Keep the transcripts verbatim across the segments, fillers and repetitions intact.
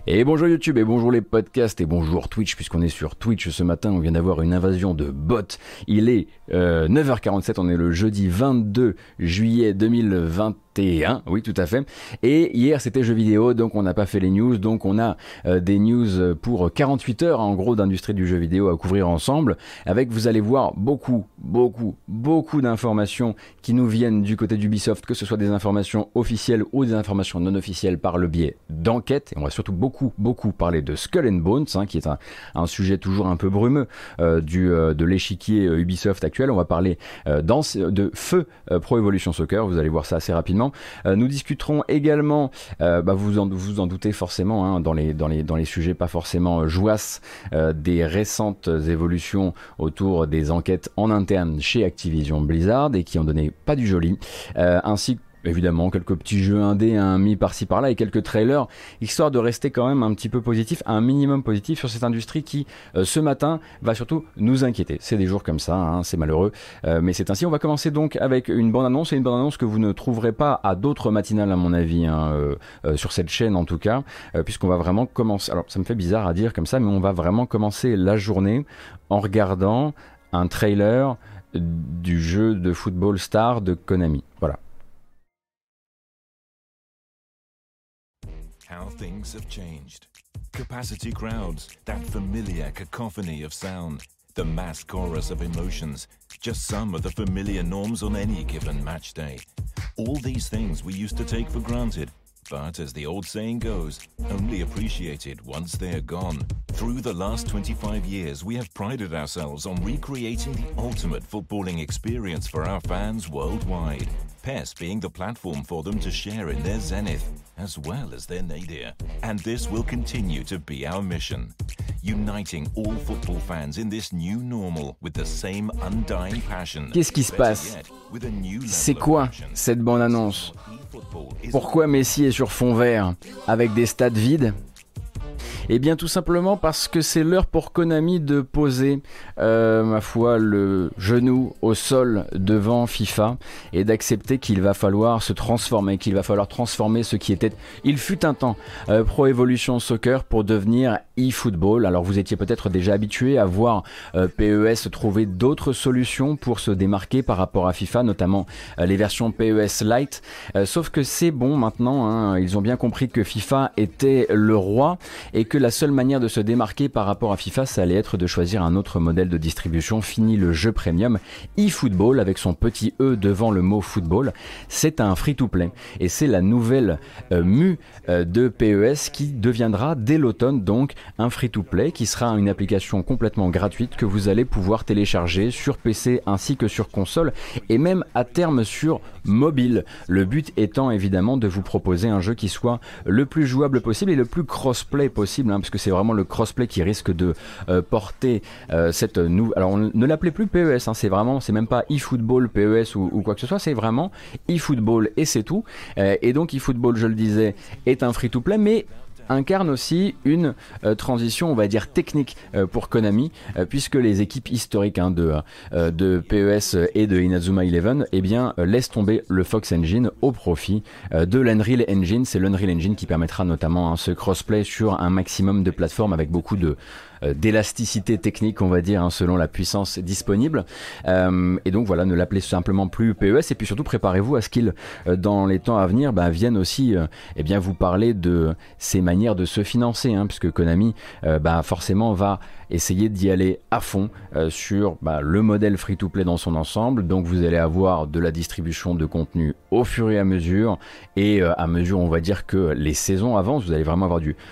Et bonjour YouTube, et bonjour les podcasts, et bonjour Twitch, puisqu'on est sur Twitch ce matin. On vient d'avoir une invasion de bots. Il est euh, neuf heures quarante-sept, on est le jeudi vingt-deux juillet deux mille vingt et un, oui tout à fait. Et hier c'était jeux vidéo, donc on n'a pas fait les news, donc on a euh, des news pour quarante-huit heures en gros d'industrie du jeu vidéo à couvrir ensemble, avec, vous allez voir, beaucoup, beaucoup, beaucoup d'informations qui nous viennent du côté d'Ubisoft, que ce soit des informations officielles ou des informations non officielles par le biais d'enquêtes. Et on va surtout beaucoup, beaucoup parler de Skull and Bones, hein, qui est un, un sujet toujours un peu brumeux euh, du, euh, de l'échiquier euh, Ubisoft actuel. On va parler euh, dans, de Feu euh, Pro Evolution Soccer, vous allez voir ça assez rapidement. Euh, nous discuterons également, euh, bah vous en, vous en doutez forcément, hein, dans, les, dans, les, dans les sujets pas forcément jouasses, euh, des récentes évolutions autour des enquêtes en interne chez Activision Blizzard et qui ont donné pas du joli, euh, ainsi que évidemment quelques petits jeux indés, un mis par-ci par-là et quelques trailers, histoire de rester quand même un petit peu positif, un minimum positif sur cette industrie qui, euh, ce matin, va surtout nous inquiéter. C'est des jours comme ça, hein, c'est malheureux, euh, mais c'est ainsi. On va commencer donc avec une bande-annonce, et une bande-annonce que vous ne trouverez pas à d'autres matinales à mon avis, hein, euh, euh, sur cette chaîne en tout cas, euh, puisqu'on va vraiment commencer, alors ça me fait bizarre à dire comme ça, mais on va vraiment commencer la journée en regardant un trailer du jeu de football Star de Konami. Voilà. How things have changed. Capacity crowds, that familiar cacophony of sound, the mass chorus of emotions, just some of the familiar norms on any given match day. All these things we used to take for granted, but as the old saying goes, only appreciated once they're gone. Through the last twenty-five years, we have prided ourselves on recreating the ultimate footballing experience for our fans worldwide. P E S being the platform for them to share in their zenith, as well as their nadir. And this will continue to be our mission. Uniting all football fans in this new normal with the same undying passion. Qu'est-ce qui se passe? C'est quoi cette bande-annonce? Pourquoi Messi est sur fond vert avec des stades vides? Eh bien tout simplement parce que c'est l'heure pour Konami de poser, euh, ma foi, le genou au sol devant FIFA et d'accepter qu'il va falloir se transformer, qu'il va falloir transformer ce qui était, il fut un temps, euh, Pro Evolution Soccer pour devenir eFootball. Alors vous étiez peut-être déjà habitué à voir euh, P E S trouver d'autres solutions pour se démarquer par rapport à FIFA, notamment euh, les versions P E S Lite, euh, sauf que c'est bon maintenant, hein, ils ont bien compris que FIFA était le roi et que que la seule manière de se démarquer par rapport à FIFA, ça allait être de choisir un autre modèle de distribution. Fini le jeu premium. eFootball, avec son petit E devant le mot football, c'est un free-to-play. Et c'est la nouvelle euh, mue euh, de P E S qui deviendra dès l'automne donc un free-to-play qui sera une application complètement gratuite que vous allez pouvoir télécharger sur P C ainsi que sur console et même à terme sur mobile. Le but étant évidemment de vous proposer un jeu qui soit le plus jouable possible et le plus crossplay possible, hein, parce que c'est vraiment le crossplay qui risque de euh, porter euh, cette nouvelle. Alors on ne l'appelait plus P E S, hein, c'est vraiment, c'est même pas eFootball P E S ou, ou quoi que ce soit, c'est vraiment eFootball et c'est tout. Euh, et donc eFootball, je le disais, est un free-to-play, mais incarne aussi une euh, transition, on va dire, technique euh, pour Konami, euh, puisque les équipes historiques, hein, de, euh, de P E S et de Inazuma Eleven, eh bien, euh, laissent tomber le Fox Engine au profit euh, de l'Unreal Engine. C'est l'Unreal Engine qui permettra notamment, hein, ce crossplay sur un maximum de plateformes avec beaucoup de d'élasticité technique, on va dire, hein, selon la puissance disponible. Euh, et donc voilà, ne l'appelez simplement plus P E S, et puis surtout préparez-vous à ce qu'il, euh, dans les temps à venir, bah, vienne aussi euh, eh bien, vous parler de ces manières de se financer, hein, puisque Konami euh, bah, forcément va essayer d'y aller à fond euh, sur bah, le modèle free-to-play dans son ensemble. Donc vous allez avoir de la distribution de contenu au fur et à mesure, et euh, à mesure, on va dire, que les saisons avancent, vous allez vraiment avoir du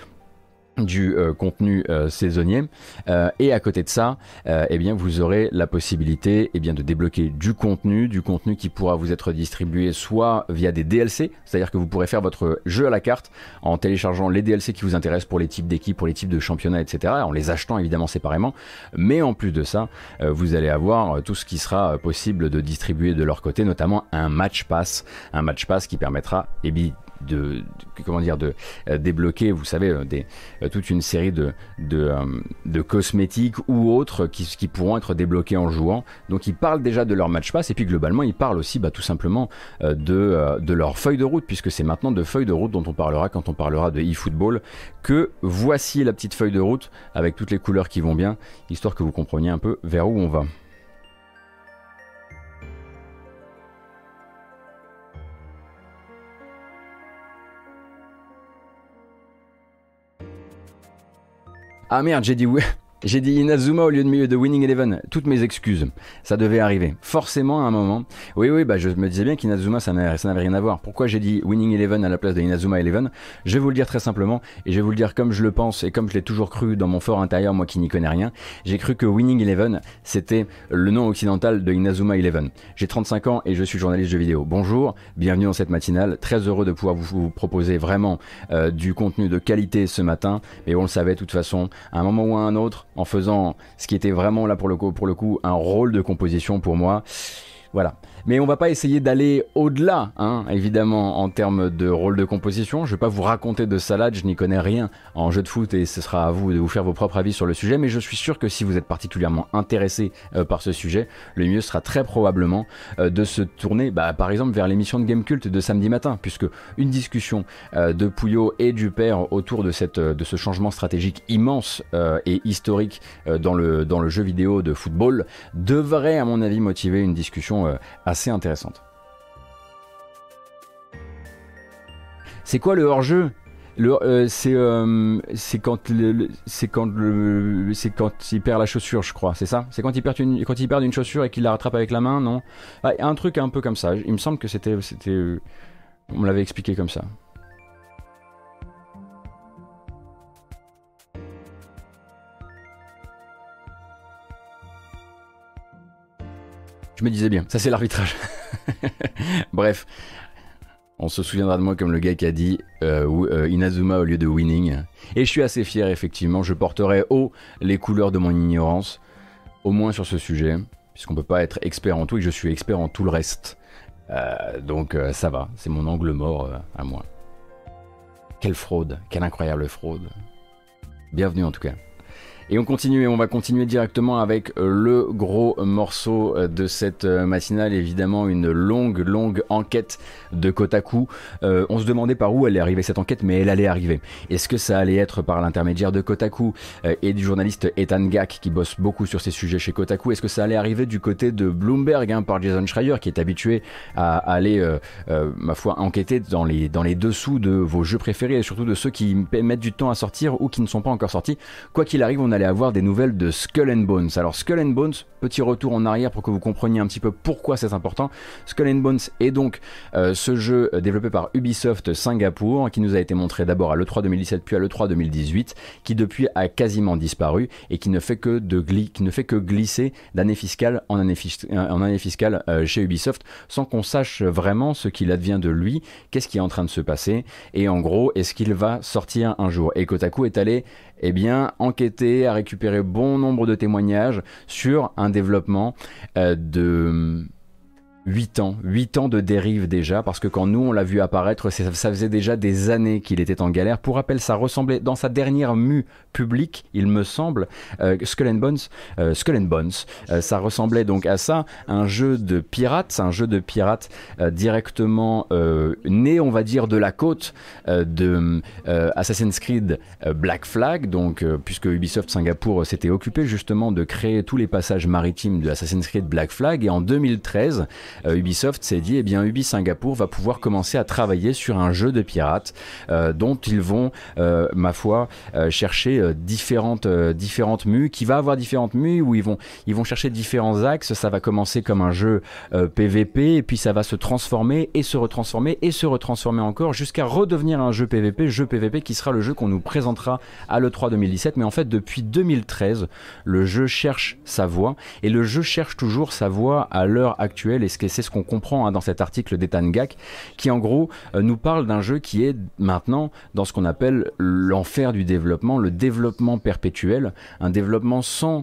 du euh, contenu euh, saisonnier, euh, et à côté de ça, euh, eh bien vous aurez la possibilité, eh bien de débloquer du contenu, du contenu qui pourra vous être distribué soit via des D L C, c'est-à-dire que vous pourrez faire votre jeu à la carte en téléchargeant les D L C qui vous intéressent pour les types d'équipes, pour les types de championnats, et cetera, en les achetant évidemment séparément, mais en plus de ça, euh, vous allez avoir euh, tout ce qui sera euh, possible de distribuer de leur côté, notamment un match pass, un match pass qui permettra, eh bien, de, de comment dire, de euh, débloquer, vous savez, euh, des, euh, toute une série de, de, euh, de cosmétiques ou autres qui, qui pourront être débloqués en jouant. Donc ils parlent déjà de leur match pass et puis globalement ils parlent aussi bah, tout simplement euh, de, euh, de leur feuille de route, puisque c'est maintenant de feuille de route dont on parlera quand on parlera de eFootball, que voici la petite feuille de route avec toutes les couleurs qui vont bien, histoire que vous compreniez un peu vers où on va. Ah merde, j'ai dit oui. J'ai dit Inazuma au lieu de milieu de Winning Eleven. Toutes mes excuses. Ça devait arriver. Forcément à un moment. Oui, oui, bah je me disais bien qu'Inazuma ça n'avait rien à voir. Pourquoi j'ai dit Winning Eleven à la place de Inazuma Eleven? Je vais vous le dire très simplement et je vais vous le dire comme je le pense et comme je l'ai toujours cru dans mon fort intérieur, moi qui n'y connais rien. J'ai cru que Winning Eleven c'était le nom occidental de Inazuma Eleven. J'ai trente-cinq ans et je suis journaliste jeux vidéo. Bonjour, bienvenue dans cette matinale. Très heureux de pouvoir vous, vous proposer vraiment euh, du contenu de qualité ce matin. Mais on le savait de toute façon, à un moment ou à un autre, en faisant ce qui était vraiment là pour le coup, pour le coup un rôle de composition pour moi. Voilà. Mais on va pas essayer d'aller au-delà, hein, évidemment, en termes de rôle de composition. Je vais pas vous raconter de salade, je n'y connais rien en jeu de foot et ce sera à vous de vous faire vos propres avis sur le sujet. Mais je suis sûr que si vous êtes particulièrement intéressé euh, par ce sujet, le mieux sera très probablement euh, de se tourner, bah, par exemple, vers l'émission de Gamecult de samedi matin, puisque une discussion euh, de Pouillot et du père autour de, cette, de ce changement stratégique immense euh, et historique euh, dans, le, dans le jeu vidéo de football devrait, à mon avis, motiver une discussion euh, assez intéressante. C'est quoi le hors-jeu? Le, euh, c'est euh, c'est quand le, le, c'est quand le, c'est quand il perd la chaussure, je crois, c'est ça? C'est quand il perd une quand il perd une chaussure et qu'il la rattrape avec la main, non? Ah, un truc un peu comme ça. Il me semble que c'était c'était euh, on me l'avait expliqué comme ça. Je me disais bien, ça c'est l'arbitrage. Bref, on se souviendra de moi comme le gars qui a dit euh, euh, Inazuma au lieu de Winning. Et je suis assez fier, effectivement, je porterai haut les couleurs de mon ignorance, au moins sur ce sujet, puisqu'on peut pas être expert en tout et je suis expert en tout le reste. Euh, donc euh, ça va, c'est mon angle mort euh, à moi. Quelle fraude, quelle incroyable fraude. Bienvenue en tout cas. Et on continue, et on va continuer directement avec le gros morceau de cette matinale, évidemment une longue, longue enquête de Kotaku. Euh, on se demandait par où allait arriver cette enquête, mais elle allait arriver. Est-ce que ça allait être par l'intermédiaire de Kotaku euh, et du journaliste Ethan Gack, qui bosse beaucoup sur ces sujets chez Kotaku? Est-ce que ça allait arriver du côté de Bloomberg, hein, par Jason Schreier, qui est habitué à, à aller, euh, euh, ma foi, enquêter dans les, dans les dessous de vos jeux préférés, et surtout de ceux qui mettent du temps à sortir ou qui ne sont pas encore sortis? Quoi qu'il arrive, on allait avoir des nouvelles de Skull and Bones. Alors Skull and Bones, petit retour en arrière pour que vous compreniez un petit peu pourquoi c'est important. Skull and Bones est donc euh, ce jeu développé par Ubisoft Singapour, qui nous a été montré d'abord à l'E trois deux mille dix-sept puis à l'E trois deux mille dix-huit, qui depuis a quasiment disparu et qui ne fait que, de gli- qui ne fait que glisser d'année fiscale en année, fis- en année fiscale euh, chez Ubisoft, sans qu'on sache vraiment ce qu'il advient de lui, qu'est-ce qui est en train de se passer, et en gros, est-ce qu'il va sortir un jour? Et Kotaku est allé eh bien, enquêter, à récupérer bon nombre de témoignages sur un développement euh, de huit ans, huit ans de dérive déjà, parce que quand nous on l'a vu apparaître, ça faisait déjà des années qu'il était en galère. Pour rappel, ça ressemblait, dans sa dernière mue publique, il me semble, euh, Skull and Bones, euh, Skull and Bones, euh, ça ressemblait donc à ça, un jeu de pirates, un jeu de pirates euh, directement euh, né, on va dire, de la côte euh, de euh, Assassin's Creed euh, Black Flag, donc euh, puisque Ubisoft Singapour s'était occupé justement de créer tous les passages maritimes de Assassin's Creed Black Flag, et en deux mille treize, Euh, Ubisoft s'est dit, eh bien Ubi Singapour va pouvoir commencer à travailler sur un jeu de pirates euh, dont ils vont, euh, ma foi, euh, chercher euh, différentes, euh, différentes mues, qui va avoir différentes mues où ils vont, ils vont chercher différents axes. Ça va commencer comme un jeu euh, P V P et puis ça va se transformer et se retransformer et se retransformer encore jusqu'à redevenir un jeu P V P, jeu P V P qui sera le jeu qu'on nous présentera à l'E trois deux mille dix-sept. Mais en fait, depuis deux mille treize, le jeu cherche sa voie et le jeu cherche toujours sa voie à l'heure actuelle, et ce c'est ce qu'on comprend hein, dans cet article d'Ethan Gack, qui en gros euh, nous parle d'un jeu qui est maintenant dans ce qu'on appelle l'enfer du développement, le développement perpétuel, un développement sans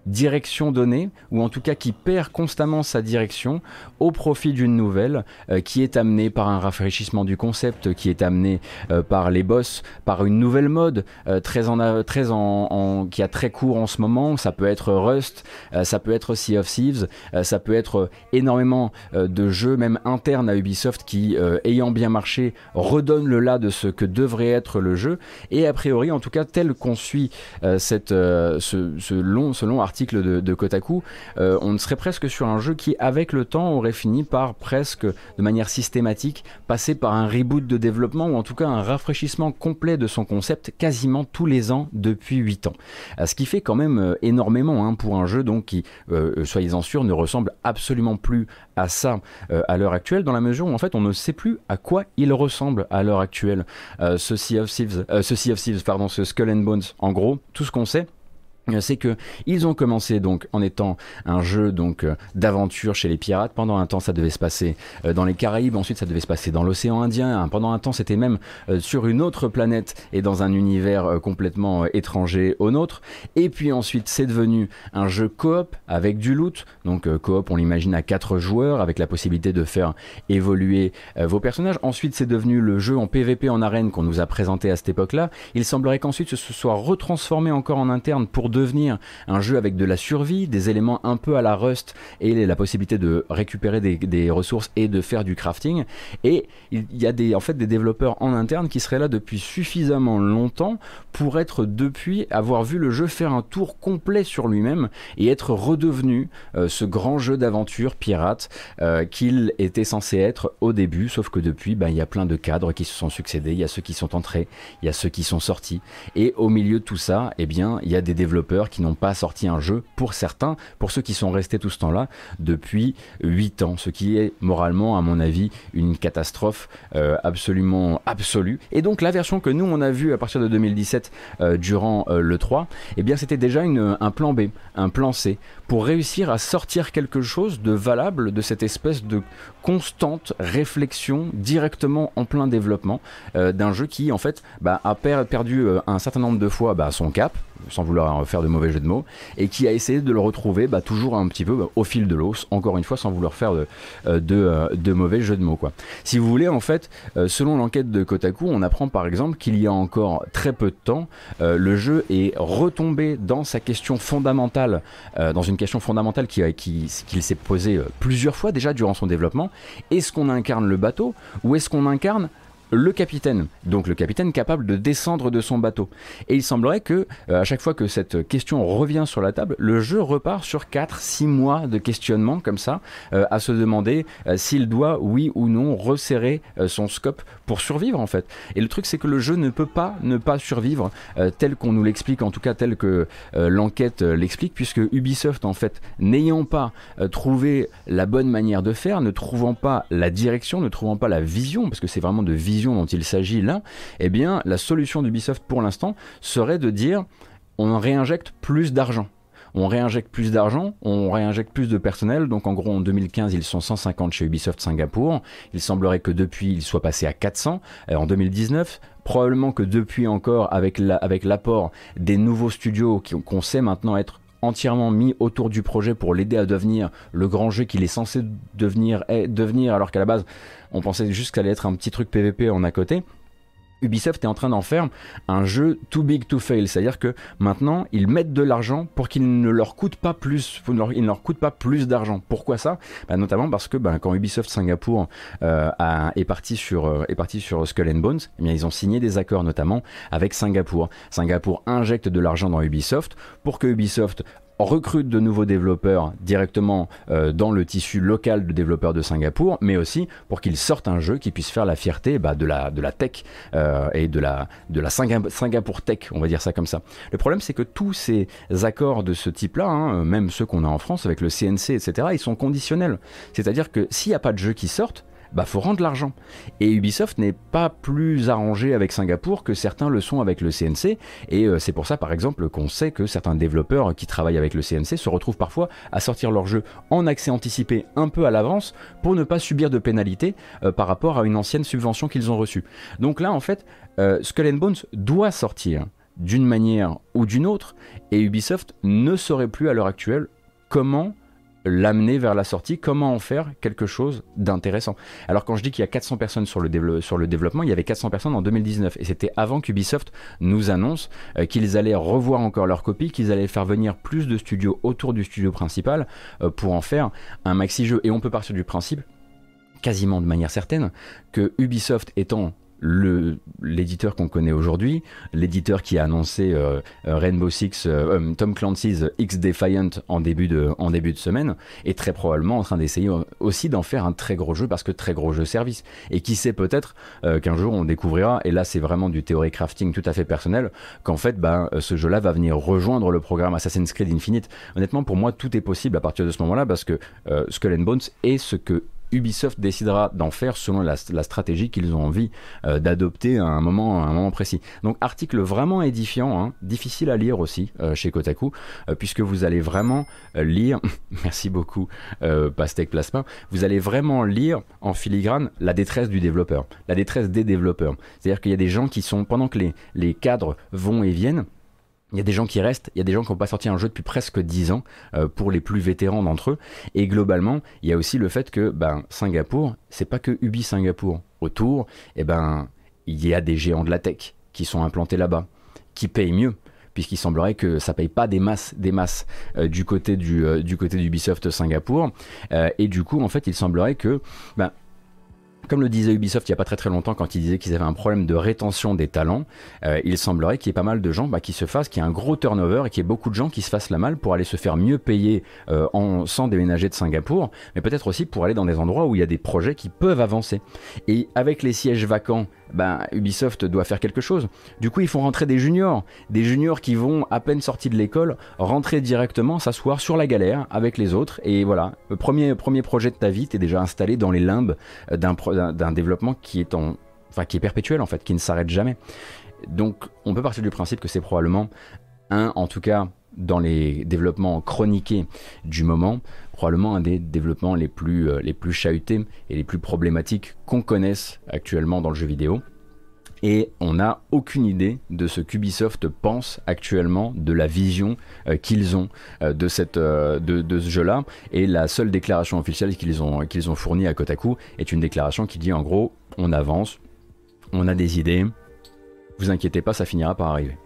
direction donnée, ou en tout cas qui perd constamment sa direction au profit d'une nouvelle euh, qui est amenée par un rafraîchissement du concept, qui est amenée euh, par les boss, par une nouvelle mode euh, très en, très en, en, qui a très court en ce moment. Ça peut être Rust, euh, ça peut être Sea of Thieves, euh, ça peut être énormément euh, de jeux même internes à Ubisoft qui, euh, ayant bien marché, redonnent le là de ce que devrait être le jeu. Et a priori, en tout cas, tel qu'on suit euh, cette, euh, ce, ce, long, ce long article de, de Kotaku, euh, on serait presque sur un jeu qui, avec le temps, aurait fini par presque de manière systématique passer par un reboot de développement ou en tout cas un rafraîchissement complet de son concept quasiment tous les ans depuis huit ans. Euh, ce qui fait quand même euh, énormément hein, pour un jeu donc qui, euh, soyez-en sûrs, ne ressemble absolument plus à ça euh, à l'heure actuelle, dans la mesure où en fait on ne sait plus à quoi il ressemble à l'heure actuelle. Euh, ce Sea of Thieves, euh, ce Sea of Thieves, pardon, ce Skull and Bones, en gros, tout ce qu'on sait, c'est que ils ont commencé donc en étant un jeu donc euh, d'aventure chez les pirates. Pendant un temps ça devait se passer euh, dans les Caraïbes, ensuite ça devait se passer dans l'océan Indien, hein. Pendant un temps c'était même euh, sur une autre planète et dans un univers euh, complètement euh, étranger au nôtre. Et puis ensuite c'est devenu un jeu coop avec du loot, donc euh, coop on l'imagine à quatre joueurs avec la possibilité de faire évoluer euh, vos personnages. Ensuite c'est devenu le jeu en P V P en arène qu'on nous a présenté à cette époque-là. Il semblerait qu'ensuite ce soit retransformé encore en interne pour devenir un jeu avec de la survie, des éléments un peu à la Rust et la possibilité de récupérer des, des ressources et de faire du crafting. Et il y a des, en fait des développeurs en interne qui seraient là depuis suffisamment longtemps pour être depuis avoir vu le jeu faire un tour complet sur lui-même et être redevenu euh, ce grand jeu d'aventure pirate euh, qu'il était censé être au début, sauf que depuis bah, il y a plein de cadres qui se sont succédés, il y a ceux qui sont entrés, il y a ceux qui sont sortis et au milieu de tout ça, eh bien il y a des développeurs qui n'ont pas sorti un jeu pour certains, pour ceux qui sont restés tout ce temps-là depuis huit ans, ce qui est moralement à mon avis une catastrophe euh, absolument absolue. Et donc la version que nous on a vue à partir de deux mille dix-sept euh, durant euh, le trois, eh bien c'était déjà une, un plan B, un plan C pour réussir à sortir quelque chose de valable de cette espèce de constante réflexion directement en plein développement euh, d'un jeu qui en fait bah, a per- perdu euh, un certain nombre de fois bah, son cap, sans vouloir faire de mauvais jeu de mots, et qui a essayé de le retrouver bah, toujours un petit peu bah, au fil de l'eau, encore une fois sans vouloir faire de, de, de mauvais jeu de mots quoi. Si vous voulez en fait, euh, selon l'enquête de Kotaku, on apprend par exemple qu'il y a encore très peu de temps, euh, le jeu est retombé dans sa question fondamentale, euh, dans une question fondamentale qui, qui, qu'il s'est posée plusieurs fois déjà durant son développement. Est-ce qu'on incarne le bateau ou est-ce qu'on incarne le capitaine, donc le capitaine capable de descendre de son bateau. Et il semblerait que euh, à chaque fois que cette question revient sur la table, le jeu repart sur quatre six mois de questionnement comme ça, euh, à se demander euh, s'il doit, oui ou non, resserrer euh, son scope pour survivre en fait. Et le truc c'est que le jeu ne peut pas ne pas survivre euh, tel qu'on nous l'explique, en tout cas tel que euh, l'enquête euh, l'explique, puisque Ubisoft en fait, n'ayant pas euh, trouvé la bonne manière de faire, ne trouvant pas la direction, ne trouvant pas la vision, parce que c'est vraiment de vision dont il s'agit là, eh bien la solution d'Ubisoft pour l'instant serait de dire on réinjecte plus d'argent. On réinjecte plus d'argent, on réinjecte plus de personnel, donc en gros en deux mille quinze ils sont cent cinquante chez Ubisoft Singapour, il semblerait que depuis ils soient passés à quatre cents en deux mille dix-neuf, probablement que depuis encore avec, la, avec l'apport des nouveaux studios qui, qu'on sait maintenant être entièrement mis autour du projet pour l'aider à devenir le grand jeu qu'il est censé devenir, est, devenir alors qu'à la base on pensait juste que ça allait être un petit truc P V P en à côté. Ubisoft est en train d'en faire un jeu too big to fail, c'est-à-dire que maintenant ils mettent de l'argent pour qu'il ne leur coûte pas plus, il ne leur coûte pas plus d'argent. Pourquoi ça ? Bah, notamment parce que bah, quand Ubisoft Singapour euh, a, est parti sur euh, est parti sur Skull and Bones, eh bien, ils ont signé des accords notamment avec Singapour. Singapour injecte de l'argent dans Ubisoft pour que Ubisoft recrute de nouveaux développeurs directement euh, dans le tissu local de développeurs de Singapour, mais aussi pour qu'ils sortent un jeu qui puisse faire la fierté bah, de, la, de la tech euh, et de la, de la Singa- Singapour Tech, on va dire ça comme ça. Le problème, c'est que tous ces accords de ce type-là, hein, même ceux qu'on a en France avec le C N C, et cetera, ils sont conditionnels. C'est-à-dire que s'il n'y a pas de jeu qui sortent, bah faut rendre l'argent. Et Ubisoft n'est pas plus arrangé avec Singapour que certains le sont avec le C N C, et euh, c'est pour ça par exemple qu'on sait que certains développeurs qui travaillent avec le C N C se retrouvent parfois à sortir leur jeu en accès anticipé un peu à l'avance pour ne pas subir de pénalités euh, par rapport à une ancienne subvention qu'ils ont reçue. Donc là en fait, euh, Skull and Bones doit sortir. d'une manière ou d'une autre, et Ubisoft ne saurait plus à l'heure actuelle comment l'amener vers la sortie, comment en faire quelque chose d'intéressant. Alors quand je dis qu'il y a quatre cents personnes sur le, dévelop- sur le développement, il y avait quatre cents personnes en deux mille dix-neuf, et c'était avant qu'Ubisoft nous annonce euh, qu'ils allaient revoir encore leur copie, qu'ils allaient faire venir plus de studios autour du studio principal euh, pour en faire un maxi-jeu. Et on peut partir du principe, quasiment de manière certaine, que Ubisoft étant le, l'éditeur qu'on connaît aujourd'hui, l'éditeur qui a annoncé euh, Rainbow Six, euh, Tom Clancy's X-Defiant en début, de, en début de semaine, est très probablement en train d'essayer aussi d'en faire un très gros jeu, parce que très gros jeu service. Et qui sait, peut-être euh, qu'un jour on découvrira, et là c'est vraiment du théorie crafting tout à fait personnel, qu'en fait bah, ce jeu-là va venir rejoindre le programme Assassin's Creed Infinite. Honnêtement, pour moi, tout est possible à partir de ce moment-là, parce que euh, Skull and Bones est ce que Ubisoft décidera d'en faire selon la, la stratégie qu'ils ont envie euh, d'adopter à un moment, à un moment précis. Donc article vraiment édifiant, hein, difficile à lire aussi euh, chez Kotaku, euh, puisque vous allez vraiment euh, lire, merci beaucoup euh, Pastèque Plasma, vous allez vraiment lire en filigrane la détresse du développeur, la détresse des développeurs. C'est-à-dire qu'il y a des gens qui sont, pendant que les, les cadres vont et viennent, il y a des gens qui restent, il y a des gens qui n'ont pas sorti un jeu depuis presque dix ans euh, pour les plus vétérans d'entre eux. Et globalement, il y a aussi le fait que ben, Singapour, c'est pas que Ubi Singapour. Autour, eh ben, il y a des géants de la tech qui sont implantés là-bas, qui payent mieux, puisqu'il semblerait que ça paye pas des masses, des masses euh, du côté du, euh, du côté d'Ubisoft Singapour. Euh, et du coup, en fait, il semblerait que... Ben, comme le disait Ubisoft il n'y a pas très très longtemps quand ils disaient qu'ils avaient un problème de rétention des talents, euh, il semblerait qu'il y ait pas mal de gens bah, qui se fassent, qu'il y ait un gros turnover et qu'il y ait beaucoup de gens qui se fassent la malle pour aller se faire mieux payer euh, en, sans déménager de Singapour, mais peut-être aussi pour aller dans des endroits où il y a des projets qui peuvent avancer. Et avec les sièges vacants, bah, Ubisoft doit faire quelque chose. Du coup, ils font rentrer des juniors, des juniors qui vont, à peine sortis de l'école, rentrer directement, s'asseoir sur la galère avec les autres. Et voilà, le premier, premier projet de ta vie, t'es déjà installé dans les limbes d'un, d'un, d'un développement qui est, en, enfin, qui est perpétuel, en fait, qui ne s'arrête jamais. Donc, on peut partir du principe que c'est probablement un, en tout cas, dans les développements chroniqués du moment, probablement un des développements les plus, euh, les plus chahutés et les plus problématiques qu'on connaisse actuellement dans le jeu vidéo. Et on n'a aucune idée de ce qu'Ubisoft pense actuellement, de la vision euh, qu'ils ont euh, de, cette, euh, de, de ce jeu-là. Et la seule déclaration officielle qu'ils ont, qu'ils ont fournie à Kotaku est une déclaration qui dit en gros, on avance, on a des idées, vous inquiétez pas, ça finira par arriver.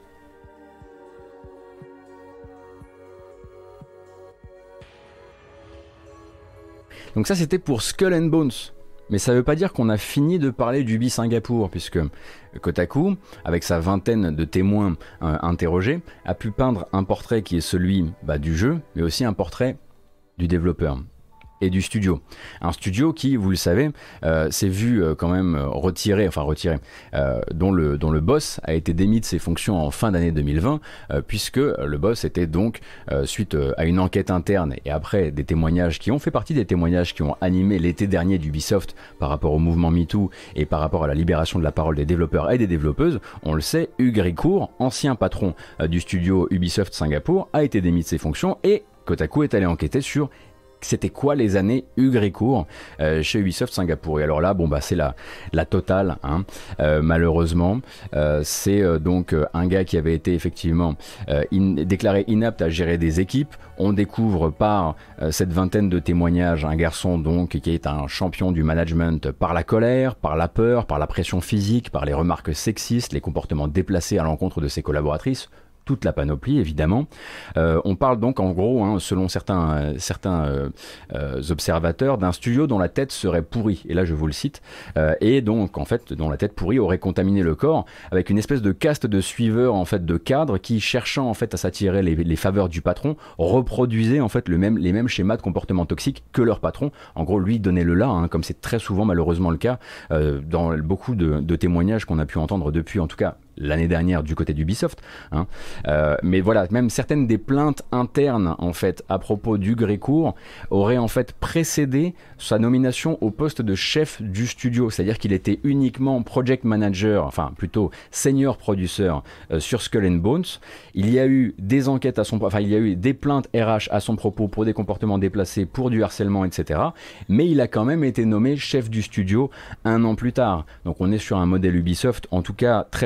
Donc ça c'était pour Skull and Bones, mais ça ne veut pas dire qu'on a fini de parler d'Ubi Singapour, puisque Kotaku, avec sa vingtaine de témoins euh, interrogés, a pu peindre un portrait qui est celui bah, du jeu, mais aussi un portrait du développeur et du studio. Un studio qui, vous le savez, euh, s'est vu euh, quand même retiré, enfin retiré, euh, dont, le, dont le boss a été démis de ses fonctions en fin d'année deux mille vingt, euh, puisque le boss était donc, euh, suite euh, à une enquête interne et après des témoignages qui ont fait partie des témoignages qui ont animé l'été dernier d'Ubisoft par rapport au mouvement MeToo et par rapport à la libération de la parole des développeurs et des développeuses, on le sait, Hugues Ricourt, ancien patron euh, du studio Ubisoft Singapour, a été démis de ses fonctions et Kotaku est allé enquêter sur c'était quoi les années Hugues Ricourt euh, chez Ubisoft Singapour. Et alors là, bon bah c'est la, la totale, hein, euh, malheureusement. Euh, c'est euh, donc euh, un gars qui avait été effectivement euh, in, déclaré inapte à gérer des équipes. On découvre par euh, cette vingtaine de témoignages un garçon donc qui est un champion du management par la colère, par la peur, par la pression physique, par les remarques sexistes, les comportements déplacés à l'encontre de ses collaboratrices. Toute la panoplie évidemment. Euh, on parle donc en gros, hein, selon certains, euh, certains euh, euh, observateurs, d'un studio dont la tête serait pourrie, et là je vous le cite, euh, et donc en fait dont la tête pourrie aurait contaminé le corps avec une espèce de caste de suiveurs en fait de cadres qui, cherchant en fait à s'attirer les, les faveurs du patron, reproduisaient en fait le même, les mêmes schémas de comportement toxique que leur patron. En gros lui donnait le là, hein, comme c'est très souvent malheureusement le cas euh, dans beaucoup de, de témoignages qu'on a pu entendre depuis en tout cas l'année dernière du côté d'Ubisoft, hein. Euh, mais voilà, même certaines des plaintes internes en fait à propos d'Hugues Ricourt auraient en fait précédé sa nomination au poste de chef du studio, c'est-à-dire qu'il était uniquement project manager, enfin plutôt senior producer euh, sur Skull and Bones. Il y a eu des enquêtes à son, enfin il y a eu des plaintes R H à son propos pour des comportements déplacés, pour du harcèlement, et cetera. Mais il a quand même été nommé chef du studio un an plus tard. Donc on est sur un modèle Ubisoft, en tout cas très proche de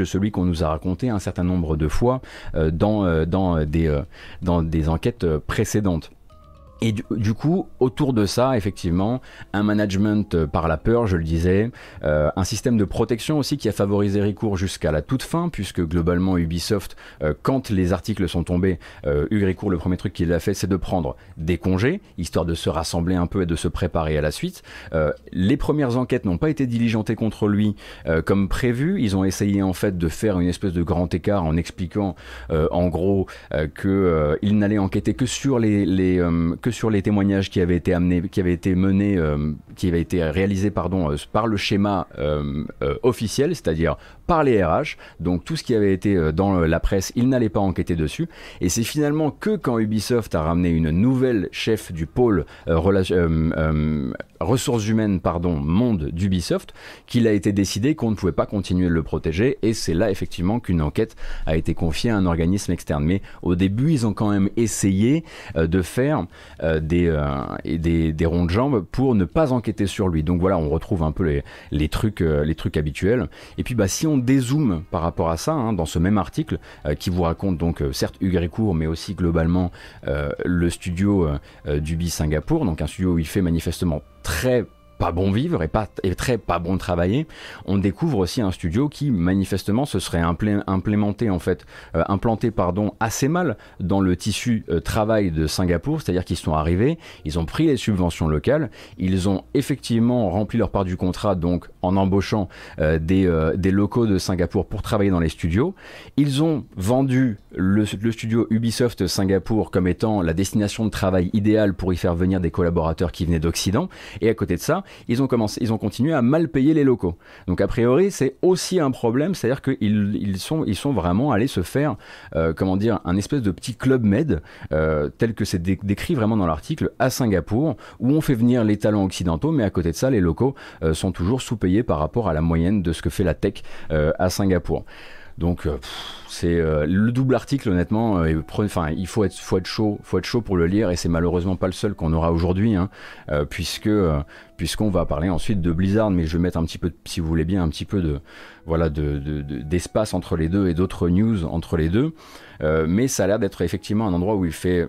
celui qu'on nous a raconté un certain nombre de fois euh, dans, euh, dans, des, euh, dans des enquêtes précédentes. Et du, du coup, autour de ça, effectivement, un management par la peur, je le disais, euh, un système de protection aussi qui a favorisé Ricoeur jusqu'à la toute fin, puisque globalement Ubisoft, euh, quand les articles sont tombés, euh, Hugues Ricoeur, le premier truc qu'il a fait, c'est de prendre des congés, histoire de se rassembler un peu et de se préparer à la suite. Euh, les premières enquêtes n'ont pas été diligentées contre lui euh, comme prévu. Ils ont essayé en fait de faire une espèce de grand écart en expliquant, euh, en gros, euh, que euh, il n'allait enquêter que sur les, les euh, que sur les témoignages qui avaient été amenés, qui avaient été menés, euh, qui avaient été réalisés, pardon, euh, par le schéma euh, euh, officiel, c'est-à-dire par les R H. Donc tout ce qui avait été euh, dans la presse, il n'allait pas enquêter dessus. Et c'est finalement que quand Ubisoft a ramené une nouvelle chef du pôle euh, relation, euh, euh, ressources humaines, pardon, monde d'Ubisoft, qu'il a été décidé qu'on ne pouvait pas continuer de le protéger. Et c'est là effectivement qu'une enquête a été confiée à un organisme externe. Mais au début, ils ont quand même essayé euh, de faire euh, des, euh, des, des ronds de jambes pour ne pas enquêter sur lui. Donc voilà, on retrouve un peu les, les, trucs, euh, les trucs habituels. Et puis bah, si on dézoome par rapport à ça, hein, dans ce même article euh, qui vous raconte donc euh, certes Hugues Ricoeur, mais aussi globalement euh, le studio euh, d'Ubi Singapour, donc un studio où il fait manifestement très pas bon vivre et, pas, et très pas bon travailler, on découvre aussi un studio qui manifestement se serait implé, implémenté en fait, euh, implanté pardon assez mal dans le tissu euh, travail de Singapour, c'est-à-dire qu'ils sont arrivés, ils ont pris les subventions locales, ils ont effectivement rempli leur part du contrat donc en embauchant euh, des, euh, des locaux de Singapour pour travailler dans les studios, ils ont vendu le, le studio Ubisoft Singapour comme étant la destination de travail idéale pour y faire venir des collaborateurs qui venaient d'Occident, et à côté de ça, ils ont commencé, ils ont continué à mal payer les locaux. Donc a priori, c'est aussi un problème, c'est-à-dire qu'ils ils sont, ils sont vraiment allés se faire, euh, comment dire, un espèce de petit club med, euh, tel que c'est dé- décrit vraiment dans l'article, à Singapour, où on fait venir les talents occidentaux, mais à côté de ça, les locaux euh, sont toujours sous-payés par rapport à la moyenne de ce que fait la tech euh, à Singapour. Donc euh, pff, c'est euh, le double article honnêtement, euh, enfin il faut être, faut être chaud, faut être chaud pour le lire, et c'est malheureusement pas le seul qu'on aura aujourd'hui, hein, euh, puisque euh, puisqu'on va parler ensuite de Blizzard, mais je vais mettre un petit peu, si vous voulez bien, un petit peu de voilà de, de, de d'espace entre les deux et d'autres news entre les deux, euh, mais ça a l'air d'être effectivement un endroit où il fait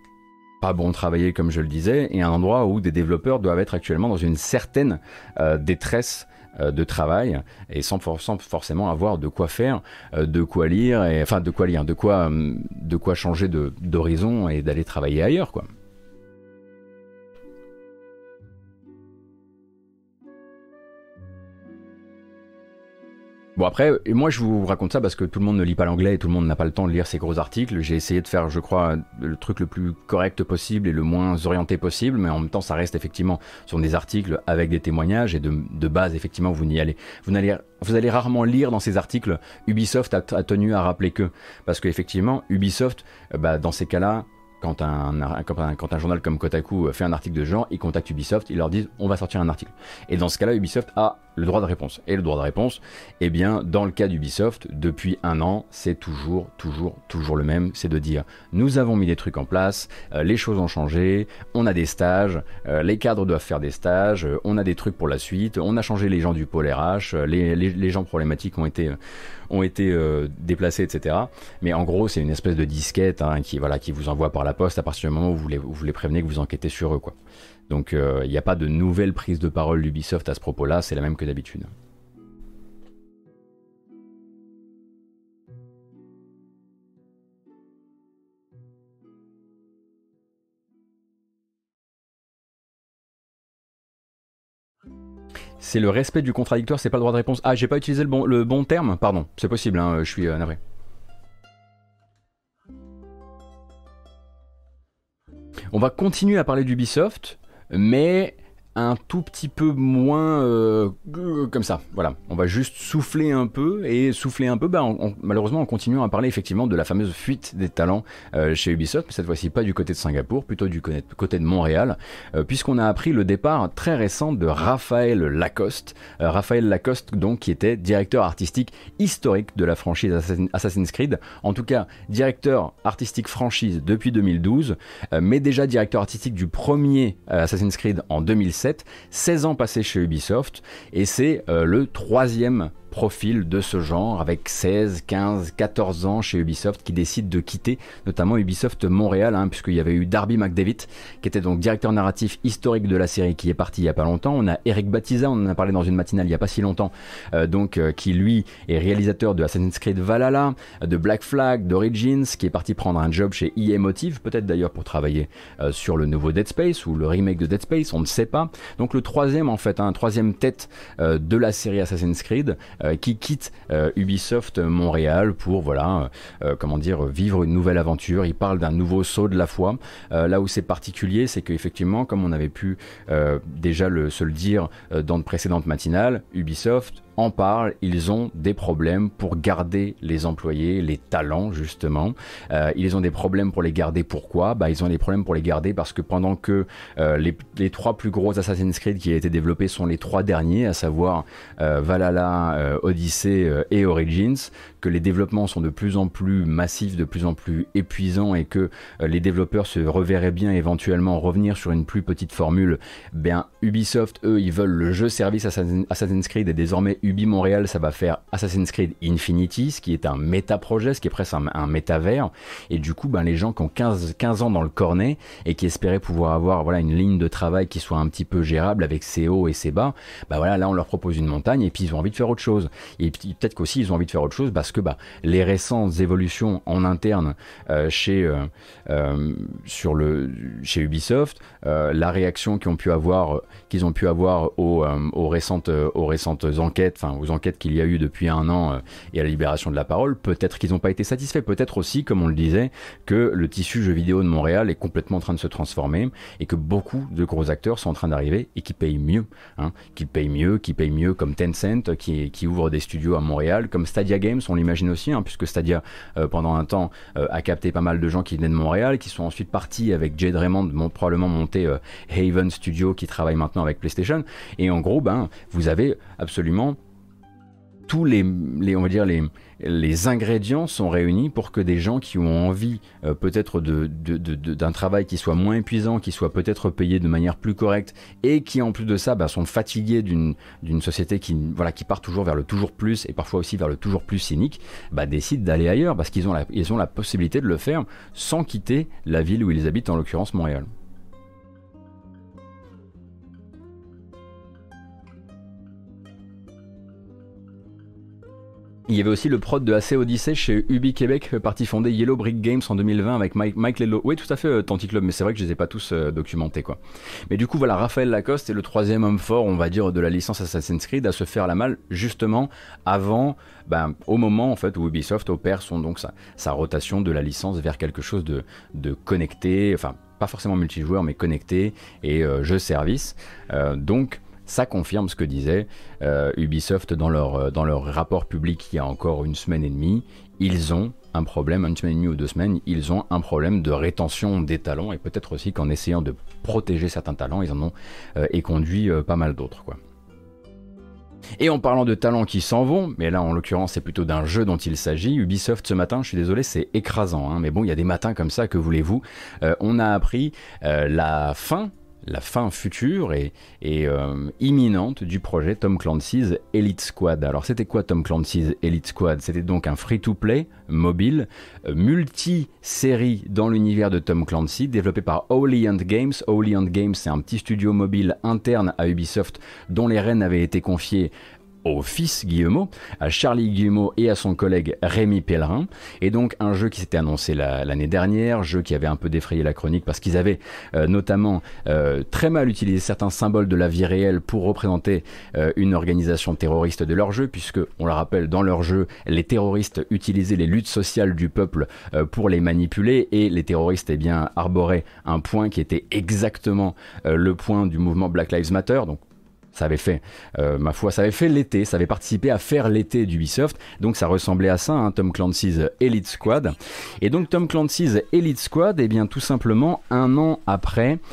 pas bon travailler comme je le disais, et un endroit où des développeurs doivent être actuellement dans une certaine euh, détresse de travail, et sans, for- sans forcément avoir de quoi faire, euh, de quoi lire, et, enfin de quoi lire, de quoi, de quoi changer de, d'horizon et d'aller travailler ailleurs, quoi. Bon après, moi je vous raconte ça parce que tout le monde ne lit pas l'anglais et tout le monde n'a pas le temps de lire ces gros articles. J'ai essayé de faire, je crois, le truc le plus correct possible et le moins orienté possible, mais en même temps ça reste effectivement sur des articles avec des témoignages, et de, de base effectivement vous n'y allez, vous n'allez, vous allez rarement lire dans ces articles Ubisoft a, a tenu à rappeler que, parce qu'effectivement Ubisoft, bah, dans ces cas-là, Quand un, quand, un, quand un journal comme Kotaku fait un article de ce genre, ils contactent Ubisoft, ils leur disent on va sortir un article. Et dans ce cas-là, Ubisoft a le droit de réponse. Et le droit de réponse, eh bien, dans le cas d'Ubisoft, depuis un an, c'est toujours, toujours, toujours le même. C'est de dire nous avons mis des trucs en place, euh, les choses ont changé, on a des stages, euh, les cadres doivent faire des stages, euh, on a des trucs pour la suite, on a changé les gens du pôle R H, euh, les, les, les gens problématiques ont été, euh, ont été euh, déplacés, et cetera. Mais en gros, c'est une espèce de disquette hein, qui, voilà, qui vous envoie par la poste à partir du moment où vous les, vous les prévenez que vous enquêtez sur eux, quoi. Donc il euh, n'y a pas de nouvelle prise de parole d'Ubisoft à ce propos-là, c'est la même que d'habitude. C'est le respect du contradictoire, c'est pas le droit de réponse. Ah, j'ai pas utilisé le bon, le bon terme, pardon, c'est possible, hein, je suis euh, navré. On va continuer à parler d'Ubisoft, mais un tout petit peu moins euh, comme ça, voilà. On va juste souffler un peu, et souffler un peu, bah, en, en, malheureusement en continuant à parler effectivement de la fameuse fuite des talents euh, chez Ubisoft, mais cette fois-ci pas du côté de Singapour, plutôt du côté de Montréal, euh, puisqu'on a appris le départ très récent de Raphaël Lacoste, euh, Raphaël Lacoste donc qui était directeur artistique historique de la franchise Assassin's Creed, en tout cas directeur artistique franchise depuis deux mille douze, euh, mais déjà directeur artistique du premier euh, Assassin's Creed en deux mille sept, seize ans passés chez Ubisoft, et c'est euh, le troisième profils de ce genre avec seize, quinze, quatorze ans chez Ubisoft qui décident de quitter notamment Ubisoft Montréal, hein, puisqu'il y avait eu Darby McDavid qui était donc directeur narratif historique de la série qui est parti il y a pas longtemps. On a Eric Batiza, on en a parlé dans une matinale il y a pas si longtemps, euh, donc euh, qui lui est réalisateur de Assassin's Creed Valhalla, de Black Flag, d'Origins, qui est parti prendre un job chez E A Motive, peut-être d'ailleurs pour travailler euh, sur le nouveau Dead Space ou le remake de Dead Space, on ne sait pas. Donc le troisième en fait, un hein, troisième tête euh, de la série Assassin's Creed euh, qui quitte euh, Ubisoft Montréal pour voilà, euh, comment dire, vivre une nouvelle aventure. Il parle d'un nouveau saut de la foi. Euh, là où c'est particulier, c'est qu'effectivement, comme on avait pu euh, déjà le, se le dire euh, dans de précédentes matinales, Ubisoft en parle, ils ont des problèmes pour garder les employés, les talents justement. Euh, ils ont des problèmes pour les garder. Pourquoi ? Bah, ils ont des problèmes pour les garder parce que pendant que euh, les, les trois plus gros Assassin's Creed qui ont été développés sont les trois derniers, à savoir euh, Valhalla, euh, Odyssey euh, et Origins, que les développements sont de plus en plus massifs, de plus en plus épuisants et que euh, les développeurs se reverraient bien éventuellement revenir sur une plus petite formule, bien Ubisoft, eux, ils veulent le jeu service Assassin's Creed et désormais Ubi Montréal, ça va faire Assassin's Creed Infinity, ce qui est un méta-projet, ce qui est presque un, un métavers. Et du coup, ben, les gens qui ont quinze, quinze ans dans le cornet et qui espéraient pouvoir avoir voilà, une ligne de travail qui soit un petit peu gérable avec ses hauts et ses bas, ben, voilà, là on leur propose une montagne et puis ils ont envie de faire autre chose. Et puis, peut-être qu'aussi ils ont envie de faire autre chose parce que ben, les récentes évolutions en interne euh, chez, euh, euh, sur le, chez Ubisoft, euh, la réaction qu'ils ont pu avoir, qu'ils ont pu avoir aux, euh, aux, récentes, euh, aux récentes enquêtes, enfin aux enquêtes qu'il y a eu depuis un an euh, et à la libération de la parole, peut-être qu'ils n'ont pas été satisfaits, peut-être aussi, comme on le disait, que le tissu jeu vidéo de Montréal est complètement en train de se transformer et que beaucoup de gros acteurs sont en train d'arriver et qui payent mieux, hein, qui payent mieux, qui payent mieux comme Tencent, qui, qui ouvre des studios à Montréal, comme Stadia Games, on l'imagine aussi, hein, puisque Stadia, euh, pendant un temps, euh, a capté pas mal de gens qui venaient de Montréal, qui sont ensuite partis avec Jade Raymond, bon, probablement monter euh, Haven Studio, qui travaille maintenant avec PlayStation, et en gros, ben, vous avez absolument tous les, les, on va dire les, les ingrédients sont réunis pour que des gens qui ont envie euh, peut-être de, de, de, de, d'un travail qui soit moins épuisant, qui soit peut-être payé de manière plus correcte et qui en plus de ça bah, sont fatigués d'une, d'une société qui, voilà, qui part toujours vers le toujours plus et parfois aussi vers le toujours plus cynique, bah, décident d'aller ailleurs parce qu'ils ont la, ils ont la possibilité de le faire sans quitter la ville où ils habitent, en l'occurrence Montréal. Il y avait aussi le prod de A C Odyssey chez Ubi Québec, partie fondée Yellow Brick Games en deux mille vingt avec Mike, Mike Lello. Oui, tout à fait, euh, Tanticlub, mais c'est vrai que je les ai pas tous euh, documentés, quoi. Mais du coup, voilà, Raphaël Lacoste est le troisième homme fort, on va dire, de la licence Assassin's Creed à se faire la malle, justement, avant, ben, au moment, en fait, où Ubisoft opère son, donc, sa, sa rotation de la licence vers quelque chose de, de connecté, enfin, pas forcément multijoueur, mais connecté et euh, jeu service. Euh, donc, ça confirme ce que disait euh, Ubisoft dans leur, dans leur rapport public il y a encore une semaine et demie. Ils ont un problème, une semaine et demie ou deux semaines, ils ont un problème de rétention des talents et peut-être aussi qu'en essayant de protéger certains talents, ils en ont euh, éconduit euh, pas mal d'autres, quoi. Et en parlant de talents qui s'en vont, mais là en l'occurrence c'est plutôt d'un jeu dont il s'agit, Ubisoft ce matin, je suis désolé, c'est écrasant, hein, mais bon, il y a des matins comme ça, que voulez-vous, euh, on a appris euh, la fin la fin future et, et euh, imminente du projet Tom Clancy's Elite Squad. Alors c'était quoi Tom Clancy's Elite Squad ? C'était donc un free-to-play mobile, euh, multi-série dans l'univers de Tom Clancy, développé par Holy Hunt Games. Holy Hunt Games, c'est un petit studio mobile interne à Ubisoft dont les rênes avaient été confiées au fils Guillemot, à Charlie Guillemot et à son collègue Rémi Pellerin, et donc un jeu qui s'était annoncé la, l'année dernière, jeu qui avait un peu défrayé la chronique parce qu'ils avaient euh, notamment euh, très mal utilisé certains symboles de la vie réelle pour représenter euh, une organisation terroriste de leur jeu, puisque, on le rappelle, dans leur jeu, les terroristes utilisaient les luttes sociales du peuple euh, pour les manipuler, et les terroristes eh bien, arboraient un point qui était exactement euh, le point du mouvement Black Lives Matter, donc ça avait fait, euh, ma foi, ça avait fait l'été, ça avait participé à faire l'été d'Ubisoft, donc ça ressemblait à ça, hein, Tom Clancy's Elite Squad. Et donc Tom Clancy's Elite Squad, eh bien tout simplement, un an après,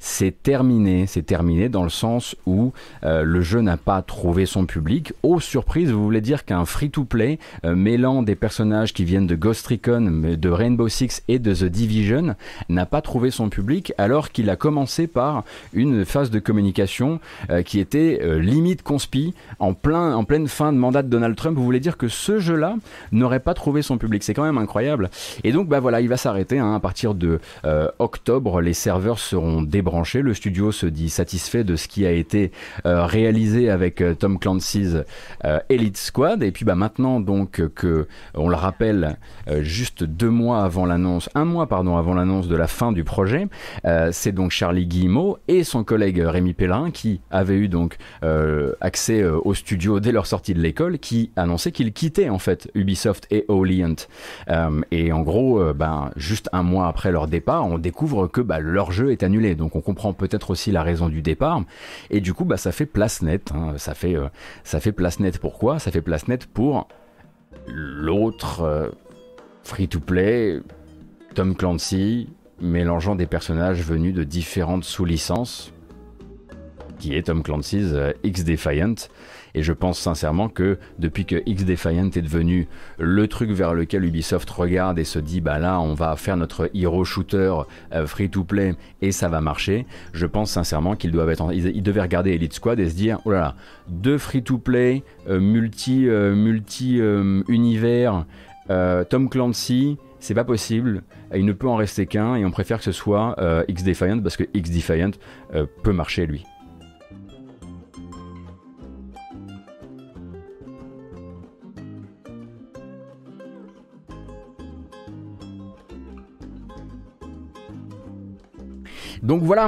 c'est terminé. C'est terminé dans le sens où euh, le jeu n'a pas trouvé son public. Oh, surprise, vous voulez dire qu'un free-to-play euh, mêlant des personnages qui viennent de Ghost Recon, de Rainbow Six et de The Division n'a pas trouvé son public alors qu'il a commencé par une phase de communication euh, qui était euh, limite conspi en, plein, en pleine fin de mandat de Donald Trump. Vous voulez dire que ce jeu-là n'aurait pas trouvé son public. C'est quand même incroyable. Et donc bah voilà, il va s'arrêter hein, à partir de euh, octobre. Les serveurs seront débranchés. Le studio se dit satisfait de ce qui a été euh, réalisé avec euh, Tom Clancy's euh, Elite Squad. Et puis bah maintenant donc que on le rappelle euh, juste deux mois avant l'annonce, un mois pardon avant l'annonce de la fin du projet, euh, c'est donc Charlie Guillemot et son collègue Rémi Pellerin qui avaient eu donc euh, accès euh, au studio dès leur sortie de l'école, qui annonçaient qu'ils quittaient en fait Ubisoft et Oliant. Euh, et en gros, euh, ben, juste un mois après leur départ, on découvre que bah, leur jeu est annulé. Donc on comprend peut-être aussi la raison du départ. Et du coup, bah, ça fait place nette. Hein. Ça fait, euh, ça fait place nette pourquoi ? Ça fait place nette pour l'autre euh, free-to-play, Tom Clancy, mélangeant des personnages venus de différentes sous-licences, qui est Tom Clancy's euh, X-Defiant. Et je pense sincèrement que depuis que X-Defiant est devenu le truc vers lequel Ubisoft regarde et se dit bah là on va faire notre hero shooter euh, free to play et ça va marcher, je pense sincèrement qu'ils doivent être en... ils, ils devaient regarder Elite Squad et se dire oh là là, deux free to play euh, multi euh, multi euh, univers euh, Tom Clancy, c'est pas possible, il ne peut en rester qu'un et on préfère que ce soit euh, X-Defiant parce que X-Defiant euh, peut marcher lui. Donc voilà,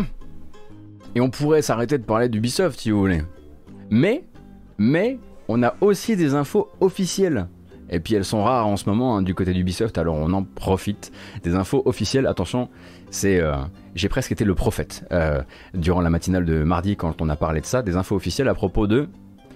et on pourrait s'arrêter de parler d'Ubisoft si vous voulez. Mais, mais, on a aussi des infos officielles. Et puis elles sont rares en ce moment hein, du côté d'Ubisoft, alors on en profite. Des infos officielles, attention, c'est, euh, j'ai presque été le prophète euh, durant la matinale de mardi quand on a parlé de ça. Des infos officielles à propos de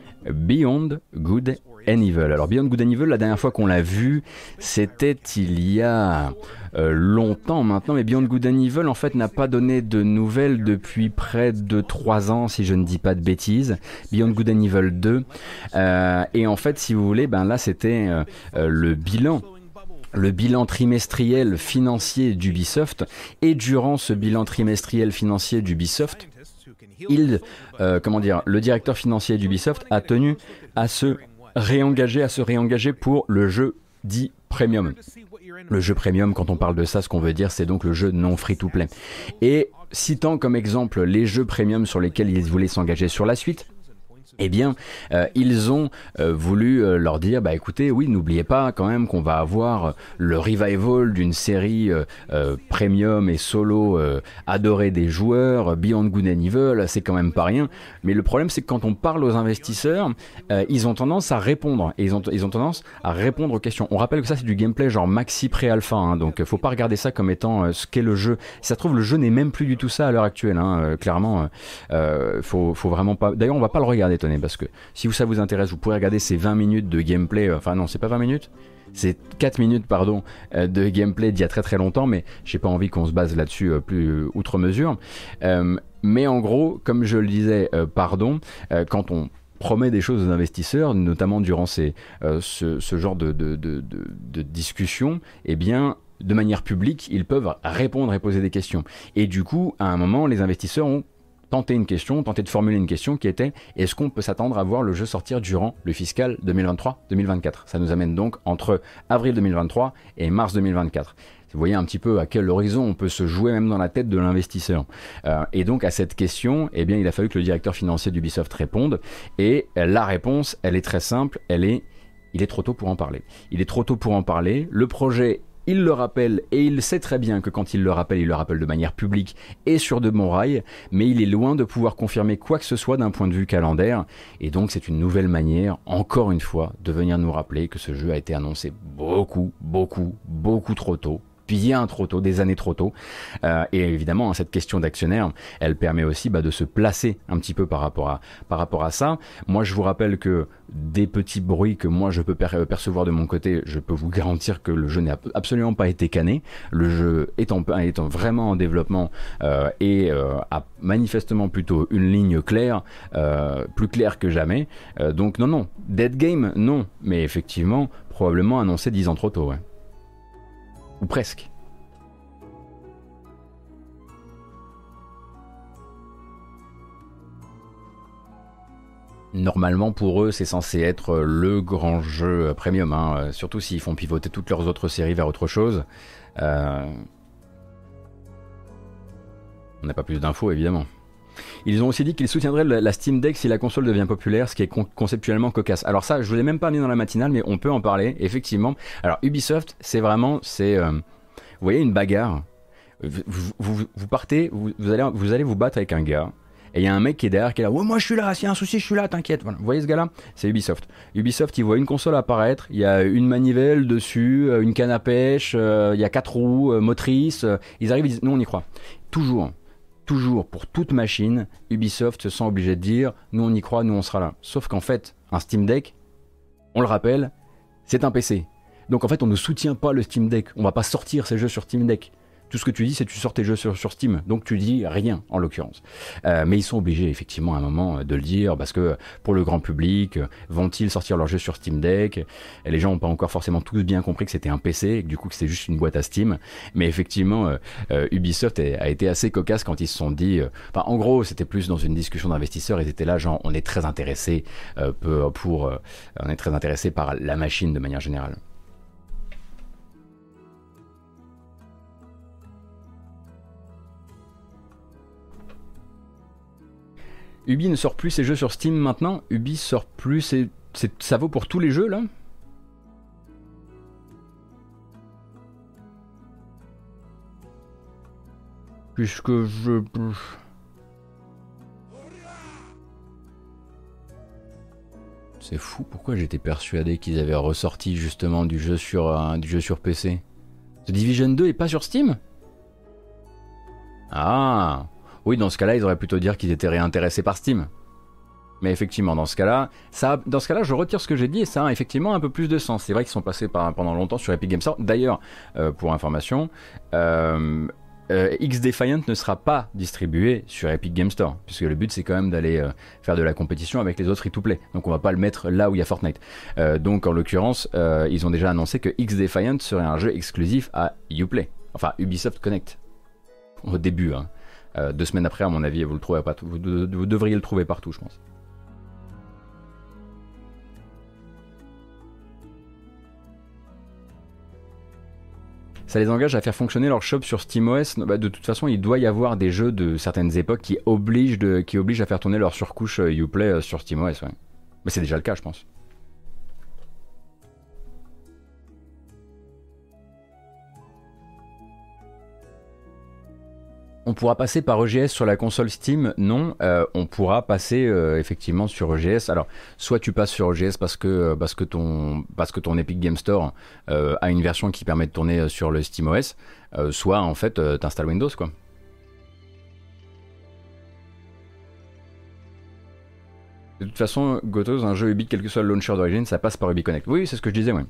Beyond Good and Evil. Alors Beyond Good and Evil, la dernière fois qu'on l'a vu, c'était il y a euh, longtemps maintenant, mais Beyond Good and Evil en fait n'a pas donné de nouvelles depuis près de trois ans si je ne dis pas de bêtises. Beyond Good and Evil deux, euh, et en fait si vous voulez, ben là c'était euh, euh, le bilan le bilan trimestriel financier d'Ubisoft, et durant ce bilan trimestriel financier d'Ubisoft, il, euh, comment dire, le directeur financier d'Ubisoft a tenu à se réengager, à se réengager pour le jeu dit premium. Le jeu premium, quand on parle de ça, ce qu'on veut dire, c'est donc le jeu non free-to-play. Et citant comme exemple les jeux premium sur lesquels ils voulaient s'engager sur la suite, eh bien, euh, ils ont euh, voulu euh, leur dire, bah écoutez, oui, n'oubliez pas quand même qu'on va avoir le revival d'une série euh, euh, premium et solo euh, adorée des joueurs, Beyond Good and Evil, c'est quand même pas rien. Mais le problème, c'est que quand on parle aux investisseurs, euh, ils ont tendance à répondre, et ils ont, ils ont tendance à répondre aux questions. On rappelle que ça, c'est du gameplay genre maxi pré-alpha, hein, donc faut pas regarder ça comme étant euh, ce qu'est le jeu. Si ça se trouve, le jeu n'est même plus du tout ça à l'heure actuelle, hein, euh, clairement, euh, faut, faut vraiment pas... D'ailleurs, on va pas le regarder, Tony, parce que si ça vous intéresse, vous pouvez regarder ces vingt minutes de gameplay, euh, enfin non, c'est pas vingt minutes, c'est quatre minutes, pardon, euh, de gameplay d'il y a très très longtemps, mais j'ai pas envie qu'on se base là-dessus euh, plus euh, outre mesure. Euh, mais en gros, comme je le disais, euh, pardon, euh, quand on promet des choses aux investisseurs, notamment durant ces, euh, ce, ce genre de, de, de, de, de discussion, eh bien, de manière publique, ils peuvent répondre et poser des questions. Et du coup, à un moment, les investisseurs ont tenter une question, tenter de formuler une question qui était est-ce qu'on peut s'attendre à voir le jeu sortir durant le fiscal deux mille vingt-trois deux mille vingt-quatre. Ça nous amène donc entre avril deux mille vingt-trois et mars deux mille vingt-quatre. Vous voyez un petit peu à quel horizon on peut se jouer même dans la tête de l'investisseur. Euh, et donc à cette question, eh bien, il a fallu que le directeur financier d'Ubisoft réponde. Et la réponse, elle est très simple, elle est il est trop tôt pour en parler. Il est trop tôt pour en parler. Le projet, il le rappelle, et il sait très bien que quand il le rappelle, il le rappelle de manière publique et sur de bons rails, mais il est loin de pouvoir confirmer quoi que ce soit d'un point de vue calendaire, et donc c'est une nouvelle manière, encore une fois, de venir nous rappeler que ce jeu a été annoncé beaucoup, beaucoup, beaucoup trop tôt, bien trop tôt, des années trop tôt. Euh, et évidemment, cette question d'actionnaire, elle permet aussi bah, de se placer un petit peu par rapport à, par rapport à ça. Moi, je vous rappelle que des petits bruits que moi je peux per- percevoir de mon côté, je peux vous garantir que le jeu n'a absolument pas été cané. Le jeu étant, étant vraiment en développement euh, et euh, a manifestement plutôt une ligne claire, euh, plus claire que jamais. Euh, donc non, non, Dead Game, non. Mais effectivement, probablement annoncé dix ans trop tôt, ouais. Ou presque. Normalement, pour eux, c'est censé être le grand jeu premium, hein, surtout s'ils font pivoter toutes leurs autres séries vers autre chose. Euh... On n'a pas plus d'infos, évidemment. Ils ont aussi dit qu'ils soutiendraient la Steam Deck si la console devient populaire, ce qui est con- conceptuellement cocasse. Alors ça, je vous l'ai même pas mis dans la matinale, mais on peut en parler, effectivement. Alors Ubisoft, c'est vraiment, c'est, euh, vous voyez une bagarre, vous, vous, vous partez, vous, vous, allez, vous allez vous battre avec un gars, et il y a un mec qui est derrière qui est là, ouais, moi je suis là, s'il y a un souci je suis là, t'inquiète. Voilà. Vous voyez ce gars-là, c'est Ubisoft. Ubisoft, il voit une console apparaître, il y a une manivelle dessus, une canne à pêche, euh, il y a quatre roues euh, motrices, euh, ils arrivent, ils disent, nous on y croit. Toujours. Toujours, pour toute machine, Ubisoft se sent obligé de dire « nous on y croit, nous on sera là ». Sauf qu'en fait, un Steam Deck, on le rappelle, c'est un P C. Donc en fait, on ne soutient pas le Steam Deck. On va pas sortir ces jeux sur Steam Deck. Tout ce que tu dis, c'est que tu sors tes jeux sur, sur Steam. Donc tu dis rien, en l'occurrence. Euh, mais ils sont obligés, effectivement, à un moment, de le dire, parce que pour le grand public, vont-ils sortir leurs jeux sur Steam Deck ? Et les gens n'ont pas encore forcément tous bien compris que c'était un P C, et que du coup que c'était juste une boîte à Steam. Mais effectivement, euh, euh, Ubisoft a, a été assez cocasse quand ils se sont dit... Euh, enfin, en gros, c'était plus dans une discussion d'investisseurs. Ils étaient là, genre, on est très intéressés euh, pour... pour euh, on est très intéressés par la machine de manière générale. Ubi ne sort plus ses jeux sur Steam maintenant. Ubi sort plus ses... c'est... ça vaut pour tous les jeux là. Puisque je... C'est fou, pourquoi j'étais persuadé qu'ils avaient ressorti justement du jeu sur, euh, du jeu sur P C. The Division deux est pas sur Steam ? Ah oui, dans ce cas-là, ils auraient plutôt dire qu'ils étaient réintéressés par Steam. Mais effectivement, dans ce cas-là, ça, dans ce cas-là, je retire ce que j'ai dit et ça a effectivement un peu plus de sens. C'est vrai qu'ils sont passés par, pendant longtemps sur Epic Games Store. D'ailleurs, euh, pour information, euh, euh, X-Defiant ne sera pas distribué sur Epic Games Store, puisque le but c'est quand même d'aller euh, faire de la compétition avec les autres free-to-play. Donc on va pas le mettre là où il y a Fortnite. Euh, donc en l'occurrence, euh, ils ont déjà annoncé que X-Defiant serait un jeu exclusif à Uplay, enfin Ubisoft Connect. Au début, hein. Euh, deux semaines après, à mon avis, vous le trouvez pas, vous, de, vous devriez le trouver partout, je pense. Ça les engage à faire fonctionner leur shop sur SteamOS. Bah, de toute façon, il doit y avoir des jeux de certaines époques qui obligent, de, qui obligent à faire tourner leur surcouche euh, Uplay euh, sur SteamOS. Ouais. Mais c'est déjà le cas, je pense. On pourra passer par E G S sur la console Steam? Non, euh, on pourra passer euh, effectivement sur E G S. Alors, soit tu passes sur E G S parce que, parce que, ton, parce que ton Epic Game Store euh, a une version qui permet de tourner sur le SteamOS, euh, soit en fait euh, t'installes Windows, quoi. De toute façon, Gotos, un jeu Ubi, quel que soit le launcher d'origine, ça passe par Ubi Connect. Oui, c'est ce que je disais, ouais.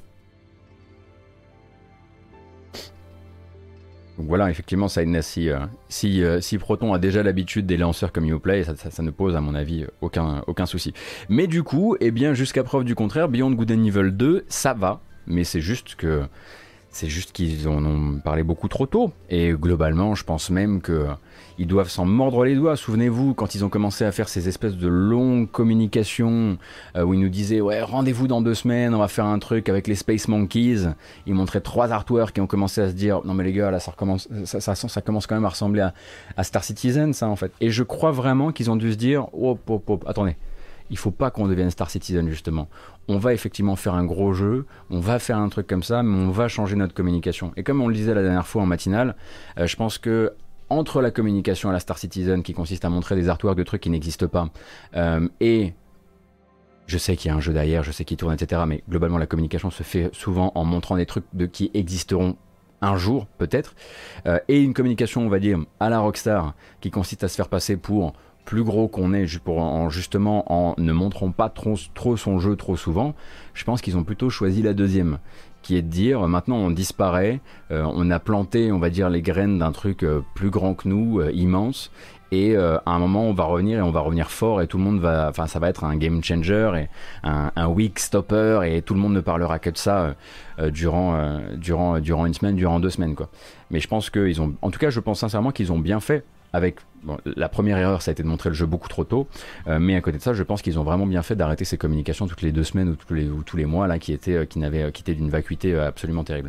Donc voilà, effectivement, ça si, euh, si, euh, si Proton a déjà l'habitude des lanceurs comme Uplay, ça, ça, ça ne pose à mon avis aucun, aucun souci. Mais du coup, eh bien, jusqu'à preuve du contraire, Beyond Good and Evil deux, ça va, mais c'est juste que c'est juste qu'ils en ont parlé beaucoup trop tôt. Et globalement, je pense même que ils doivent s'en mordre les doigts. Souvenez-vous, quand ils ont commencé à faire ces espèces de longues communications euh, où ils nous disaient « Ouais, rendez-vous dans deux semaines, on va faire un truc avec les Space Monkeys ». Ils montraient trois artworks et ont commencé à se dire « Non mais les gars, là ça, recommence, ça, ça, ça commence quand même à ressembler à, à Star Citizen, ça en fait ». Et je crois vraiment qu'ils ont dû se dire « Oh, oh, oh, attendez, il faut pas qu'on devienne Star Citizen justement. On va effectivement faire un gros jeu, on va faire un truc comme ça, mais on va changer notre communication ». Et comme on le disait la dernière fois en matinale, euh, je pense que entre la communication à la Star Citizen qui consiste à montrer des artworks de trucs qui n'existent pas, euh, et je sais qu'il y a un jeu derrière, je sais qu'il tourne, et cetera. Mais globalement, la communication se fait souvent en montrant des trucs de, qui existeront un jour peut-être, euh, et une communication on va dire à la Rockstar qui consiste à se faire passer pour plus gros qu'on est pour, en, justement en ne montrant pas trop, trop son jeu trop souvent, je pense qu'ils ont plutôt choisi la deuxième, qui est de dire maintenant on disparaît, euh, on a planté on va dire les graines d'un truc euh, plus grand que nous, euh, immense, et euh, à un moment on va revenir et on va revenir fort et tout le monde va, enfin ça va être un game changer et un, un week stopper et tout le monde ne parlera que de ça euh, durant, euh, durant, durant une semaine, durant deux semaines quoi. Mais je pense qu'ils ont, en tout cas je pense sincèrement qu'ils ont bien fait avec, bon, la première erreur ça a été de montrer le jeu beaucoup trop tôt, euh, mais à côté de ça je pense qu'ils ont vraiment bien fait d'arrêter ces communications toutes les deux semaines ou tous les, ou tous les mois là qui étaient, euh, qui n'avaient, qui étaient d'une vacuité euh, absolument terrible.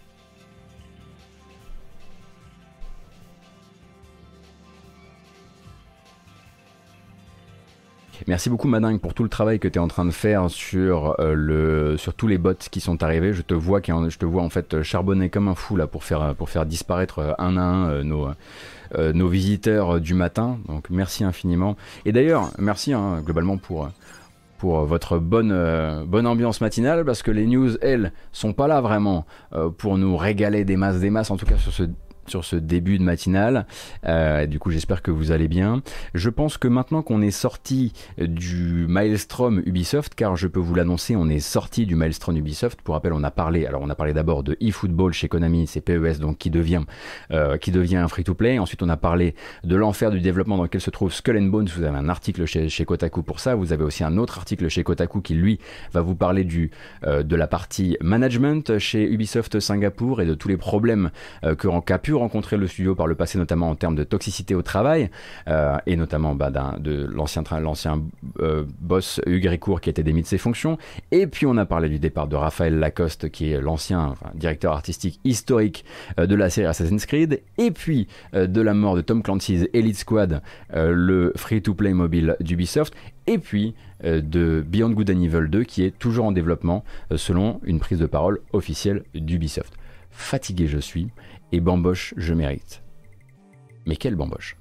Merci beaucoup Madingue pour tout le travail que tu es en train de faire sur, euh, le, sur tous les bots qui sont arrivés. Je te vois, je te vois en fait charbonner comme un fou là pour faire, pour faire disparaître un à un euh, nos, euh, nos visiteurs du matin. Donc merci infiniment. Et d'ailleurs, merci hein, globalement pour, pour votre bonne, euh, bonne ambiance matinale, parce que les news, elles, sont pas là vraiment euh, pour nous régaler des masses, des masses, en tout cas sur ce sur ce début de matinale. Euh, du coup, j'espère que vous allez bien. Je pense que maintenant qu'on est sorti du Maelstrom Ubisoft, car je peux vous l'annoncer, on est sorti du Maelstrom Ubisoft. Pour rappel, on a parlé, alors on a parlé d'abord de eFootball chez Konami, c'est P E S, donc qui devient, euh, qui devient un free-to-play. Ensuite, on a parlé de l'enfer du développement dans lequel se trouve Skull and Bones. Vous avez un article chez, chez Kotaku pour ça. Vous avez aussi un autre article chez Kotaku qui, lui, va vous parler du, euh, de la partie management chez Ubisoft Singapour et de tous les problèmes euh, que qu'a pu rencontrer le studio par le passé, notamment en termes de toxicité au travail, euh, et notamment bah, de l'ancien l'ancien euh, boss Hugues Ricourt qui a été démis de ses fonctions. Et puis on a parlé du départ de Raphaël Lacoste, qui est l'ancien enfin, directeur artistique historique euh, de la série Assassin's Creed, et puis euh, de la mort de Tom Clancy's Elite Squad, euh, le free-to-play mobile d'Ubisoft, et puis euh, de Beyond Good and Evil deux, qui est toujours en développement, euh, selon une prise de parole officielle d'Ubisoft. Fatigué je suis, et bamboche je mérite. Mais quelle bamboche!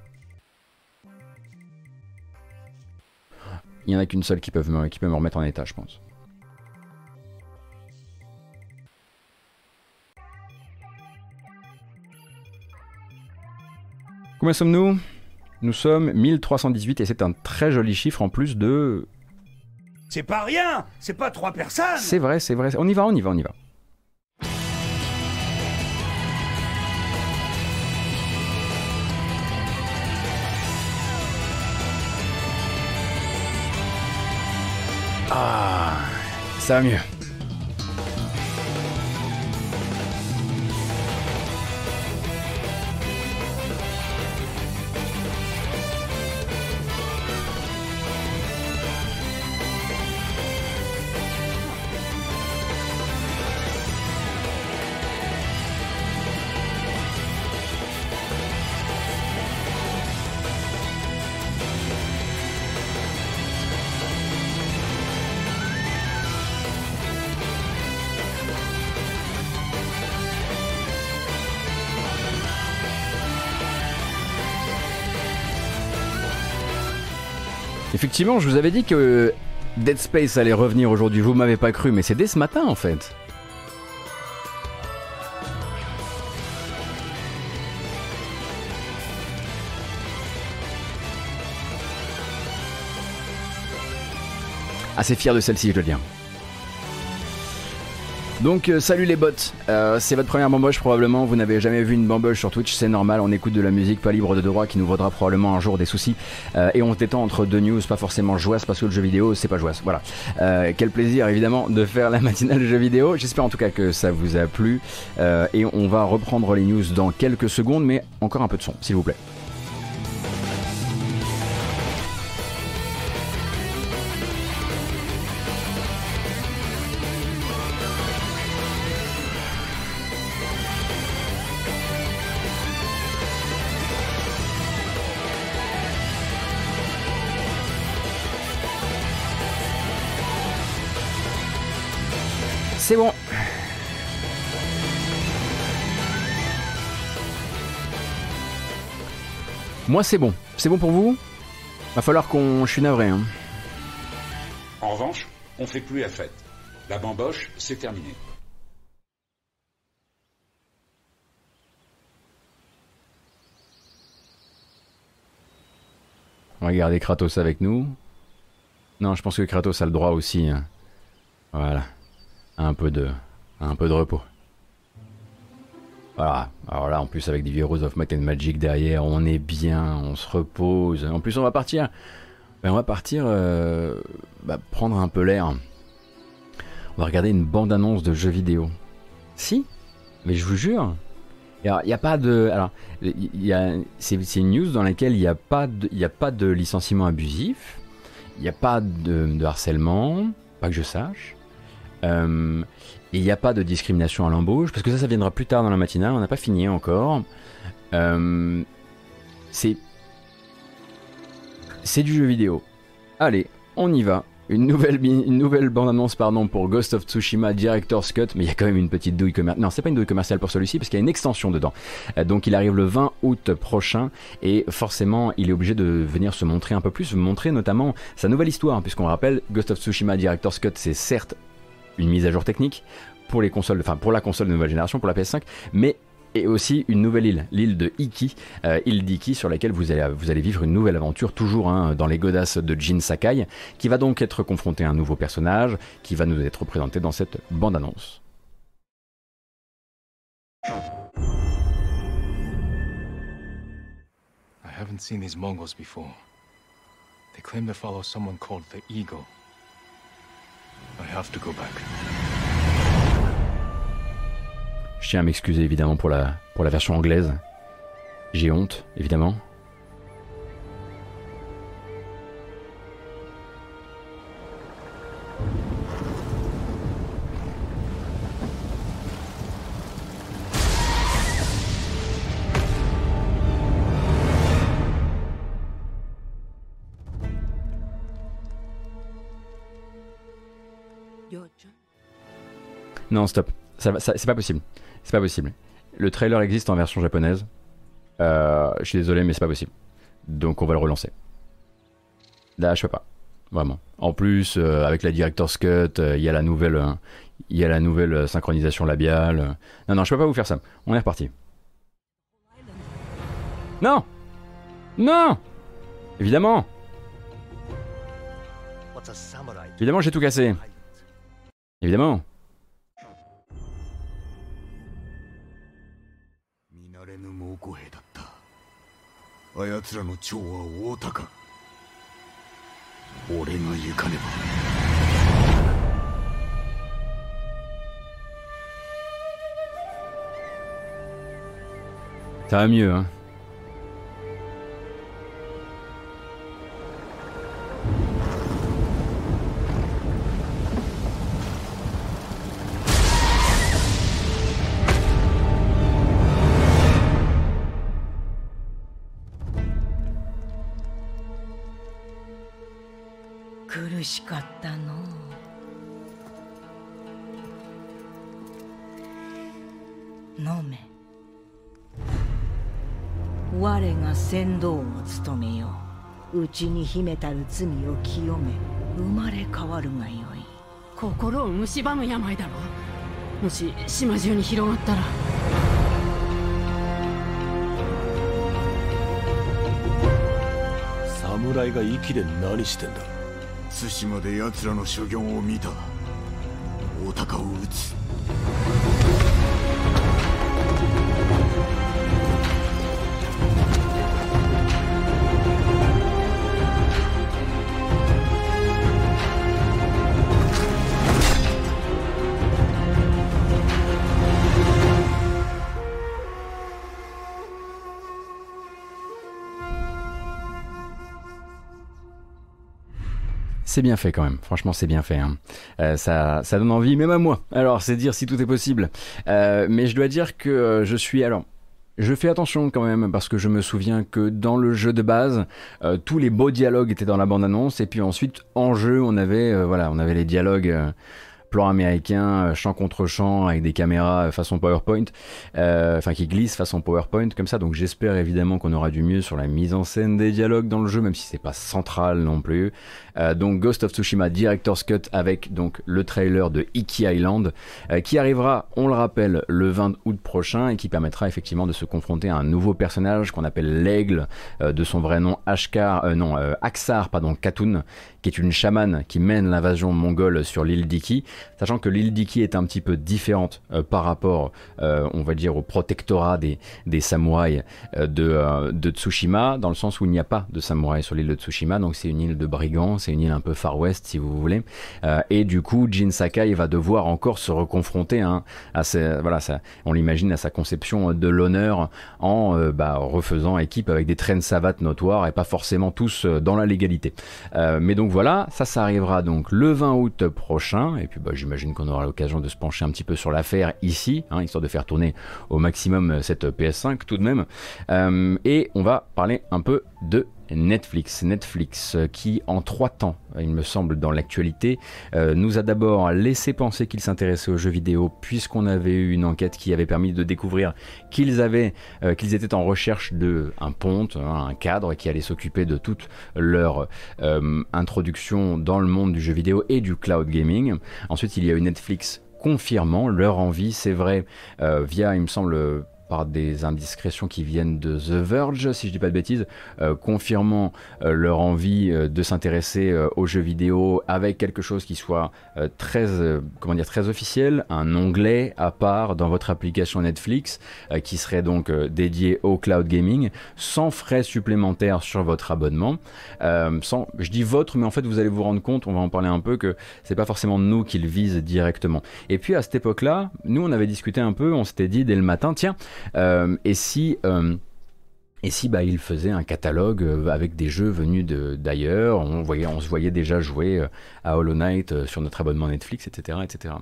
Il n'y en a qu'une seule qui peut, me, qui peut me remettre en état, je pense. Combien sommes-nous? Nous sommes mille trois cent dix-huit et c'est un très joli chiffre en plus de... C'est pas rien! C'est pas trois personnes! C'est vrai, c'est vrai. On y va, on y va, on y va. Ah, ça va mieux. Effectivement, je vous avais dit que Dead Space allait revenir aujourd'hui, vous m'avez pas cru, mais c'est dès ce matin en fait. Assez fier de celle-ci, je dois dire. Donc euh, salut les bots, euh, c'est votre première bamboche probablement, vous n'avez jamais vu une bamboche sur Twitch, c'est normal, on écoute de la musique pas libre de droit qui nous vaudra probablement un jour des soucis, euh, et on s'étend entre deux news pas forcément joyeuses parce que le jeu vidéo c'est pas joyeux, voilà. Euh, quel plaisir évidemment de faire la matinale jeu vidéo, j'espère en tout cas que ça vous a plu, euh, et on va reprendre les news dans quelques secondes, mais encore un peu de son s'il vous plaît. C'est bon. Moi c'est bon. C'est bon pour vous? Va falloir qu'on... Je suis navré. Hein. En revanche, on fait plus la fête. La bamboche, c'est terminé. On va garder Kratos avec nous. Non, je pense que Kratos a le droit aussi. Hein. Voilà. Un peu de, un peu de repos. Voilà. Alors là, en plus, avec des Heroes of Might and Magic derrière, on est bien, on se repose. En plus, on va partir. Ben, on va partir euh, bah, prendre un peu l'air. On va regarder une bande-annonce de jeux vidéo. Si, mais je vous jure. Il n'y a pas de. Alors, y a, c'est, c'est une news dans laquelle il n'y a, pas de, y a pas de licenciement abusif. Il n'y a pas de, de harcèlement. Pas que je sache. Euh, il n'y a pas de discrimination à l'embauche. Parce que ça, ça viendra plus tard dans la matinale. On n'a pas fini encore. Euh, c'est. C'est du jeu vidéo. Allez, on y va. Une nouvelle, une nouvelle bande-annonce pardon, pour Ghost of Tsushima Director's Cut, mais il y a quand même une petite douille commerciale. Non, c'est pas une douille commerciale pour celui-ci, parce qu'il y a une extension dedans. Euh, donc il arrive le vingt août prochain, et forcément, il est obligé de venir se montrer un peu plus, montrer notamment sa nouvelle histoire, puisqu'on rappelle, Ghost of Tsushima Director's Cut, c'est certes une mise à jour technique pour les consoles, enfin pour la console de nouvelle génération, pour la P S cinq, mais et aussi une nouvelle île, l'île de Iki, euh, île d'Iki sur laquelle vous allez, vous allez vivre une nouvelle aventure, toujours hein, dans les godasses de Jin Sakai, qui va donc être confronté à un nouveau personnage, qui va nous être présenté dans cette bande-annonce. I haven't seen these Mongols before. They claim to follow someone called the Eagle. I have to go back. Je tiens à m'excuser évidemment pour la, pour la version anglaise. J'ai honte, évidemment. Non, stop. Ça va, ça, c'est pas possible. C'est pas possible. Le trailer existe en version japonaise. Euh, je suis désolé, mais c'est pas possible. Donc on va le relancer. Là, je peux pas. Vraiment. En plus, euh, avec la Director's Cut, il euh, y a la nouvelle, il euh, y a la nouvelle synchronisation labiale. Non, non, je peux pas vous faire ça. On est reparti. Non, non. Évidemment. Évidemment, j'ai tout cassé. Évidemment. あやつらの長は大高。俺が行かねば。 Ça va mieux, hein. Samurai が息で何してんだ。対馬で奴らの所業を見た。大高を撃つ。 C'est bien fait quand même, franchement c'est bien fait, hein. euh, ça, ça donne envie même à moi, alors c'est dire si tout est possible, euh, mais je dois dire que euh, je suis, alors je fais attention quand même parce que je me souviens que dans le jeu de base, euh, tous les beaux dialogues étaient dans la bande-annonce et puis ensuite en jeu on avait, euh, voilà, on avait les dialogues euh, plan américain, champ contre champ, avec des caméras façon PowerPoint, euh, enfin qui glissent façon PowerPoint comme ça. Donc j'espère évidemment qu'on aura du mieux sur la mise en scène des dialogues dans le jeu, même si c'est pas central non plus. Euh, donc Ghost of Tsushima Director's Cut avec donc le trailer de Iki Island euh, qui arrivera, on le rappelle, le vingt août prochain et qui permettra effectivement de se confronter à un nouveau personnage qu'on appelle l'Aigle, euh, de son vrai nom Ashkar, euh, non euh, Aksar pardon Khatun, qui est une chamane qui mène l'invasion mongole sur l'île d'Iki, sachant que l'île d'Iki est un petit peu différente euh, par rapport, euh, on va dire, au protectorat des, des samouraïs euh, de, euh, de Tsushima, dans le sens où il n'y a pas de samouraïs sur l'île de Tsushima, donc c'est une île de brigands, c'est une île un peu Far West si vous voulez, euh, et du coup Jin Sakai va devoir encore se reconfronter hein, à ses, voilà, ça, on l'imagine à sa conception de l'honneur en euh, bah, refaisant équipe avec des traînes savates notoires et pas forcément tous euh, dans la légalité. Euh, mais donc voilà, ça, ça arrivera donc le vingt août prochain, et puis bah, j'imagine qu'on aura l'occasion de se pencher un petit peu sur l'affaire ici, hein, histoire de faire tourner au maximum cette P S cinq tout de même, euh, et on va parler un peu de Netflix, Netflix qui en trois temps, il me semble dans l'actualité, euh, nous a d'abord laissé penser qu'il s'intéressait aux jeux vidéo puisqu'on avait eu une enquête qui avait permis de découvrir qu'ils avaient, euh, qu'ils étaient en recherche de un ponte, hein, un cadre qui allait s'occuper de toute leur euh, introduction dans le monde du jeu vidéo et du cloud gaming. Ensuite il y a eu Netflix confirmant leur envie, c'est vrai, euh, via il me semble par des indiscrétions qui viennent de The Verge, si je dis pas de bêtises, euh, confirmant euh, leur envie euh, de s'intéresser euh, aux jeux vidéo avec quelque chose qui soit euh, très, euh, comment dire, très officiel, un onglet à part dans votre application Netflix euh, qui serait donc euh, dédié au cloud gaming, sans frais supplémentaires sur votre abonnement. Euh, sans, je dis votre, mais en fait vous allez vous rendre compte, on va en parler un peu, que c'est pas forcément nous qui le visent directement. Et puis à cette époque-là, nous on avait discuté un peu, on s'était dit dès le matin, tiens, Euh, et si, euh, et si bah, il faisait un catalogue euh, avec des jeux venus de, d'ailleurs, on, voyait, on se voyait déjà jouer euh, à Hollow Knight euh, sur notre abonnement Netflix, et cetera, et cetera.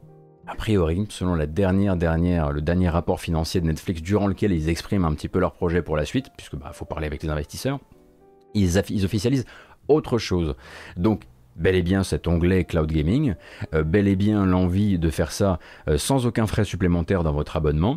A priori, selon la dernière, dernière, le dernier rapport financier de Netflix, durant lequel ils expriment un petit peu leur projet pour la suite, puisque bah, faut parler avec les investisseurs, ils, ils officialisent autre chose. Donc, bel et bien cet onglet Cloud Gaming, euh, bel et bien l'envie de faire ça euh, sans aucun frais supplémentaire dans votre abonnement.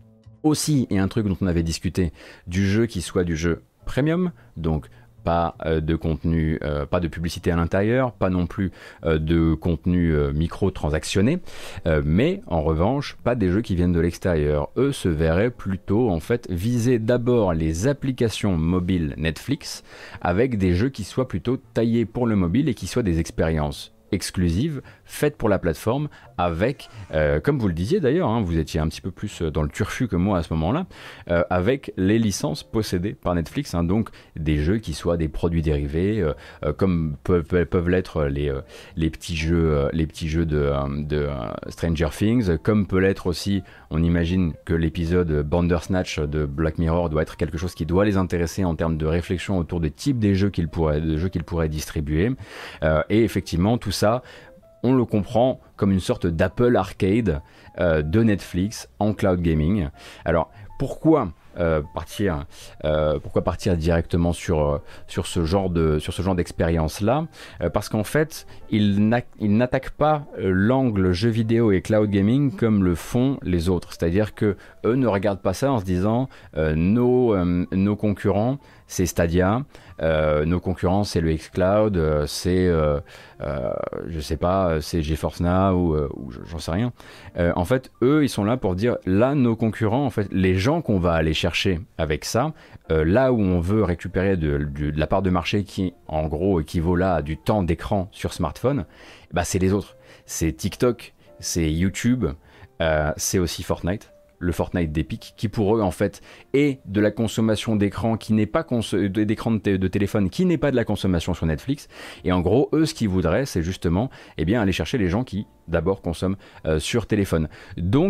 Aussi, et un truc dont on avait discuté, du jeu qui soit du jeu premium, donc pas euh, de contenu, euh, pas de publicité à l'intérieur, pas non plus euh, de contenu euh, micro-transactionné, euh, mais en revanche, pas des jeux qui viennent de l'extérieur. Eux se verraient plutôt en fait viser d'abord les applications mobiles Netflix avec des jeux qui soient plutôt taillés pour le mobile et qui soient des expériences exclusive, faite pour la plateforme, avec, euh, comme vous le disiez d'ailleurs, hein, vous étiez un petit peu plus dans le turfu que moi à ce moment-là, euh, avec les licences possédées par Netflix, hein, donc des jeux qui soient des produits dérivés, euh, euh, comme peuvent, peuvent l'être les, euh, les petits jeux, euh, les petits jeux de, euh, de euh, Stranger Things, comme peut l'être aussi, on imagine que l'épisode Bandersnatch de Black Mirror doit être quelque chose qui doit les intéresser en termes de réflexion autour des types des jeux qu'ils pourraient, de jeux qu'ils pourraient distribuer, euh, et effectivement tout ça, on le comprend comme une sorte d'Apple Arcade euh, de Netflix en cloud gaming. Alors pourquoi euh, partir, euh, pourquoi partir directement sur, euh, sur ce genre de, sur ce genre d'expérience là euh, Parce qu'en fait, ils n'attaquent pas euh, l'angle jeu vidéo et cloud gaming comme le font les autres. C'est-à-dire que eux ne regardent pas ça en se disant euh, nos, euh, nos concurrents c'est Stadia, euh, nos concurrents c'est le xCloud, euh, c'est euh, euh, je sais pas, c'est GeForce Now ou, euh, ou j'en sais rien. Euh, en fait, eux ils sont là pour dire là nos concurrents, en fait les gens qu'on va aller chercher avec ça, euh, là où on veut récupérer de, de, de la part de marché qui en gros équivaut là à du temps d'écran sur smartphone, bah c'est les autres, c'est TikTok, c'est YouTube, euh, c'est aussi Fortnite. Le Fortnite d'Epic, qui pour eux en fait est de la consommation d'écran qui n'est pas cons- d'écran de, t- de téléphone qui n'est pas de la consommation sur Netflix, et en gros eux ce qu'ils voudraient c'est justement eh bien aller chercher les gens qui d'abord consomment euh, sur téléphone. Donc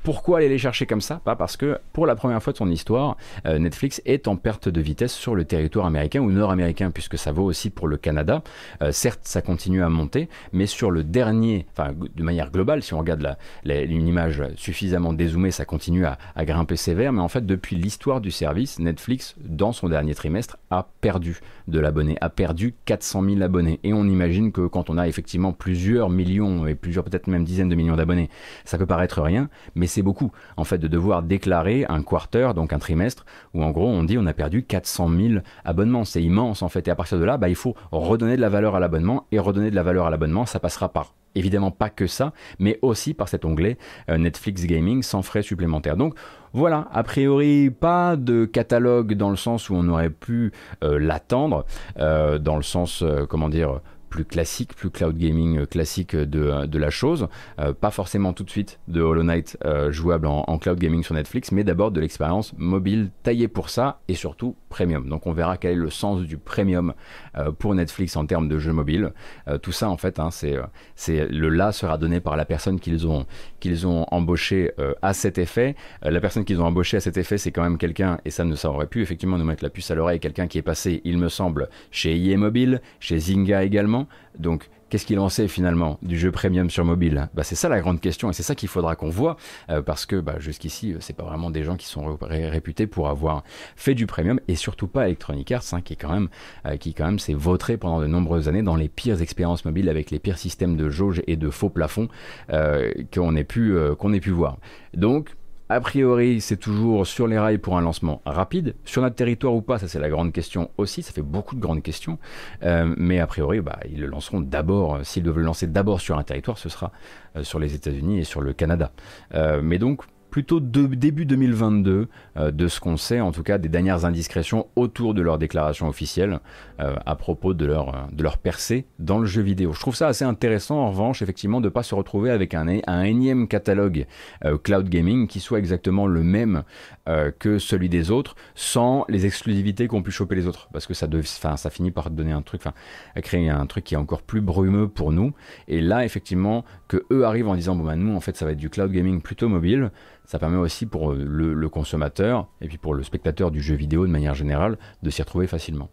Pourquoi aller les chercher comme ça? Pas parce que pour la première fois de son histoire, euh, Netflix est en perte de vitesse sur le territoire américain ou nord-américain, puisque ça vaut aussi pour le Canada. Euh, certes, ça continue à monter, mais sur le dernier, enfin de manière globale, si on regarde la, la, une image suffisamment dézoomée, ça continue à, à grimper sévère. Mais en fait, depuis l'histoire du service, Netflix, dans son dernier trimestre, a perdu de l'abonné, a perdu quatre cent mille abonnés. Et on imagine que quand on a effectivement plusieurs millions et plusieurs peut-être même dizaines de millions d'abonnés, ça peut paraître rien, mais c'est beaucoup en fait de devoir déclarer un quarter, donc un trimestre, où en gros on dit on a perdu quatre cent mille abonnements. C'est immense en fait. Et à partir de là, bah, il faut redonner de la valeur à l'abonnement, et redonner de la valeur à l'abonnement, ça passera par évidemment pas que ça, mais aussi par cet onglet euh, Netflix Gaming sans frais supplémentaires. Donc voilà, a priori pas de catalogue dans le sens où on aurait pu euh, l'attendre, euh, dans le sens, euh, comment dire, plus classique, plus cloud gaming classique de, de la chose. Euh, pas forcément tout de suite de Hollow Knight euh, jouable en, en cloud gaming sur Netflix, mais d'abord de l'expérience mobile taillée pour ça, et surtout premium. Donc on verra quel est le sens du premium euh, pour Netflix en termes de jeux mobiles. Euh, tout ça en fait, hein, c'est, c'est le là sera donné par la personne qu'ils ont, qu'ils ont embauché euh, à cet effet. Euh, la personne qu'ils ont embauché à cet effet, c'est quand même quelqu'un, et ça, ne, ça aurait pu effectivement nous mettre la puce à l'oreille, quelqu'un qui est passé, il me semble, chez I A Mobile, chez Zynga également. Donc, qu'est-ce qu'il en sait finalement du jeu premium sur mobile? Bah, c'est ça la grande question, et c'est ça qu'il faudra qu'on voit, euh, parce que bah, jusqu'ici, c'est pas vraiment des gens qui sont ré- réputés pour avoir fait du premium, et surtout pas Electronic Arts, hein, qui quand même, euh, qui quand même s'est vautré pendant de nombreuses années dans les pires expériences mobiles avec les pires systèmes de jauge et de faux plafonds euh, qu'on ait pu, euh, qu'on ait pu voir. Donc, a priori, c'est toujours sur les rails pour un lancement rapide. Sur notre territoire ou pas, ça c'est la grande question aussi. Ça fait beaucoup de grandes questions. Euh, mais a priori, bah, ils le lanceront d'abord. S'ils doivent le lancer d'abord sur un territoire, ce sera euh, sur les États-Unis et sur le Canada. Euh, mais donc, plutôt de, début deux mille vingt-deux, euh, de ce qu'on sait, en tout cas des dernières indiscrétions autour de leur déclaration officielle euh, à propos de leur, de leur percée dans le jeu vidéo. Je trouve ça assez intéressant, en revanche, effectivement, de ne pas se retrouver avec un, un énième catalogue euh, cloud gaming qui soit exactement le même euh, que celui des autres, sans les exclusivités qu'ont pu choper les autres, parce que ça, de, ça finit par donner un truc, à créer un truc qui est encore plus brumeux pour nous. Et là, effectivement, que eux arrivent en disant, bon bah nous, en fait, ça va être du cloud gaming plutôt mobile. Ça permet aussi pour le, le consommateur et puis pour le spectateur du jeu vidéo de manière générale de s'y retrouver facilement.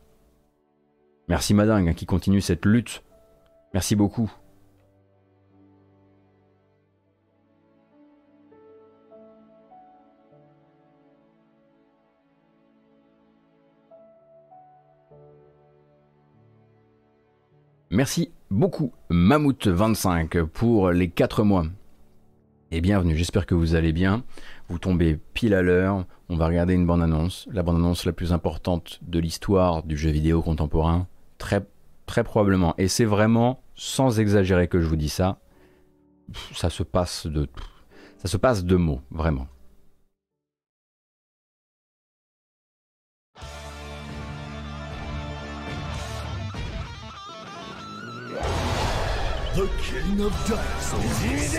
Merci Madingue hein, qui continue cette lutte. Merci beaucoup. Merci beaucoup Mammouth vingt-cinq pour les quatre mois. Et bienvenue, j'espère que vous allez bien, vous tombez pile à l'heure, on va regarder une bande-annonce, la bande-annonce la plus importante de l'histoire du jeu vidéo contemporain, très, très probablement, et c'est vraiment, sans exagérer que je vous dis ça, ça se passe de, ça se passe de mots, vraiment. The King of Dinosaurs.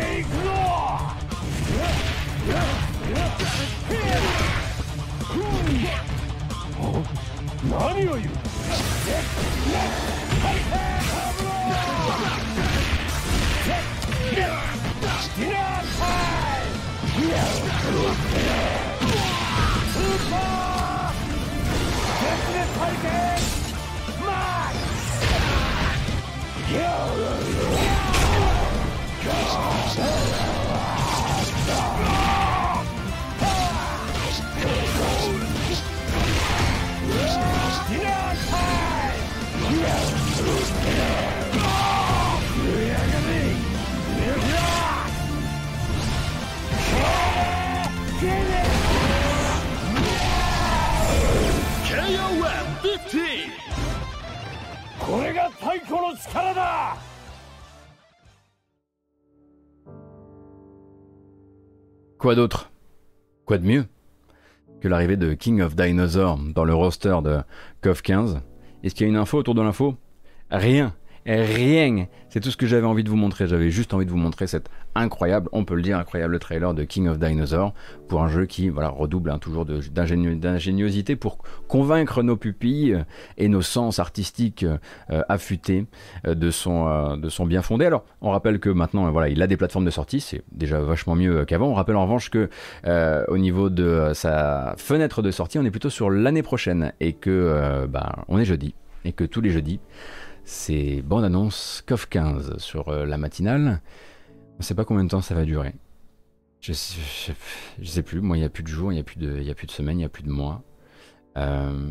Quoi d'autre? Quoi de mieux que l'arrivée de King of Dinosaurs dans le roster de C O F quinze? Est-ce qu'il y a une info autour de l'info? Rien. rien. C'est tout ce que j'avais envie de vous montrer. J'avais juste envie de vous montrer cet incroyable, on peut le dire, incroyable trailer de King of Dinosaurs pour un jeu qui voilà, redouble hein, toujours de, d'ingénieux, d'ingéniosité pour convaincre nos pupilles et nos sens artistiques euh, affûtés euh, de, son, euh, de son bien fondé. Alors, on rappelle que maintenant, euh, voilà, il a des plateformes de sortie, c'est déjà vachement mieux qu'avant. On rappelle en revanche que euh, au niveau de euh, sa fenêtre de sortie, on est plutôt sur l'année prochaine et que euh, bah, on est jeudi et que tous les jeudis, c'est bande-annonce C O F quinze sur euh, la matinale. On ne sait pas combien de temps ça va durer. Je sais, je, je sais plus. Moi, il n'y a plus de jours, il n'y a plus de, il y a plus de semaines, il n'y a plus de mois. Euh...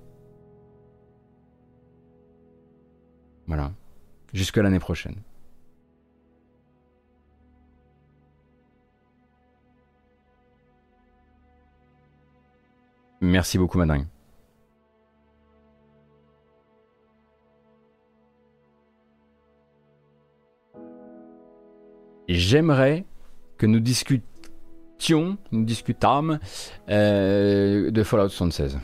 Voilà. Jusque l'année prochaine. Merci beaucoup, madame. J'aimerais que nous discutions, nous discutâmes euh, de Fallout soixante-seize.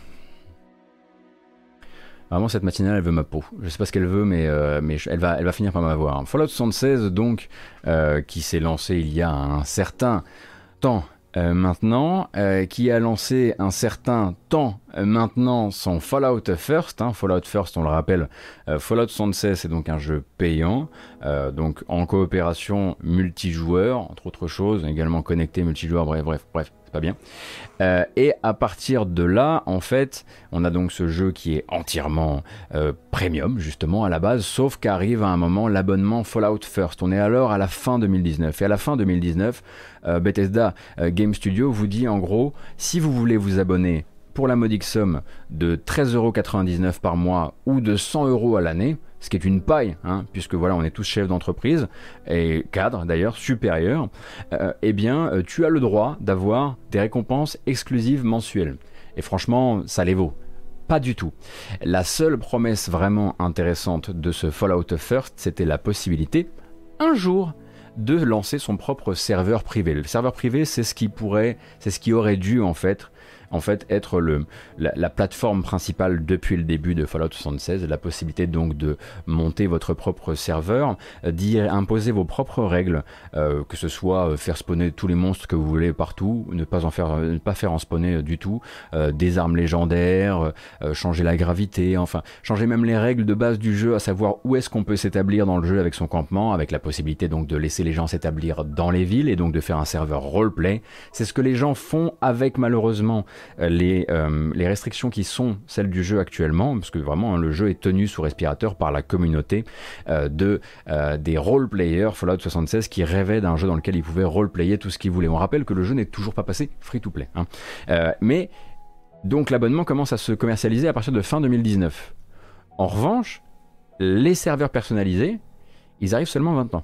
Vraiment, cette matinale, elle veut ma peau. Je sais pas ce qu'elle veut, mais, euh, mais elle, va, elle va finir par m'avoir. Fallout soixante-seize, donc, euh, qui s'est lancé il y a un certain temps euh, maintenant, euh, qui a lancé un certain temps euh, maintenant son Fallout First. Hein. Fallout First, on le rappelle, euh, Fallout soixante-seize, c'est donc un jeu payant, euh, donc en coopération multijoueur, entre autres choses, également connecté multijoueur, bref, bref, bref. Pas bien. Euh, et à partir de là, en fait, on a donc ce jeu qui est entièrement euh, premium, justement, à la base, sauf qu'arrive à un moment l'abonnement Fallout First. On est alors à la fin deux mille dix-neuf. Et à la fin deux mille dix-neuf, euh, Bethesda euh, Game Studio vous dit en gros, si vous voulez vous abonner pour la modique somme de treize euros quatre-vingt-dix-neuf par mois ou de cent euros à l'année, ce qui est une paille, hein, puisque voilà, on est tous chefs d'entreprise, et cadres d'ailleurs, supérieurs, euh, eh bien, euh, tu as le droit d'avoir des récompenses exclusives mensuelles. Et franchement, ça les vaut. Pas du tout. La seule promesse vraiment intéressante de ce Fallout First, c'était la possibilité, un jour, de lancer son propre serveur privé. Le serveur privé, c'est ce qui pourrait, c'est ce qui aurait dû, en fait, en fait être le, la, la plateforme principale depuis le début de Fallout soixante-seize, la possibilité donc de monter votre propre serveur, d'y imposer vos propres règles, euh, que ce soit faire spawner tous les monstres que vous voulez partout, ne pas en faire, ne pas faire en spawner du tout, euh, des armes légendaires, euh, changer la gravité, enfin changer même les règles de base du jeu, à savoir où est-ce qu'on peut s'établir dans le jeu avec son campement, avec la possibilité donc de laisser les gens s'établir dans les villes et donc de faire un serveur roleplay. C'est ce que les gens font avec malheureusement Les, euh, les restrictions qui sont celles du jeu actuellement, parce que vraiment hein, le jeu est tenu sous respirateur par la communauté euh, de, euh, des role-players Fallout soixante-seize qui rêvaient d'un jeu dans lequel ils pouvaient role-player tout ce qu'ils voulaient. On rappelle que le jeu n'est toujours pas passé free-to-play. Hein. Euh, mais donc l'abonnement commence à se commercialiser à partir de fin deux mille dix-neuf. En revanche, les serveurs personnalisés, ils arrivent seulement maintenant.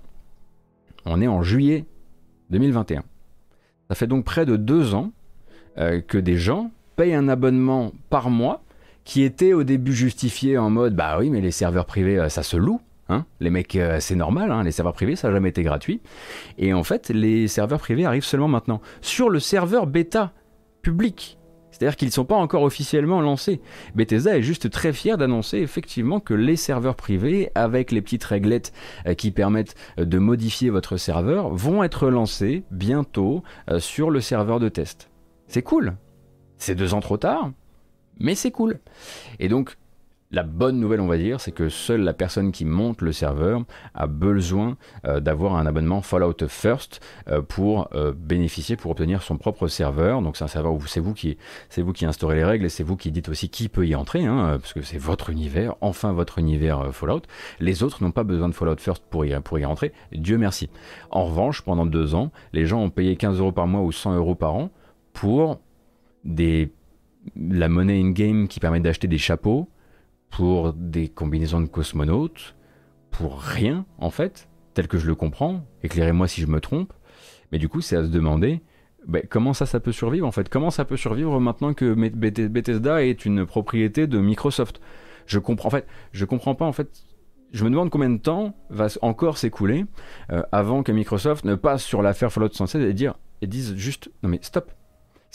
On est en juillet deux mille vingt et un. Ça fait donc près de deux ans Euh, que des gens payent un abonnement par mois qui était au début justifié en mode bah oui mais les serveurs privés euh, ça se loue, hein les mecs euh, c'est normal, hein les serveurs privés ça n'a jamais été gratuit, et en fait les serveurs privés arrivent seulement maintenant sur le serveur bêta public, c'est-à-dire qu'ils ne sont pas encore officiellement lancés. Bethesda est juste très fier d'annoncer effectivement que les serveurs privés, avec les petites réglettes euh, qui permettent euh, de modifier votre serveur, vont être lancés bientôt euh, sur le serveur de test. C'est cool. C'est deux ans trop tard, mais c'est cool. Et donc, la bonne nouvelle, on va dire, c'est que seule la personne qui monte le serveur a besoin euh, d'avoir un abonnement Fallout First euh, pour euh, bénéficier, pour obtenir son propre serveur. Donc c'est un serveur où c'est vous qui, c'est vous qui instaurez les règles et c'est vous qui dites aussi qui peut y entrer, hein, parce que c'est votre univers, enfin votre univers euh, Fallout. Les autres n'ont pas besoin de Fallout First pour y, pour y rentrer, Dieu merci. En revanche, pendant deux ans, les gens ont payé quinze euros par mois ou cent euros par an pour des, la monnaie in-game qui permet d'acheter des chapeaux, pour des combinaisons de cosmonautes, pour rien en fait, tel que je le comprends, éclairez-moi si je me trompe, mais du coup c'est à se demander ben, comment ça ça peut survivre en fait, comment ça peut survivre maintenant que Bethesda est une propriété de Microsoft. Je comprends en fait, je comprends pas en fait, je me demande combien de temps va encore s'écouler euh, avant que Microsoft ne passe sur l'affaire Fallout soixante-seize et dire et dise juste non mais stop.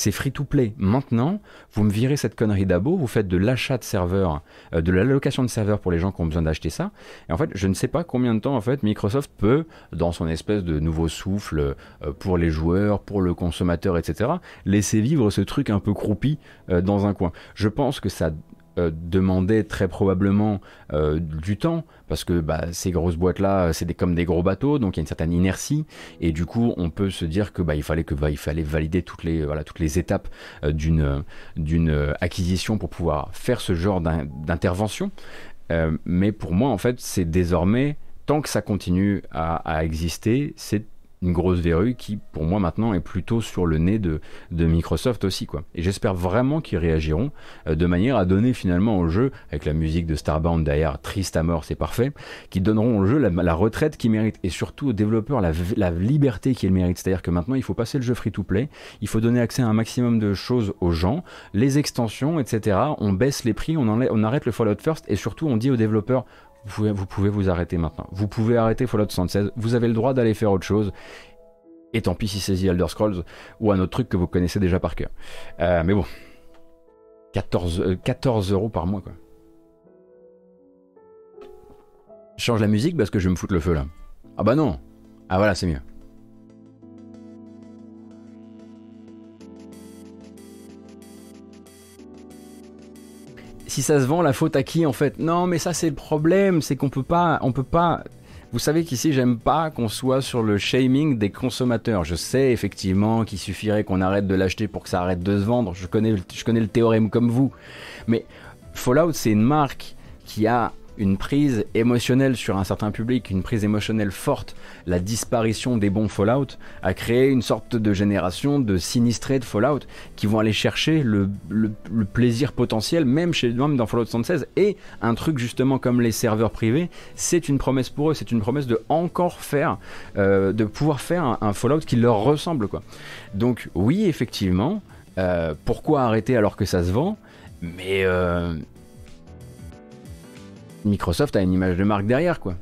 C'est free to play. Maintenant, vous me virez cette connerie d'abo, vous faites de l'achat de serveurs, euh, de l'allocation de serveurs pour les gens qui ont besoin d'acheter ça. Et en fait, je ne sais pas combien de temps en fait Microsoft peut, dans son espèce de nouveau souffle euh, pour les joueurs, pour le consommateur, et cetera, laisser vivre ce truc un peu croupi euh, dans un coin. Je pense que ça Euh, demandait très probablement euh, du temps parce que bah, ces grosses boîtes là c'est des, comme des gros bateaux, donc il y a une certaine inertie et du coup on peut se dire que bah, il fallait que bah, il fallait valider toutes les voilà toutes les étapes euh, d'une d'une acquisition pour pouvoir faire ce genre d'in- d'intervention. Euh, mais pour moi en fait c'est désormais, tant que ça continue à, à exister, c'est une grosse verrue qui, pour moi, maintenant, est plutôt sur le nez de, de Microsoft aussi, quoi. Et j'espère vraiment qu'ils réagiront euh, de manière à donner finalement au jeu, avec la musique de Starbound derrière, triste à mort, c'est parfait, qui donneront au jeu la, la retraite qu'il mérite, et surtout aux développeurs la, la liberté qu'il mérite. C'est-à-dire que maintenant, il faut passer le jeu free-to-play, il faut donner accès à un maximum de choses aux gens, les extensions, et cetera. On baisse les prix, on, enlève, on arrête le Fallout First, et surtout, on dit aux développeurs, Vous pouvez, vous pouvez vous arrêter maintenant. Vous pouvez arrêter Fallout soixante-seize. Vous avez le droit d'aller faire autre chose. Et tant pis si c'est The Elder Scrolls ou un autre truc que vous connaissez déjà par cœur. Euh, mais bon. quatorze euros par mois, quoi. Je change la musique parce que je vais me foutre le feu, là. Ah bah non. Ah voilà, c'est mieux. Si ça se vend, la faute à qui en fait? Non, mais ça c'est le problème, c'est qu'on peut pas, on peut pas. Vous savez qu'ici j'aime pas qu'on soit sur le shaming des consommateurs. Je sais effectivement qu'il suffirait qu'on arrête de l'acheter pour que ça arrête de se vendre. Je connais, je connais le théorème comme vous. Mais Fallout c'est une marque qui a une prise émotionnelle sur un certain public, une prise émotionnelle forte. La disparition des bons Fallout a créé une sorte de génération de sinistrés de Fallout qui vont aller chercher le, le, le plaisir potentiel, même, chez, même dans Fallout soixante-seize. Et un truc justement comme les serveurs privés, c'est une promesse pour eux, c'est une promesse de encore faire, euh, de pouvoir faire un, un Fallout qui leur ressemble, quoi. Donc oui, effectivement, euh, pourquoi arrêter alors que ça se vend? Mais... Euh, Microsoft a une image de marque derrière, quoi.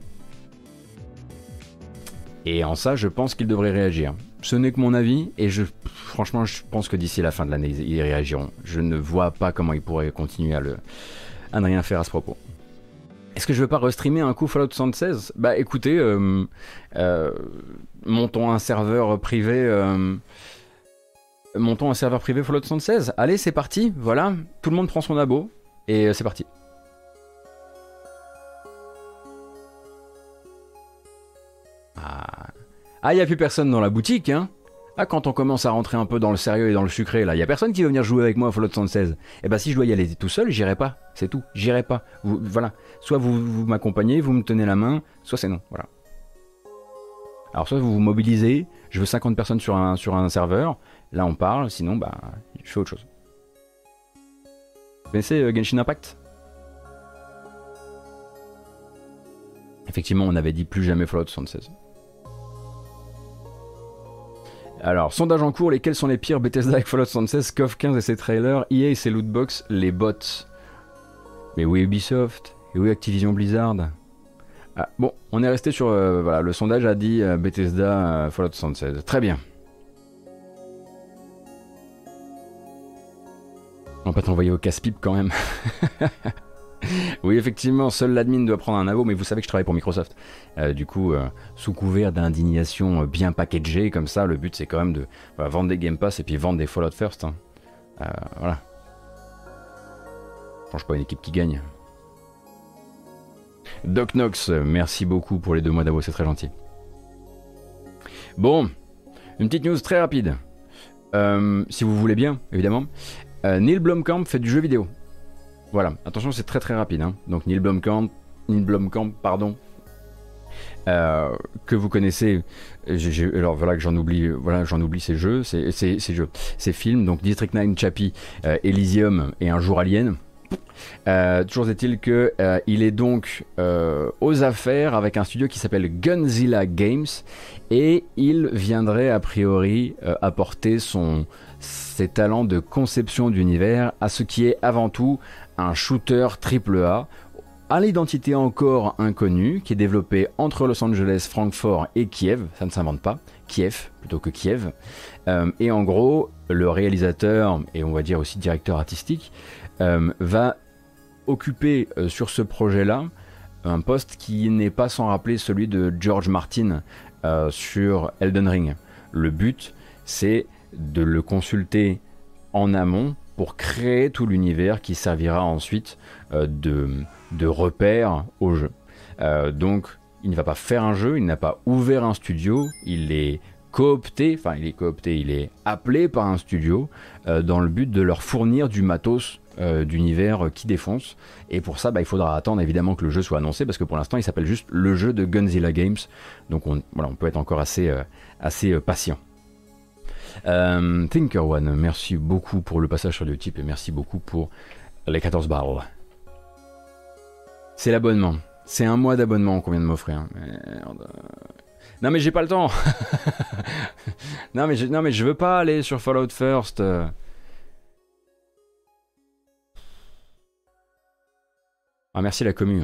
Et en ça, je pense qu'ils devraient réagir. Ce n'est que mon avis, et je, franchement, je pense que d'ici la fin de l'année, ils réagiront. Je ne vois pas comment ils pourraient continuer à, le, à ne rien faire à ce propos. Est-ce que je veux pas restreamer un coup Fallout soixante-seize? Bah écoutez, euh, euh, montons un serveur privé... Euh, montons un serveur privé Fallout soixante-seize. Allez, c'est parti, voilà. Tout le monde prend son abo, et c'est parti. Ah, il n'y a plus personne dans la boutique, hein. Ah, quand on commence à rentrer un peu dans le sérieux et dans le sucré, là, il n'y a personne qui veut venir jouer avec moi à Fallout soixante-seize. Et bah, si je dois y aller tout seul, j'irai pas. C'est tout. J'irai pas. Vous, voilà. Soit vous, vous m'accompagnez, vous me tenez la main, soit c'est non. Voilà. Alors, soit vous vous mobilisez, je veux cinquante personnes sur un, sur un serveur, là on parle, sinon, bah, je fais autre chose. Vous connaissez euh, Genshin Impact? Effectivement, on avait dit plus jamais Fallout soixante-seize. Alors, sondage en cours, lesquels sont les pires? Bethesda avec Fallout soixante-seize, KOF quinze et ses trailers, E A et ses lootbox, les bots. Mais où est Ubisoft? Et où est Activision Blizzard? Ah, bon, on est resté sur... Euh, voilà, le sondage a dit euh, Bethesda, euh, Fallout soixante-seize. Très bien. On va pas t'envoyer au casse-pipe quand même. Oui, effectivement, seul l'admin doit prendre un abo, mais vous savez que je travaille pour Microsoft. Euh, du coup, euh, sous couvert d'indignation bien packagée, comme ça, le but c'est quand même de voilà, vendre des Game Pass et puis vendre des Fallout First. Hein. Euh, voilà. Change pas une équipe qui gagne. Doc Nox, merci beaucoup pour les deux mois d'abo, c'est très gentil. Bon, une petite news très rapide. Euh, si vous voulez bien, évidemment. Euh, Neil Blomkamp fait du jeu vidéo. Voilà, attention, c'est très très rapide. Hein. Donc Neil Blomkamp, Neil Blomkamp, pardon, euh, que vous connaissez. J'ai, j'ai, alors voilà que j'en oublie, voilà, j'en oublie ces jeux, ces, ces, ces jeux, ces films. Donc District neuf, Chappie, euh, Elysium et Un jour Alien. Euh, toujours est-il que euh, il est donc euh, aux affaires avec un studio qui s'appelle Gunzilla Games et il viendrait a priori euh, apporter son ses talents de conception d'univers à ce qui est avant tout un shooter triple A à l'identité encore inconnue qui est développé entre Los Angeles, Francfort et Kiev, ça ne s'invente pas. Kiev plutôt que Kiev. Euh, et en gros, le réalisateur et on va dire aussi directeur artistique euh, va occuper euh, sur ce projet-là un poste qui n'est pas sans rappeler celui de George Martin euh, sur Elden Ring. Le but, c'est de le consulter en amont pour créer tout l'univers qui servira ensuite euh, de, de repère au jeu. Euh, donc, il ne va pas faire un jeu, il n'a pas ouvert un studio, il est coopté, enfin il est coopté, il est appelé par un studio euh, dans le but de leur fournir du matos euh, d'univers euh, qui défonce. Et pour ça, bah, il faudra attendre évidemment que le jeu soit annoncé parce que pour l'instant, il s'appelle juste le jeu de Gunzilla Games. Donc on, voilà, on peut être encore assez, euh, assez euh, patient. Euh, Thinker One, merci beaucoup pour le passage sur YouTube et merci beaucoup pour les quatorze balles. C'est l'abonnement. C'est un mois d'abonnement qu'on vient de m'offrir. Merde. Non mais j'ai pas le temps. non, mais je, non mais je veux pas aller sur Fallout First. Ah merci la commu.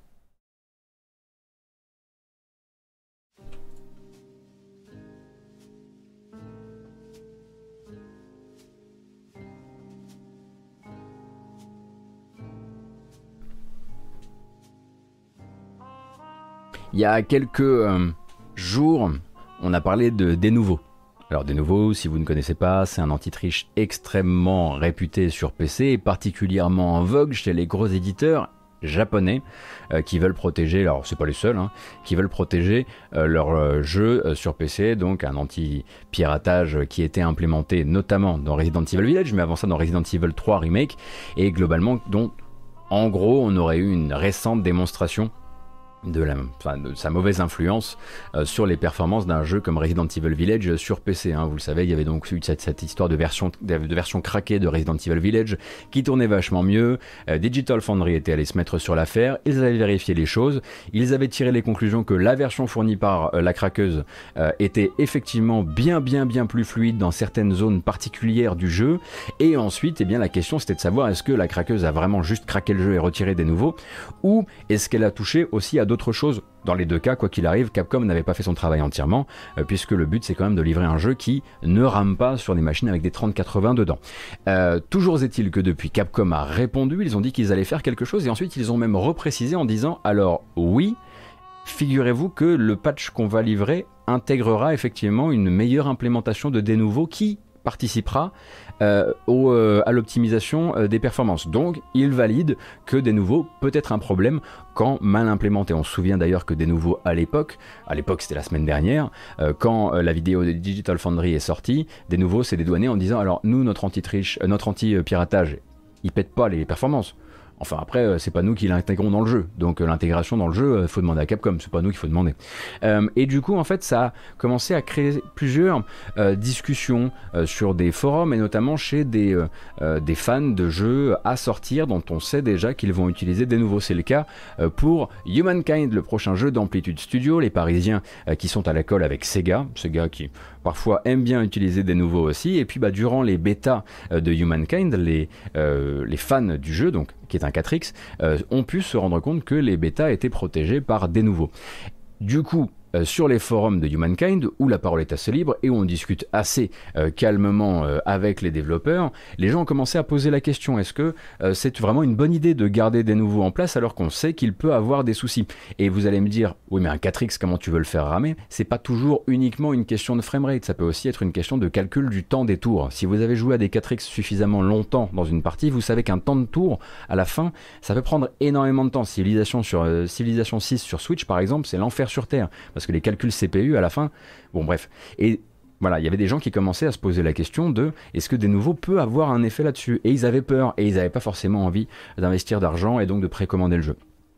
Il y a quelques euh, jours, on a parlé de Des Nouveaux. Alors Des Nouveaux, si vous ne connaissez pas, c'est un anti-triche extrêmement réputé sur P C et particulièrement en vogue chez les gros éditeurs japonais euh, qui veulent protéger, alors c'est pas les seuls, hein, qui veulent protéger euh, leurs euh, jeux euh, sur P C, donc un anti-piratage qui était implémenté notamment dans Resident Evil Village, mais avant ça dans Resident Evil trois Remake, et globalement dont en gros on aurait eu une récente démonstration De, la, enfin, de sa mauvaise influence euh, sur les performances d'un jeu comme Resident Evil Village sur P C. Hein. Vous le savez, il y avait donc eu cette, cette histoire de version, de, de version craquée de Resident Evil Village qui tournait vachement mieux. Euh, Digital Foundry était allé se mettre sur l'affaire. Ils avaient vérifié les choses. Ils avaient tiré les conclusions que la version fournie par euh, la craqueuse euh, était effectivement bien, bien, bien plus fluide dans certaines zones particulières du jeu. Et ensuite, eh bien, la question c'était de savoir est-ce que la craqueuse a vraiment juste craqué le jeu et retiré des nouveaux, ou est-ce qu'elle a touché aussi à d'autres autre chose. Dans les deux cas, quoi qu'il arrive, Capcom n'avait pas fait son travail entièrement, euh, puisque le but c'est quand même de livrer un jeu qui ne rame pas sur des machines avec des trente quatre-vingts dedans. Euh, toujours est-il que depuis Capcom a répondu, ils ont dit qu'ils allaient faire quelque chose et ensuite ils ont même reprécisé en disant alors oui, figurez-vous que le patch qu'on va livrer intégrera effectivement une meilleure implémentation de Des Nouveaux qui participera euh, au, euh, à l'optimisation euh, des performances. Donc, il valide que Des Nouveaux peut être un problème quand mal implémenté. On se souvient d'ailleurs que Des Nouveaux à l'époque, à l'époque c'était la semaine dernière, euh, quand euh, la vidéo de Digital Foundry est sortie, Des Nouveaux s'est dédouané en disant alors nous, notre anti-triche, euh, notre anti-piratage, il pète pas les performances. Enfin après, c'est pas nous qui l'intégrons dans le jeu, donc euh, l'intégration dans le jeu, il faut demander à Capcom, c'est pas nous qu'il faut demander. Euh, et du coup, en fait, ça a commencé à créer plusieurs euh, discussions euh, sur des forums et notamment chez des, euh, euh, des fans de jeux à sortir dont on sait déjà qu'ils vont utiliser Des Nouveaux. C'est le cas euh, pour Humankind, le prochain jeu d'Amplitude Studio, les Parisiens euh, qui sont à la colle avec Sega, Sega qui parfois aime bien utiliser Des Nouveaux aussi. Et puis bah, durant les bêtas euh, de Humankind, les, euh, les fans du jeu, donc qui est un quatre X, euh, ont pu se rendre compte que les bêtas étaient protégés par Des Nouveaux. Du coup, euh, sur les forums de Humankind, où la parole est assez libre et où on discute assez euh, calmement euh, avec les développeurs, les gens ont commencé à poser la question, est-ce que euh, c'est vraiment une bonne idée de garder Des Nouveaux en place alors qu'on sait qu'il peut avoir des soucis? Et vous allez me dire, oui mais un quatre X, comment tu veux le faire ramer? C'est pas toujours uniquement une question de framerate, ça peut aussi être une question de calcul du temps des tours. Si vous avez joué à des quatre X suffisamment longtemps dans une partie, vous savez qu'un temps de tour, à la fin, ça peut prendre énormément de temps. Civilization, sur, euh, Civilization six sur Switch par exemple, c'est l'enfer sur Terre, parce que les calculs C P U à la fin, bon bref, et voilà, il y avait des gens qui commençaient à se poser la question de est-ce que Des Nouveaux peut avoir un effet là-dessus, et ils avaient peur, et ils n'avaient pas forcément envie d'investir d'argent et donc de précommander le jeu.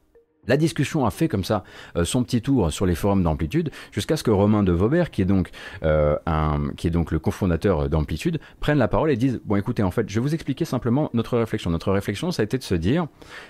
La discussion a fait comme ça euh, son petit tour sur les forums d'Amplitude jusqu'à ce que Romain de Vaubert, qui est donc, euh, un, qui est donc le cofondateur d'Amplitude, prenne la parole et dise bon écoutez, en fait je vais vous expliquer simplement notre réflexion. Notre réflexion ça a été de se dire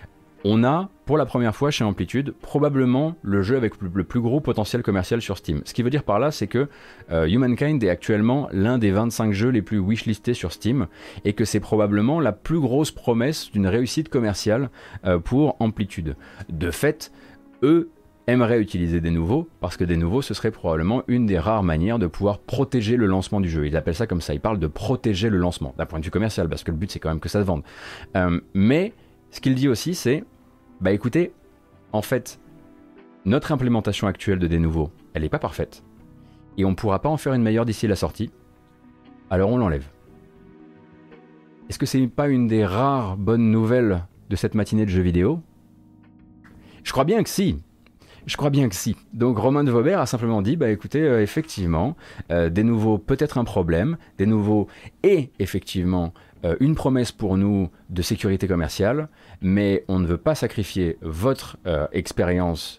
on a, pour la première fois chez Amplitude, probablement le jeu avec le plus gros potentiel commercial sur Steam. Ce qui veut dire par là, c'est que euh, Humankind est actuellement l'un des vingt-cinq jeux les plus wishlistés sur Steam, et que c'est probablement la plus grosse promesse d'une réussite commerciale euh, pour Amplitude. De fait, eux aimerait utiliser des nouveaux, parce que des nouveaux, ce serait probablement une des rares manières de pouvoir protéger le lancement du jeu. Il appelle ça comme ça, il parle de protéger le lancement, d'un point de vue commercial, parce que le but c'est quand même que ça se vende. Euh, mais ce qu'il dit aussi, c'est, bah écoutez, en fait, notre implémentation actuelle de des nouveaux, elle n'est pas parfaite, et on ne pourra pas en faire une meilleure d'ici la sortie, alors on l'enlève. Est-ce que c'est pas une des rares bonnes nouvelles de cette matinée de jeux vidéo? Je crois bien que si. Je crois bien que si. Donc Romain de Vaubert a simplement dit, bah écoutez, euh, effectivement, euh, des nouveaux peut-être un problème, des nouveaux et effectivement euh, une promesse pour nous de sécurité commerciale, mais on ne veut pas sacrifier votre euh, expérience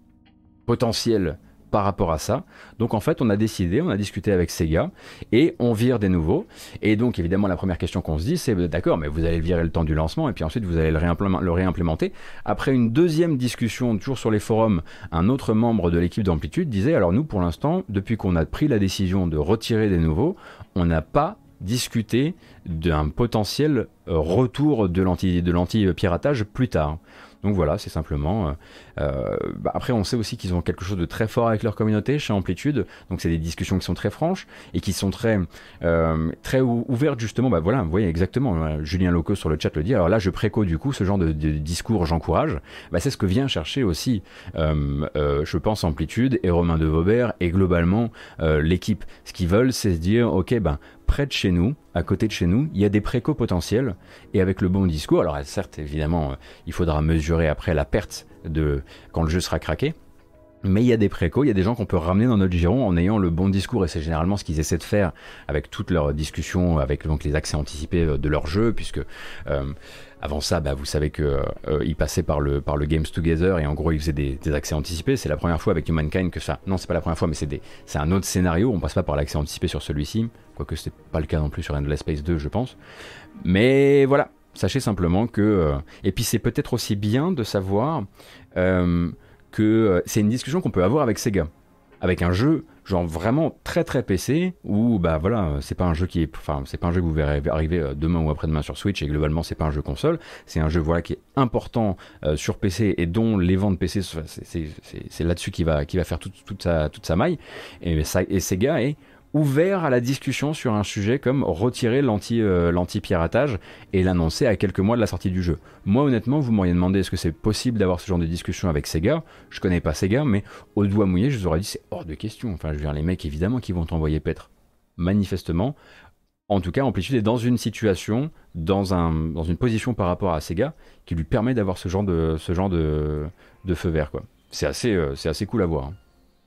potentielle par rapport à ça. Donc en fait on a décidé, on a discuté avec Sega et on vire des nouveaux. Et donc évidemment la première question qu'on se dit c'est d'accord, mais vous allez le virer le temps du lancement et puis ensuite vous allez le, réimplémenter, le réimplémenter. Après une deuxième discussion toujours sur les forums, un autre membre de l'équipe d'Amplitude disait alors nous pour l'instant, depuis qu'on a pris la décision de retirer des nouveaux, on n'a pas discuté d'un potentiel retour de l'anti, de l'anti-piratage plus tard. Donc voilà, c'est simplement... Euh, euh, bah après, on sait aussi qu'ils ont quelque chose de très fort avec leur communauté chez Amplitude. Donc c'est des discussions qui sont très franches et qui sont très, euh, très ouvertes justement. Bah voilà, vous voyez exactement. Julien Loco sur le chat le dit. Alors là, je préco du coup ce genre de, de discours, j'encourage. Bah, c'est ce que vient chercher aussi, euh, euh, je pense, Amplitude et Romain de Vaubert et globalement euh, l'équipe. Ce qu'ils veulent, c'est se dire, ok, ben près de chez nous, à côté de chez nous, il y a des précos potentiels et avec le bon discours. Alors certes, évidemment, euh, il faudra mesurer après la perte de quand le jeu sera craqué. Mais il y a des précos, il y a des gens qu'on peut ramener dans notre giron en ayant le bon discours et c'est généralement ce qu'ils essaient de faire avec toutes leurs discussions, avec donc les accès anticipés de leur jeu, puisque euh, avant ça, bah, vous savez que euh, ils passaient par le par le Games Together et en gros ils faisaient des, des accès anticipés. C'est la première fois avec Humankind que ça, non c'est pas la première fois, mais c'est des c'est un autre scénario. On passe pas par l'accès anticipé sur celui-ci, quoique c'est pas le cas non plus sur Endless Space deux, je pense. Mais voilà, sachez simplement que euh, et puis c'est peut-être aussi bien de savoir. Euh, que euh, c'est une discussion qu'on peut avoir avec Sega, avec un jeu genre vraiment très très P C où bah voilà c'est pas un jeu qui est enfin c'est pas un jeu que vous verrez arriver demain ou après-demain sur Switch et globalement c'est pas un jeu console, c'est un jeu voilà qui est important euh, sur P C et dont les ventes P C c'est, c'est, c'est, c'est là-dessus qui va qui va faire toute, toute sa toute sa maille et, ça, et Sega est ouvert à la discussion sur un sujet comme retirer l'anti, euh, l'anti-piratage et l'annoncer à quelques mois de la sortie du jeu. Moi honnêtement, vous m'auriez demandé est-ce que c'est possible d'avoir ce genre de discussion avec Sega. Je connais pas Sega, mais au doigt mouillé, je vous aurais dit c'est hors de question. Enfin, je veux dire, les mecs évidemment qui vont t'envoyer paître. Manifestement. En tout cas, Amplitude est dans une situation, dans, un, dans une position par rapport à Sega qui lui permet d'avoir ce genre de, ce genre de, de feu vert, quoi. C'est assez, euh, c'est assez cool à voir. Hein.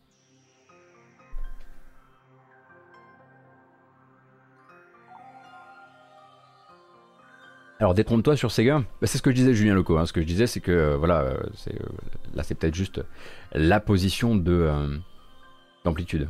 Alors détrompe-toi sur Sega, bah, c'est ce que je disais Julien Loco, hein. Ce que je disais c'est que euh, voilà, euh, c'est, euh, là c'est peut-être juste la position de euh, d'Amplitude.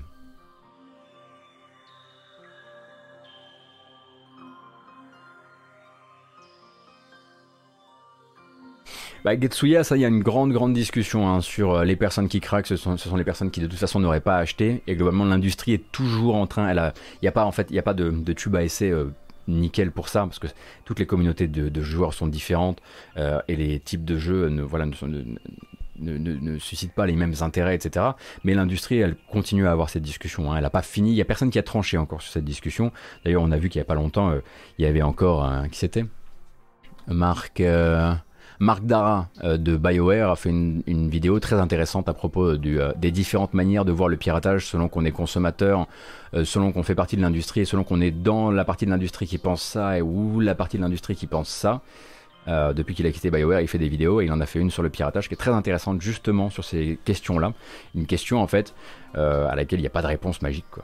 Bah, Getsuya, ça il y a une grande grande discussion hein, sur les personnes qui craquent, ce sont, ce sont les personnes qui de toute façon n'auraient pas acheté et globalement l'industrie est toujours en train, elle a, il n'y a pas en fait, il n'y a pas de, de tube à essai euh, nickel pour ça parce que toutes les communautés de, de joueurs sont différentes euh, et les types de jeux ne, voilà, ne, sont, ne, ne, ne, ne suscitent pas les mêmes intérêts, et cetera. Mais l'industrie, elle continue à avoir cette discussion. Hein. Elle n'a pas fini. Il n'y a personne qui a tranché encore sur cette discussion. D'ailleurs, on a vu qu'il n'y a pas longtemps, euh, il y avait encore un, qui c'était Marc. Euh, Marc Dara euh, de BioWare a fait une, une vidéo très intéressante à propos du, euh, des différentes manières de voir le piratage selon qu'on est consommateur, euh, selon qu'on fait partie de l'industrie et selon qu'on est dans la partie de l'industrie qui pense ça et ou la partie de l'industrie qui pense ça. Euh, depuis qu'il a quitté BioWare, il fait des vidéos et il en a fait une sur le piratage qui est très intéressante justement sur ces questions-là. Une question en fait euh, à laquelle il n'y a pas de réponse magique, quoi.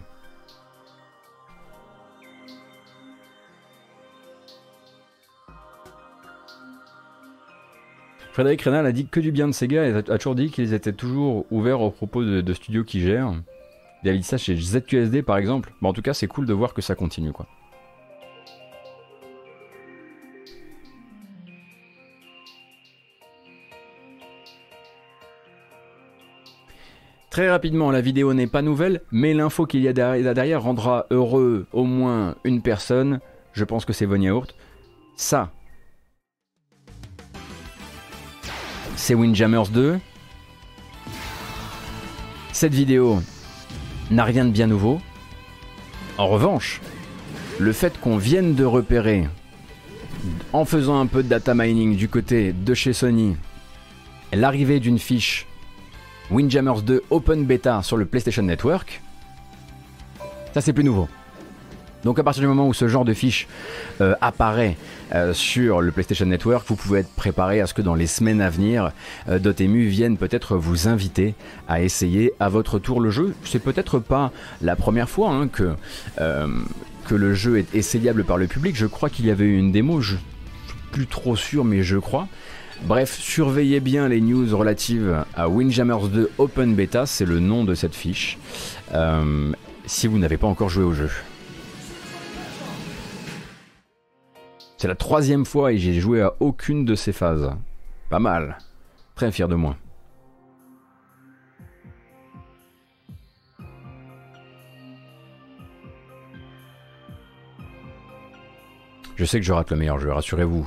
Frédéric Rénal a dit que du bien de Sega et a toujours dit qu'ils étaient toujours ouverts aux propos de, de studios qui gèrent. Il avait dit ça chez Z Q S D par exemple. Bon, en tout cas, c'est cool de voir que ça continue, quoi. Très rapidement, la vidéo n'est pas nouvelle, mais l'info qu'il y a derrière rendra heureux au moins une personne. Je pense que c'est Von Yaourt. Ça, c'est Windjammers deux. cette vidéo n'a rien de bien nouveau. En revanche, le fait qu'on vienne de repérer, en faisant un peu de data mining du côté de chez Sony, l'arrivée d'une fiche Windjammers deux Open Beta sur le PlayStation Network, ça c'est plus nouveau. Donc à partir du moment où ce genre de fiche euh, apparaît euh, sur le PlayStation Network, vous pouvez être préparé à ce que dans les semaines à venir, euh, Dotemu vienne peut-être vous inviter à essayer à votre tour le jeu. C'est peut-être pas la première fois hein, que, euh, que le jeu est essayable par le public. Je crois qu'il y avait eu une démo, je suis plus trop sûr mais je crois. Bref, surveillez bien les news relatives à Windjammers deux Open Beta, c'est le nom de cette fiche, euh, si vous n'avez pas encore joué au jeu. C'est la troisième fois et j'ai joué à aucune de ces phases. Pas mal. Très fier de moi. Je sais que je rate le meilleur jeu, rassurez-vous.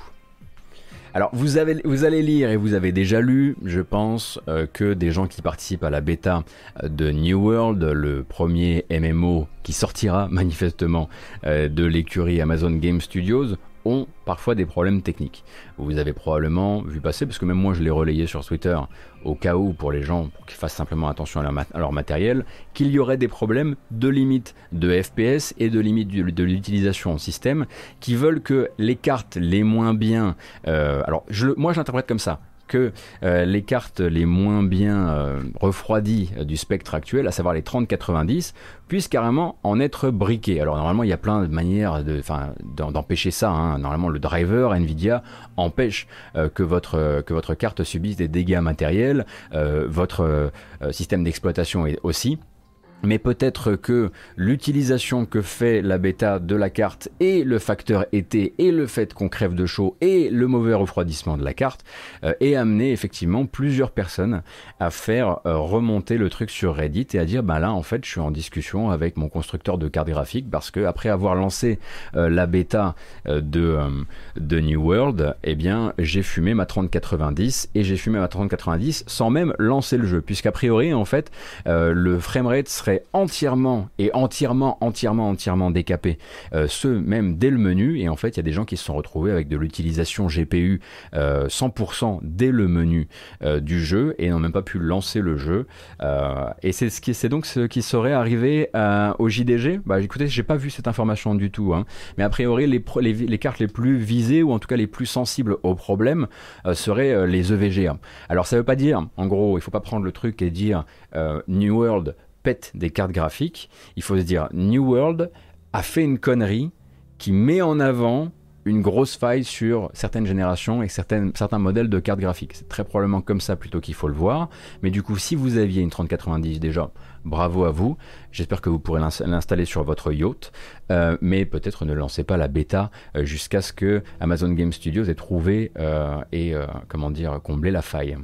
Alors vous, avez, vous allez lire et vous avez déjà lu, je pense, euh, que des gens qui participent à la bêta de New World, le premier M M O qui sortira manifestement euh, de l'écurie Amazon Game Studios, ont parfois des problèmes techniques. Vous avez probablement vu passer, parce que même moi je l'ai relayé sur Twitter, au cas où pour les gens pour qu'ils fassent simplement attention à leur, mat- à leur matériel, qu'il y aurait des problèmes de limite de F P S et de limite de, de l'utilisation en système, qui veulent que les cartes les moins bien... Euh, alors je, moi je l'interprète comme ça, que euh, les cartes les moins bien euh, refroidies euh, du spectre actuel, à savoir les trente quatre-vingt-dix, puissent carrément en être briquées. Alors normalement il y a plein de manières de, d'empêcher ça, hein. Normalement le driver Nvidia empêche euh, que, votre, que votre carte subisse des dégâts matériels, euh, votre euh, système d'exploitation aussi. Mais peut-être que l'utilisation que fait la bêta de la carte et le facteur été et le fait qu'on crève de chaud et le mauvais refroidissement de la carte euh, ait amené effectivement plusieurs personnes à faire euh, remonter le truc sur Reddit et à dire bah là en fait je suis en discussion avec mon constructeur de carte graphique parce que après avoir lancé euh, la bêta euh, de, euh, de New World, eh bien j'ai fumé ma trente quatre-vingt-dix et j'ai fumé ma trente quatre-vingt-dix sans même lancer le jeu, puisqu'a priori en fait euh, le framerate serait entièrement et entièrement entièrement entièrement décapé, euh, ce même dès le menu, et en fait il y a des gens qui se sont retrouvés avec de l'utilisation G P U euh, cent pour cent dès le menu euh, du jeu et n'ont même pas pu lancer le jeu, euh, et c'est ce qui c'est donc ce qui serait arrivé euh, au J D G. Bah écoutez, j'ai pas vu cette information du tout, hein, mais a priori les, les, les cartes les plus visées ou en tout cas les plus sensibles au problème euh, seraient euh, les E V G A. Alors ça veut pas dire, en gros il faut pas prendre le truc et dire euh, New World pète des cartes graphiques, il faut se dire New World a fait une connerie qui met en avant une grosse faille sur certaines générations et certaines, certains modèles de cartes graphiques. C'est très probablement comme ça plutôt qu'il faut le voir, mais du coup si vous aviez une trente quatre-vingt-dix déjà, bravo à vous, j'espère que vous pourrez l'installer sur votre yacht, euh, mais peut-être ne lancez pas la bêta euh, jusqu'à ce que Amazon Game Studios ait trouvé euh, et euh, comment dire, comblé la faille.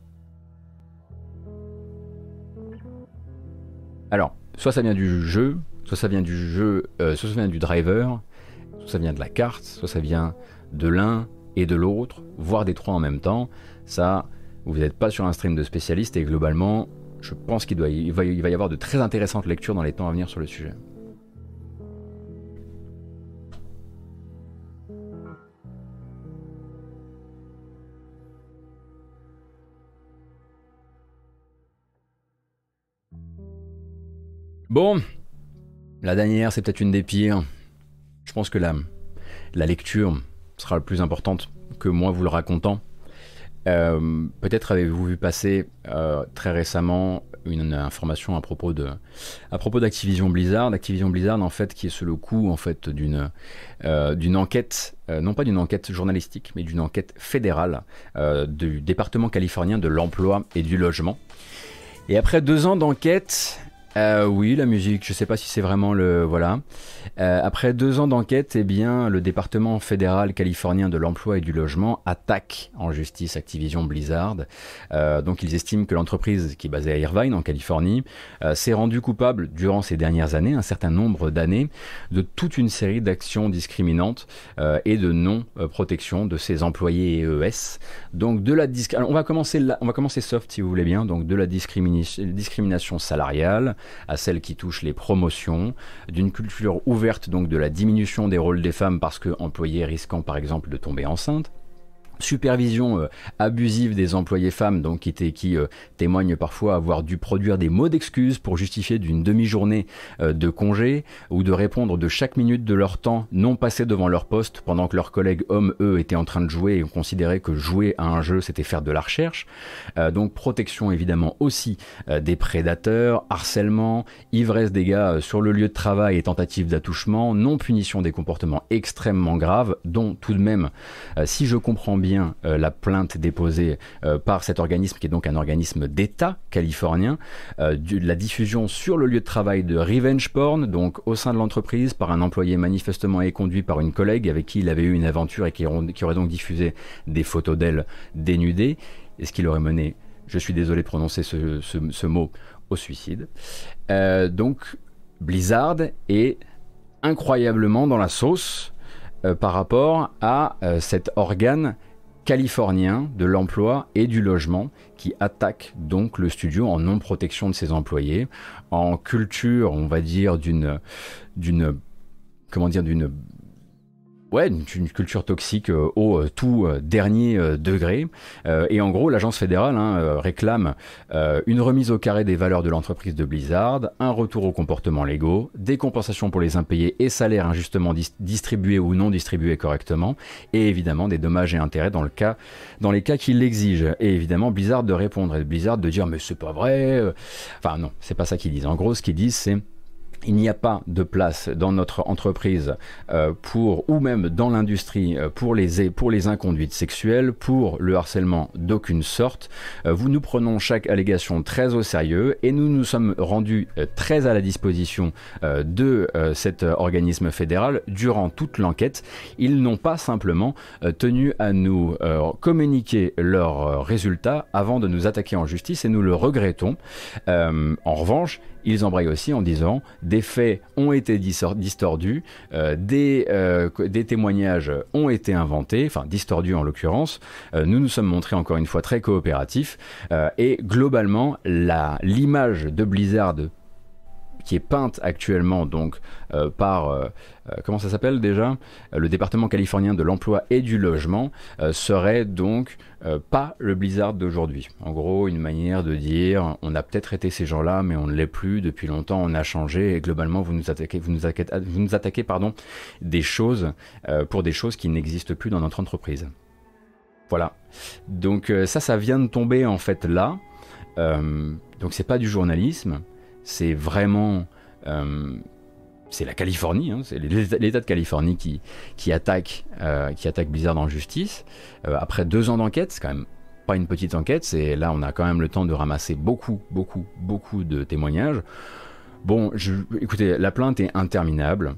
Alors, soit ça vient du jeu, soit ça vient du jeu, euh, soit ça vient du driver, soit ça vient de la carte, soit ça vient de l'un et de l'autre, voire des trois en même temps. Ça, vous n'êtes pas sur un stream de spécialistes et globalement, je pense qu'il doit y, il va, il va y avoir de très intéressantes lectures dans les temps à venir sur le sujet. Bon, la dernière, c'est peut-être une des pires. Je pense que la, la lecture sera la plus importante que moi vous le racontant. Euh, peut-être avez-vous vu passer euh, très récemment une information à propos de à propos d'Activision Blizzard. Activision Blizzard, en fait, qui est sous le coup en fait d'une euh, d'une enquête, euh, non pas d'une enquête journalistique, mais d'une enquête fédérale euh, du département californien de l'emploi et du logement. Et après deux ans d'enquête, Euh, oui, la musique, je sais pas si c'est vraiment le... Voilà. Euh, après deux ans d'enquête, eh bien, le département fédéral californien de l'emploi et du logement attaque en justice Activision Blizzard. Euh, donc ils estiment que l'entreprise, qui est basée à Irvine, en Californie, euh, s'est rendue coupable, durant ces dernières années, un certain nombre d'années, de toute une série d'actions discriminantes euh, et de non-protection de ses employés et E S. Donc de la disc... Alors, on va commencer là, on va commencer soft si vous voulez bien, donc de la discrimination, discrimination salariale à celle qui touche les promotions, d'une culture ouverte donc de la diminution des rôles des femmes parce que employés risquant par exemple de tomber enceinte. Supervision euh, abusive des employés femmes, donc qui, t- qui euh, témoignent parfois avoir dû produire des mots d'excuses pour justifier d'une demi-journée euh, de congé ou de répondre de chaque minute de leur temps non passé devant leur poste pendant que leurs collègues hommes, eux, étaient en train de jouer et ont considéré que jouer à un jeu, c'était faire de la recherche. Euh, donc protection évidemment aussi euh, des prédateurs, harcèlement, ivresse des gars euh, sur le lieu de travail et tentative d'attouchement, non-punition des comportements extrêmement graves, dont tout de même, euh, si je comprends bien, bien euh, la plainte déposée euh, par cet organisme qui est donc un organisme d'État californien, euh, de la diffusion sur le lieu de travail de revenge porn, donc au sein de l'entreprise par un employé manifestement éconduit par une collègue avec qui il avait eu une aventure et qui, qui aurait donc diffusé des photos d'elle dénudée, et ce qui l'aurait mené, je suis désolé de prononcer ce, ce, ce mot, au suicide. Euh, donc Blizzard est incroyablement dans la sauce euh, par rapport à euh, cet organe californien de l'emploi et du logement qui attaque donc le studio en non-protection de ses employés, en culture, on va dire, d'une, d'une, comment dire, d'une, ouais, une culture toxique euh, au euh, tout euh, dernier euh, degré. Euh, et en gros, l'agence fédérale hein, euh, réclame euh, une remise au carré des valeurs de l'entreprise de Blizzard, un retour aux comportements légaux, des compensations pour les impayés et salaires injustement dis- distribués ou non distribués correctement, et évidemment des dommages et intérêts dans, le cas, dans les cas qui l'exigent. Et évidemment, Blizzard de répondre et Blizzard de dire « mais c'est pas vrai ». Enfin non, c'est pas ça qu'ils disent. En gros, ce qu'ils disent, c'est il n'y a pas de place dans notre entreprise euh, pour, ou même dans l'industrie, euh, pour, les, pour les inconduites sexuelles, pour le harcèlement d'aucune sorte. Euh, vous nous prenons chaque allégation très au sérieux et nous nous sommes rendus euh, très à la disposition euh, de euh, cet euh, organisme fédéral durant toute l'enquête. Ils n'ont pas simplement euh, tenu à nous euh, communiquer leurs euh, résultats avant de nous attaquer en justice et nous le regrettons. Euh, en revanche, ils embrayent aussi en disant des faits ont été distordus, euh, des, euh, des témoignages ont été inventés, enfin distordus en l'occurrence. Euh, nous nous sommes montrés encore une fois très coopératifs euh, et globalement la, l'image de Blizzard qui est peinte actuellement donc euh, par euh, euh, comment ça s'appelle déjà euh, le département californien de l'emploi et du logement euh, serait donc euh, pas le Blizzard d'aujourd'hui. En gros, une manière de dire on a peut-être été ces gens-là, mais on ne l'est plus depuis longtemps, on a changé et globalement vous nous attaquez, vous nous attaquez, vous nous attaquez pardon, des choses euh, pour des choses qui n'existent plus dans notre entreprise. Voilà. Donc euh, ça, ça vient de tomber en fait là. Euh, donc c'est pas du journalisme. C'est vraiment, euh, c'est la Californie, hein, c'est l'État, l'État de Californie qui, qui, attaque, euh, qui attaque Blizzard en justice. Euh, après deux ans d'enquête, c'est quand même pas une petite enquête, c'est, là on a quand même le temps de ramasser beaucoup, beaucoup, beaucoup de témoignages. Bon, je, écoutez, la plainte est interminable,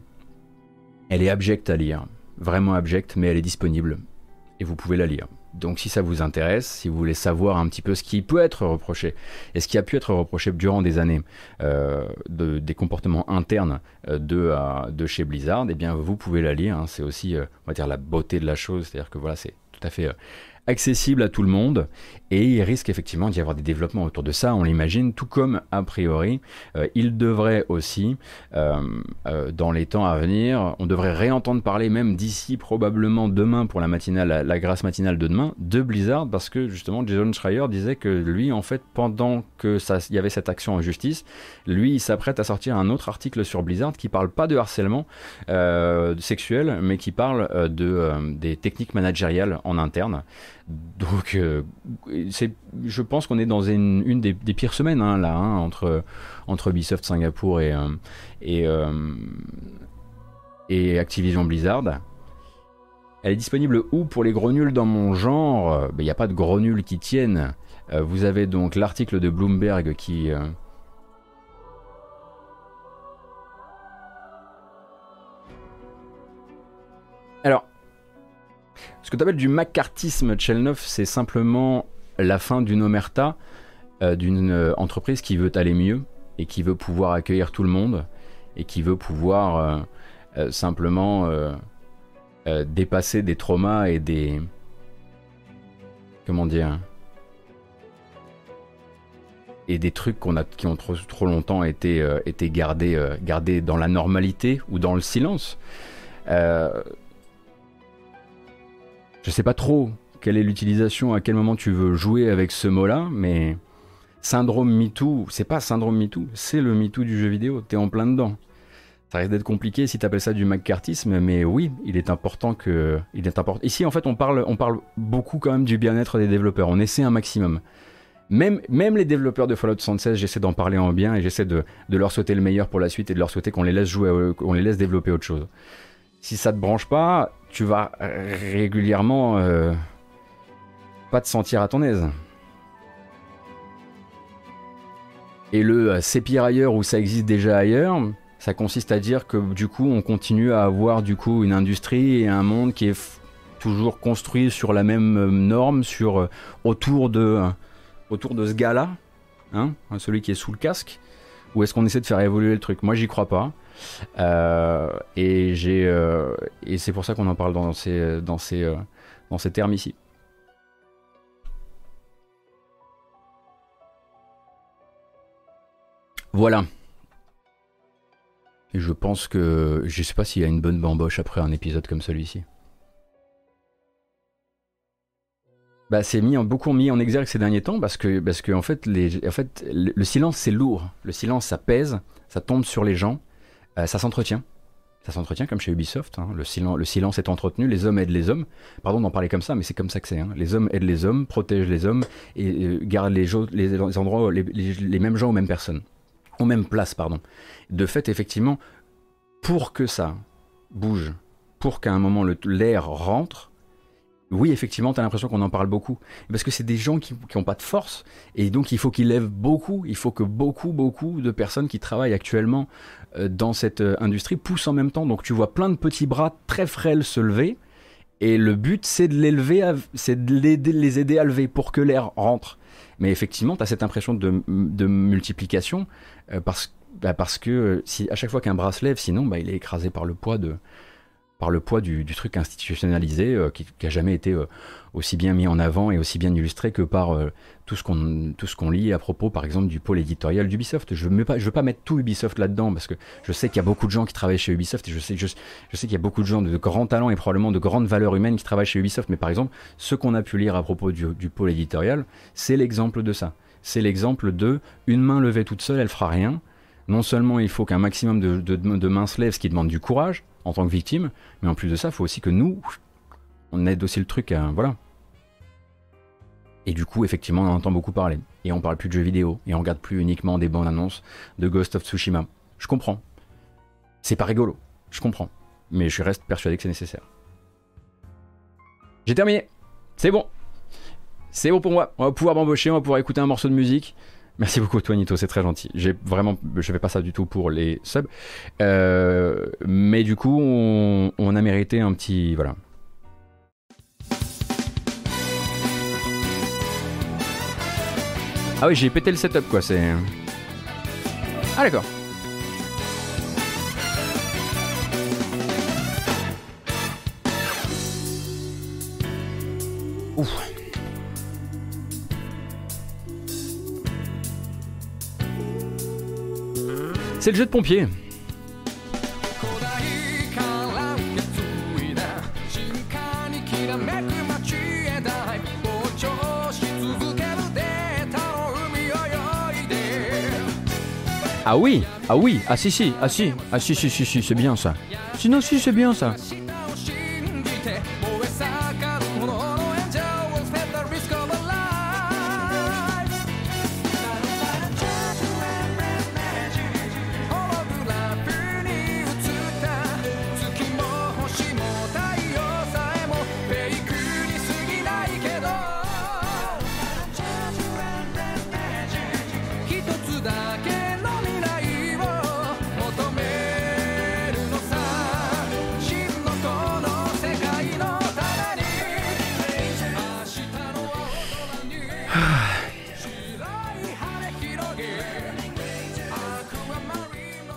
elle est abjecte à lire, vraiment abjecte, mais elle est disponible et vous pouvez la lire. Donc si ça vous intéresse, si vous voulez savoir un petit peu ce qui peut être reproché et ce qui a pu être reproché durant des années euh, de, des comportements internes euh, de, euh, de chez Blizzard, eh bien vous pouvez la lire, hein. C'est aussi euh, on va dire la beauté de la chose, c'est-à-dire que voilà, c'est tout à fait euh, accessible à tout le monde et il risque effectivement d'y avoir des développements autour de ça, on l'imagine, tout comme a priori euh, il devrait aussi euh, euh, dans les temps à venir, on devrait réentendre parler même d'ici probablement demain pour la matinale, la, la grâce matinale de demain, de Blizzard, parce que justement Jason Schreier disait que lui en fait pendant que ça, il y avait cette action en justice, lui il s'apprête à sortir un autre article sur Blizzard qui parle pas de harcèlement euh, sexuel mais qui parle euh, de, euh, des techniques managériales en interne. Donc euh, c'est, je pense qu'on est dans une, une des, des pires semaines hein, là hein, entre, entre Ubisoft Singapour et, euh, et, euh, et Activision Blizzard. Elle est disponible où pour les gros nuls dans mon genre? Il n'y a pas de gros nuls qui tiennent. Euh, vous avez donc l'article de Bloomberg qui... Euh, Ce que tu appelles du macartisme, Tchelnov, c'est simplement la fin d'une omerta, euh, d'une euh, entreprise qui veut aller mieux et qui veut pouvoir accueillir tout le monde et qui veut pouvoir euh, euh, simplement euh, euh, dépasser des traumas et des... Comment dire et des trucs qu'on a, qui ont trop, trop longtemps été, euh, été gardés, euh, gardés dans la normalité ou dans le silence. Euh, je sais pas trop quelle est l'utilisation, à quel moment tu veux jouer avec ce mot-là, mais syndrome MeToo, c'est pas syndrome MeToo, c'est le MeToo du jeu vidéo, t'es en plein dedans. Ça risque d'être compliqué si t'appelles ça du macartisme, mais oui, il est important que... Il est important. Ici, en fait, on parle, on parle beaucoup quand même du bien-être des développeurs, on essaie un maximum. Même, même les développeurs de Fallout soixante-seize, j'essaie d'en parler en bien et j'essaie de, de leur souhaiter le meilleur pour la suite et de leur souhaiter qu'on les laisse jouer, qu'on les laisse développer autre chose. Si ça te branche pas, tu vas régulièrement euh, pas te sentir à ton aise. Et le euh, c'est pire ailleurs ou ça existe déjà ailleurs, ça consiste à dire que du coup on continue à avoir du coup une industrie et un monde qui est f- toujours construit sur la même euh, norme, sur euh, autour de euh, autour de ce gars-là, hein, celui qui est sous le casque, ou est-ce qu'on essaie de faire évoluer le truc? Moi, j'y crois pas. Euh, et j'ai, euh, et c'est pour ça qu'on en parle dans ces, dans ces, euh, dans ces termes ici. Voilà. Et je pense que, je sais pas s'il y a une bonne bamboche après un épisode comme celui-ci. Bah, c'est mis en, beaucoup mis en exergue ces derniers temps parce que, parce que en fait, les, en fait, le, le silence c'est lourd. Le silence ça pèse, ça tombe sur les gens, euh, ça s'entretient. Ça s'entretient comme chez Ubisoft. Hein. Le, silence, le silence est entretenu, les hommes aident les hommes. Pardon d'en parler comme ça, mais c'est comme ça que c'est. Hein. Les hommes aident les hommes, protègent les hommes et euh, gardent les, les, les endroits, les, les, les mêmes gens aux mêmes personnes, aux mêmes places, pardon. De fait, effectivement, pour que ça bouge, pour qu'à un moment le, l'air rentre. Oui, effectivement, t'as l'impression qu'on en parle beaucoup. Parce que c'est des gens qui n'ont pas de force. Et donc, il faut qu'ils lèvent beaucoup. Il faut que beaucoup, beaucoup de personnes qui travaillent actuellement euh, dans cette euh, industrie poussent en même temps. Donc, tu vois plein de petits bras très frêles se lever. Et le but, c'est de, l'élever à, c'est de les, de les aider à lever pour que l'air rentre. Mais effectivement, t'as cette impression de, de multiplication. Euh, parce, bah, parce que euh, si, à chaque fois qu'un bras se lève, sinon, bah, il est écrasé par le poids de... par le poids du, du truc institutionnalisé euh, qui, qui a jamais été euh, aussi bien mis en avant et aussi bien illustré que par euh, tout ce qu'on tout ce qu'on lit à propos par exemple du pôle éditorial d'Ubisoft. Je ne veux pas mettre tout Ubisoft là-dedans parce que je sais qu'il y a beaucoup de gens qui travaillent chez Ubisoft et je sais, je, je sais qu'il y a beaucoup de gens de grands talents et probablement de grandes valeurs humaines qui travaillent chez Ubisoft, mais par exemple ce qu'on a pu lire à propos du, du pôle éditorial, c'est l'exemple de ça. C'est l'exemple de une main levée toute seule, elle fera rien. Non seulement il faut qu'un maximum de, de, de mains se lèvent, ce qui demande du courage en tant que victime, mais en plus de ça, il faut aussi que nous, on aide aussi le truc à... Voilà. Et du coup, effectivement, on en entend beaucoup parler. Et on parle plus de jeux vidéo, et on regarde plus uniquement des bandes annonces de Ghost of Tsushima. Je comprends. C'est pas rigolo, je comprends. Mais je reste persuadé que c'est nécessaire. J'ai terminé. C'est bon. C'est bon pour moi. On va pouvoir m'embaucher, on va pouvoir écouter un morceau de musique. Merci beaucoup toi Nito, c'est très gentil. J'ai vraiment, je fais pas ça du tout pour les subs, euh, mais du coup on, on a mérité un petit, voilà. Ah oui, j'ai pété le setup quoi, c'est. Ah d'accord. Ouf. C'est le jeu de pompier. Ah oui, ah oui, ah si si, ah si, ah si si si si, c'est bien ça. Sinon si c'est bien ça.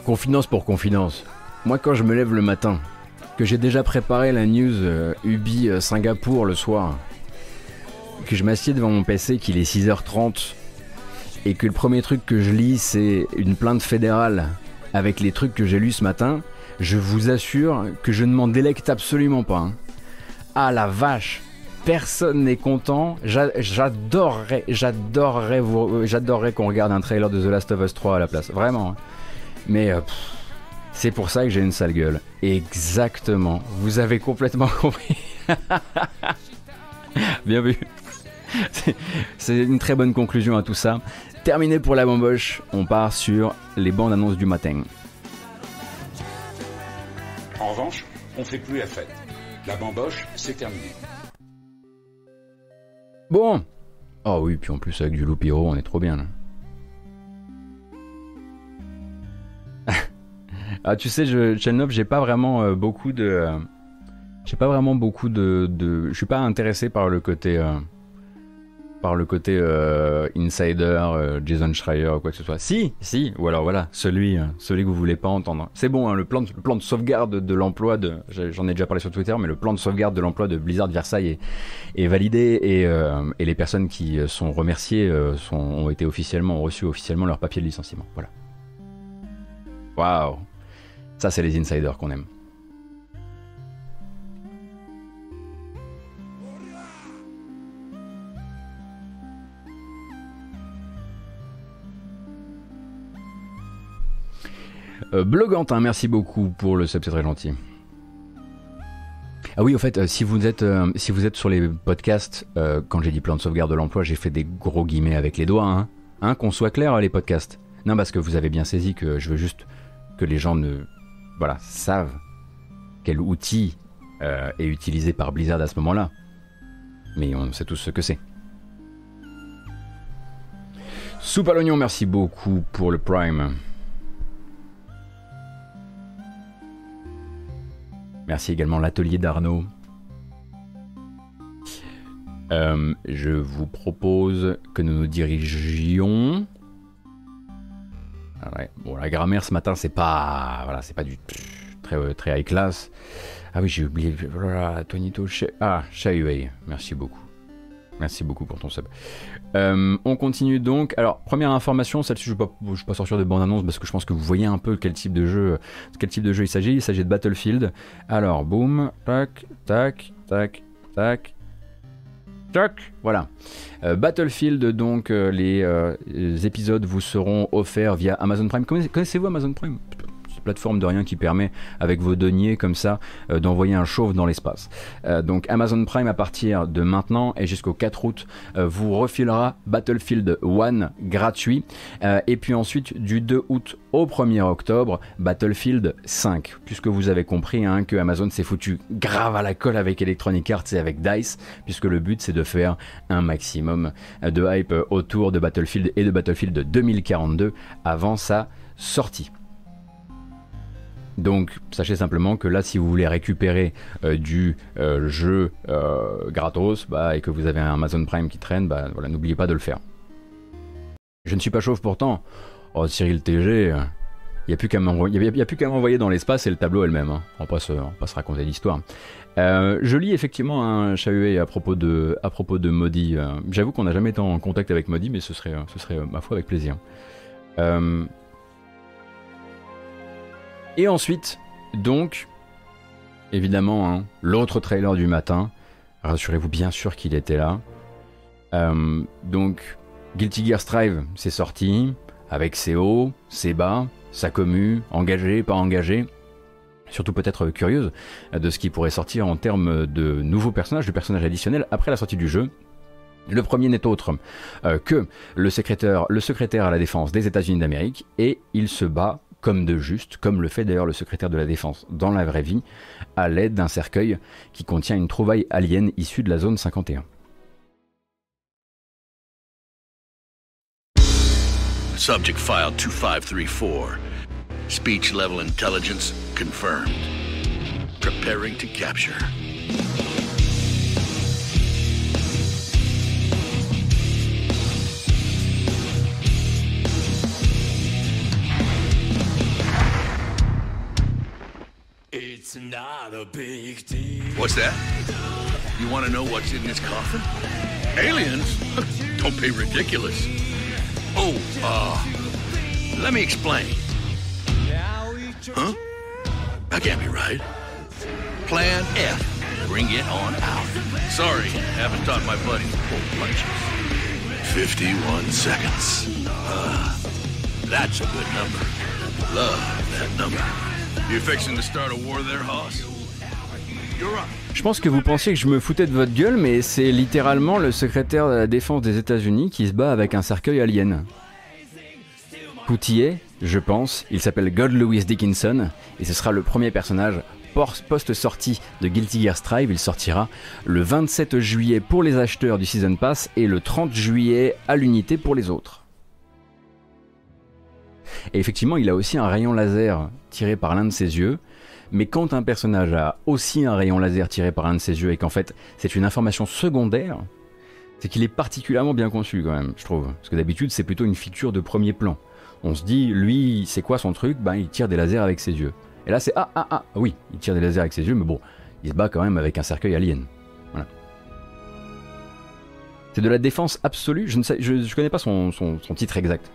confidence pour confidence. Moi, quand je me lève le matin, que j'ai déjà préparé la news euh, Ubi euh, Singapour le soir, que je m'assieds devant mon P C, qu'il est six heures trente, et que le premier truc que je lis, c'est une plainte fédérale avec les trucs que j'ai lus ce matin, je vous assure que je ne m'en délecte absolument pas. Hein. Ah la vache, personne n'est content. J'a- j'adorerais, j'adorerais, vous, j'adorerais qu'on regarde un trailer de The Last of Us trois à la place, vraiment. Hein. Mais euh, pff, c'est pour ça que j'ai une sale gueule. Exactement, vous avez complètement compris. Bien vu. C'est, c'est une très bonne conclusion à tout ça. Terminé pour la bamboche, on part sur les bandes annonces du matin. En revanche, on fait plus la fête. La bamboche, c'est terminé. Bon. Oh oui, puis en plus avec du Loupiro, on est trop bien là. Ah tu sais, je, Chelnov, j'ai pas vraiment euh, beaucoup de... Euh, j'ai pas vraiment beaucoup de... de je suis pas intéressé par le côté... Euh, par le côté euh, Insider, euh, Jason Schreier ou quoi que ce soit. Si, si, ou alors voilà, celui, euh, celui que vous voulez pas entendre. C'est bon, hein, le, plan de, le plan de sauvegarde de l'emploi de... J'en ai déjà parlé sur Twitter, mais le plan de sauvegarde de l'emploi de Blizzard Versailles est, est validé et, euh, et les personnes qui sont remerciées euh, sont, ont été officiellement, ont reçu officiellement leur papier de licenciement. Voilà. Waouh. Ça, c'est les insiders qu'on aime. Euh, Blogantin, merci beaucoup pour le sub, c'est très gentil. Ah oui, au fait, euh, si vous êtes euh, si vous êtes sur les podcasts, euh, quand j'ai dit plan de sauvegarde de l'emploi, j'ai fait des gros guillemets avec les doigts, hein, hein qu'on soit clair, les podcasts. Non, parce que vous avez bien saisi que je veux juste que les gens ne, voilà, savent quel outil euh, est utilisé par Blizzard à ce moment-là. Mais on sait tous ce que c'est. Soupe à l'oignon, merci beaucoup pour le Prime. Merci également l'atelier d'Arnaud. Euh, je vous propose que nous nous dirigions. Ah ouais, bon, la grammaire ce matin, c'est pas, voilà, c'est pas du très très high class. Ah oui, j'ai oublié. Voilà, Tonito. Ah, Shaiwei, merci beaucoup. Merci beaucoup pour ton sub. Euh, on continue donc. Alors, première information, celle-ci, je ne vais pas, je vais pas sortir de bande-annonce parce que je pense que vous voyez un peu quel type de jeu, quel type de jeu il s'agit. Il s'agit de Battlefield. Alors, boum, tac, tac, tac, tac, tac. Voilà. Euh, Battlefield, donc, euh, les, euh, les épisodes vous seront offerts via Amazon Prime. Connaissez-vous Amazon Prime ? Plateforme de rien qui permet avec vos deniers comme ça euh, d'envoyer un chauve dans l'espace. Euh, donc Amazon Prime à partir de maintenant et jusqu'au quatre août euh, vous refilera Battlefield un gratuit euh, et puis ensuite du deux août au premier octobre Battlefield cinq, puisque vous avez compris hein, que Amazon s'est foutu grave à la colle avec Electronic Arts et avec DICE, puisque le but c'est de faire un maximum de hype autour de Battlefield et de Battlefield deux mille quarante-deux avant sa sortie. Donc sachez simplement que là si vous voulez récupérer euh, du euh, jeu euh, gratos bah, et que vous avez un Amazon Prime qui traîne, bah, voilà, n'oubliez pas de le faire. Je ne suis pas chauve pourtant. Oh Cyril T G, il n'y a plus qu'à m'envoyer, y a plus qu'à m'envoyer dans l'espace et le tableau elle-même. Hein. On, va se, on va se raconter l'histoire. Euh, je lis effectivement un Chahué à propos de, à propos de Modi. Euh, j'avoue qu'on n'a jamais été en contact avec Modi, mais ce serait, ce serait ma foi avec plaisir. Euh, Et ensuite, donc, évidemment, hein, l'autre trailer du matin, rassurez-vous bien sûr qu'il était là. Euh, donc, Guilty Gear Strive, c'est sorti, avec ses hauts, ses bas, sa commu, engagée, pas engagée. Surtout peut-être curieuse de ce qui pourrait sortir en termes de nouveaux personnages, de personnages additionnels après la sortie du jeu. Le premier n'est autre euh, que le secrétaire, le secrétaire à la défense des États-Unis d'Amérique, et il se bat comme de juste, comme le fait d'ailleurs le secrétaire de la défense dans la vraie vie, à l'aide d'un cercueil qui contient une trouvaille alien issue de la zone cinquante et un. Subject file two five three four. Speech level intelligence confirmed. Preparing to capture. What's that? You want to know what's in this coffin? Aliens? Don't be ridiculous. Oh, uh, let me explain. Huh? That can't be right. Plan F. Bring it on out. Sorry, haven't taught my buddies to pull punches. fifty-one seconds. Uh, that's a good number. Love that number. You fixing to start a war there, Hoss? You're up. Je pense que vous pensiez que je me foutais de votre gueule, mais c'est littéralement le secrétaire de la défense des États-Unis qui se bat avec un cercueil alien. Tout y est, je pense. Il s'appelle God Lewis Dickinson et ce sera le premier personnage post-sortie de Guilty Gear Strive. Il sortira le vingt-sept juillet pour les acheteurs du Season Pass et le trente juillet à l'unité pour les autres. Et effectivement, il a aussi un rayon laser tiré par l'un de ses yeux. Mais quand un personnage a aussi un rayon laser tiré par un de ses yeux et qu'en fait c'est une information secondaire, c'est qu'il est particulièrement bien conçu quand même, je trouve. Parce que d'habitude c'est plutôt une feature de premier plan. On se dit, lui, c'est quoi son truc? Ben, il tire des lasers avec ses yeux. Et là c'est ah ah ah, oui, il tire des lasers avec ses yeux, mais bon, il se bat quand même avec un cercueil alien. Voilà. C'est de la défense absolue, je ne sais, je, je connais pas son, son, son titre exact.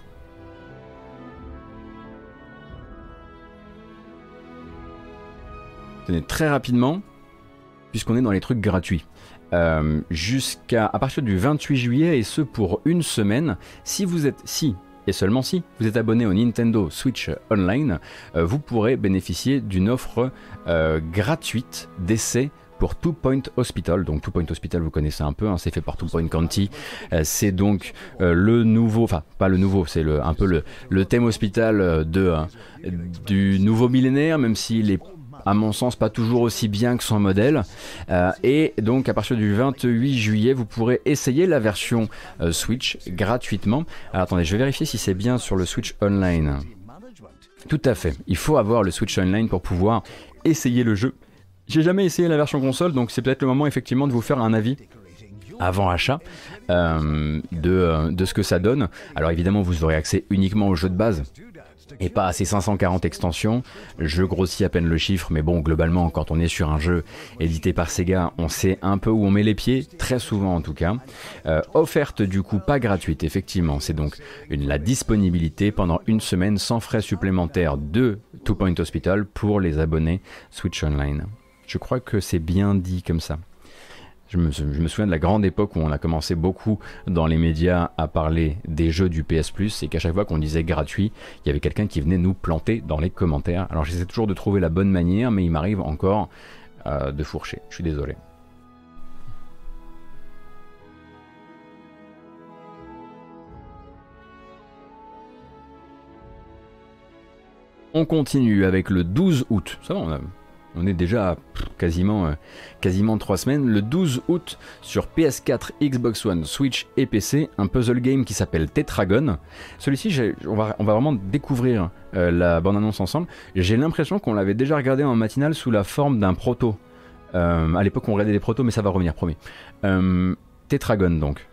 Tenez, très rapidement, puisqu'on est dans les trucs gratuits. Euh, jusqu'à à partir du vingt-huit juillet, et ce pour une semaine, si vous êtes, si, et seulement si, vous êtes abonné au Nintendo Switch Online, euh, vous pourrez bénéficier d'une offre euh, gratuite d'essai pour Two Point Hospital. Donc Two Point Hospital, vous connaissez un peu, hein, c'est fait par Two Point County. Euh, c'est donc euh, le nouveau, enfin pas le nouveau, c'est le, un peu le, le thème hospital de, euh, du nouveau millénaire, même s'il est à mon sens pas toujours aussi bien que son modèle, euh, et donc à partir du vingt-huit juillet vous pourrez essayer la version euh, Switch gratuitement. Alors attendez, je vais vérifier si c'est bien sur le Switch Online. Tout à fait, il faut avoir le Switch Online pour pouvoir essayer le jeu. J'ai jamais essayé la version console, donc c'est peut-être le moment effectivement de vous faire un avis avant achat euh, de, euh, de ce que ça donne. Alors évidemment vous aurez accès uniquement au jeu de base et pas à ces cinq cent quarante extensions. Je grossis à peine le chiffre, mais bon, globalement, quand on est sur un jeu édité par Sega, on sait un peu où on met les pieds, très souvent en tout cas. Euh, offerte du coup pas gratuite, effectivement. C'est donc une, la disponibilité pendant une semaine sans frais supplémentaires de Two Point Hospital pour les abonnés Switch Online. Je crois que c'est bien dit comme ça. Je me, je me souviens de la grande époque où on a commencé beaucoup dans les médias à parler des jeux du P S Plus et qu'à chaque fois qu'on disait gratuit, il y avait quelqu'un qui venait nous planter dans les commentaires. Alors j'essaie toujours de trouver la bonne manière, mais il m'arrive encore euh, de fourcher. Je suis désolé. On continue avec le douze août. Ça va, on a... On est déjà à quasiment, euh, quasiment trois semaines. Le douze août, sur P S quatre, Xbox One, Switch et P C, un puzzle game qui s'appelle Tetragon. Celui-ci, on va, on va vraiment découvrir euh, la bande-annonce ensemble. J'ai l'impression qu'on l'avait déjà regardé en matinale sous la forme d'un proto. Euh, à l'époque, on regardait des protos, mais ça va revenir, promis. Euh, Tetragon, donc.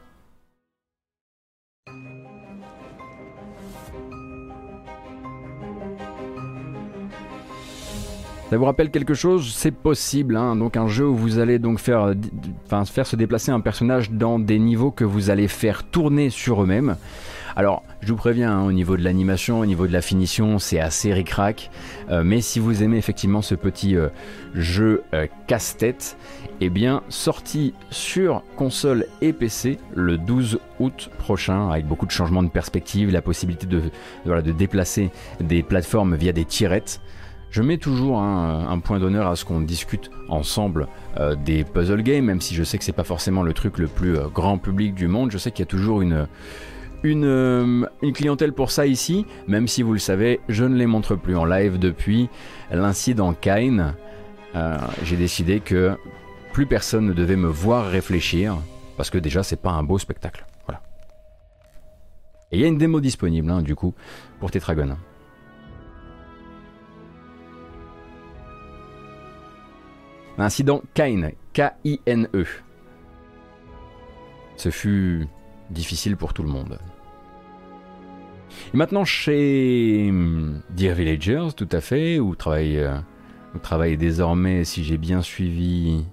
Ça vous rappelle quelque chose? C'est possible, hein. Donc un jeu où vous allez donc faire, enfin, faire se déplacer un personnage dans des niveaux que vous allez faire tourner sur eux-mêmes. Alors, je vous préviens, hein, au niveau de l'animation, au niveau de la finition, c'est assez ric-rac. Euh, mais si vous aimez effectivement ce petit euh, jeu euh, casse-tête, eh bien, sorti sur console et P C le douze août prochain, avec beaucoup de changements de perspective, la possibilité de, de, voilà, de déplacer des plateformes via des tirettes. Je mets toujours un, un point d'honneur à ce qu'on discute ensemble euh, des puzzle games, même si je sais que c'est pas forcément le truc le plus euh, grand public du monde. Je sais qu'il y a toujours une, une, euh, une clientèle pour ça ici, même si vous le savez, je ne les montre plus en live depuis l'incident Kain. Euh, j'ai décidé que plus personne ne devait me voir réfléchir, parce que déjà c'est pas un beau spectacle. Voilà. Et il y a une démo disponible, hein, du coup, pour Tetragon. Incident Kain, K I N E. Ce fut difficile pour tout le monde. Et maintenant chez Dear Villagers, tout à fait, où travaille euh, Vous travaillez désormais, si j'ai bien suivi,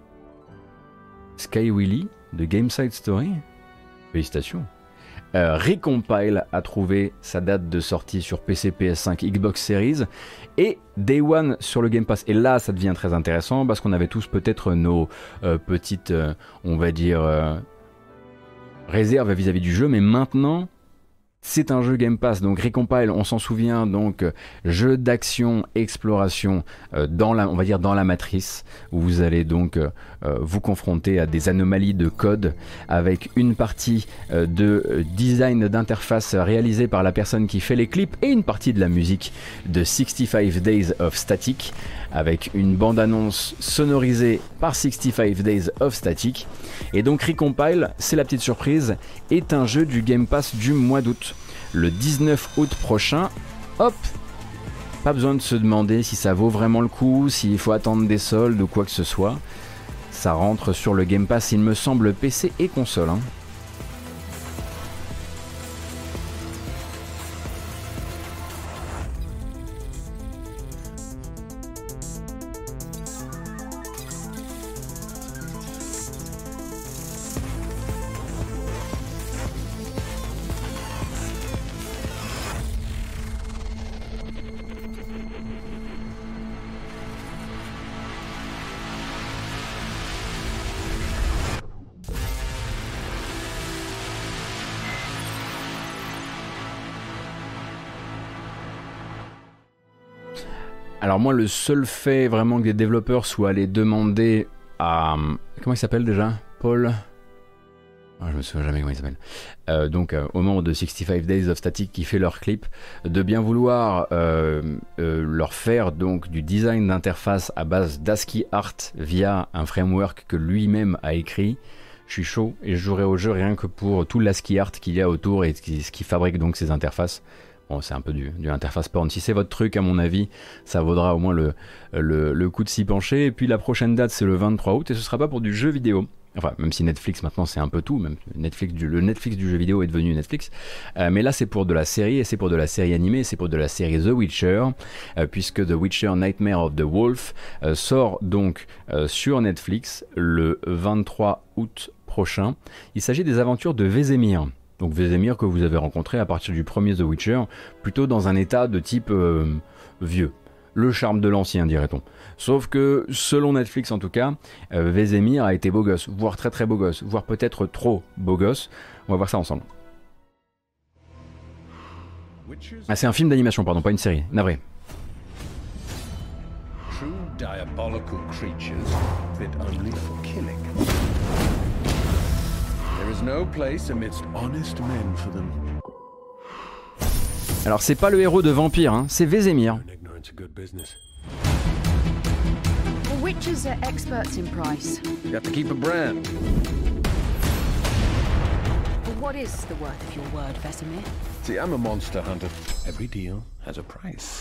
Sky Willy de Game Side Story. Félicitations. Euh, Recompile a trouvé sa date de sortie sur P C, P S cinq, Xbox Series et Day One sur le Game Pass. Et là, ça devient très intéressant parce qu'on avait tous peut-être nos euh, petites, euh, on va dire, euh, réserves vis-à-vis du jeu, mais maintenant, c'est un jeu Game Pass. Donc Recompile, on s'en souvient, donc euh, jeu d'action, exploration euh, dans la, on va dire dans la matrice, où vous allez donc euh, euh, vous confronter à des anomalies de code avec une partie euh, de euh, design d'interface réalisée par la personne qui fait les clips et une partie de la musique de sixty-five Days of Static avec une bande-annonce sonorisée par sixty-five Days of Static. Et donc Recompile, c'est la petite surprise, est un jeu du Game Pass du mois d'août. Le dix-neuf août prochain, hop, pas besoin de se demander si ça vaut vraiment le coup, s'il faut attendre des soldes ou quoi que ce soit. Ça rentre sur le Game Pass, il me semble, P C et console. Hein. Alors moi, le seul fait vraiment que des développeurs soient allés demander à... Comment il s'appelle déjà ? Paul ? Oh, je me souviens jamais comment il s'appelle. Euh, donc euh, au moment de sixty-five Days of Static qui fait leur clip, de bien vouloir euh, euh, leur faire donc du design d'interface à base d'ASCII Art via un framework que lui-même a écrit. Je suis chaud et je jouerai au jeu rien que pour tout l'ASCII Art qu'il y a autour et ce qui, ce qui fabrique donc ces interfaces. Bon, c'est un peu du, du interface porn. Si c'est votre truc, à mon avis, ça vaudra au moins le, le, le coup de s'y pencher. Et puis la prochaine date, c'est le vingt-trois août, et ce sera pas pour du jeu vidéo. Enfin, même si Netflix maintenant c'est un peu tout, même Netflix du, le Netflix du jeu vidéo est devenu Netflix. Euh, mais là, c'est pour de la série, et c'est pour de la série animée, et c'est pour de la série The Witcher, euh, puisque The Witcher Nightmare of the Wolf euh, sort donc euh, sur Netflix le vingt-trois août prochain. Il s'agit des aventures de Vesemir. Donc Vesemir que vous avez rencontré à partir du premier The Witcher, plutôt dans un état de type euh, vieux. Le charme de l'ancien, dirait-on. Sauf que, selon Netflix en tout cas, euh, Vesemir a été beau gosse, voire très très beau gosse, voire peut-être trop beau gosse. On va voir ça ensemble. Ah, c'est un film d'animation, pardon, pas une série. Navré. True diabolical creatures fit only for killing. There is no place amidst honest men for them. Alors c'est pas le héros de Vampire, hein, c'est Vesemir. Well, witches are experts in price. You have to keep a brand. But what is the worth of your word, Vesemir? See, I'm a monster hunter. Every deal has a price.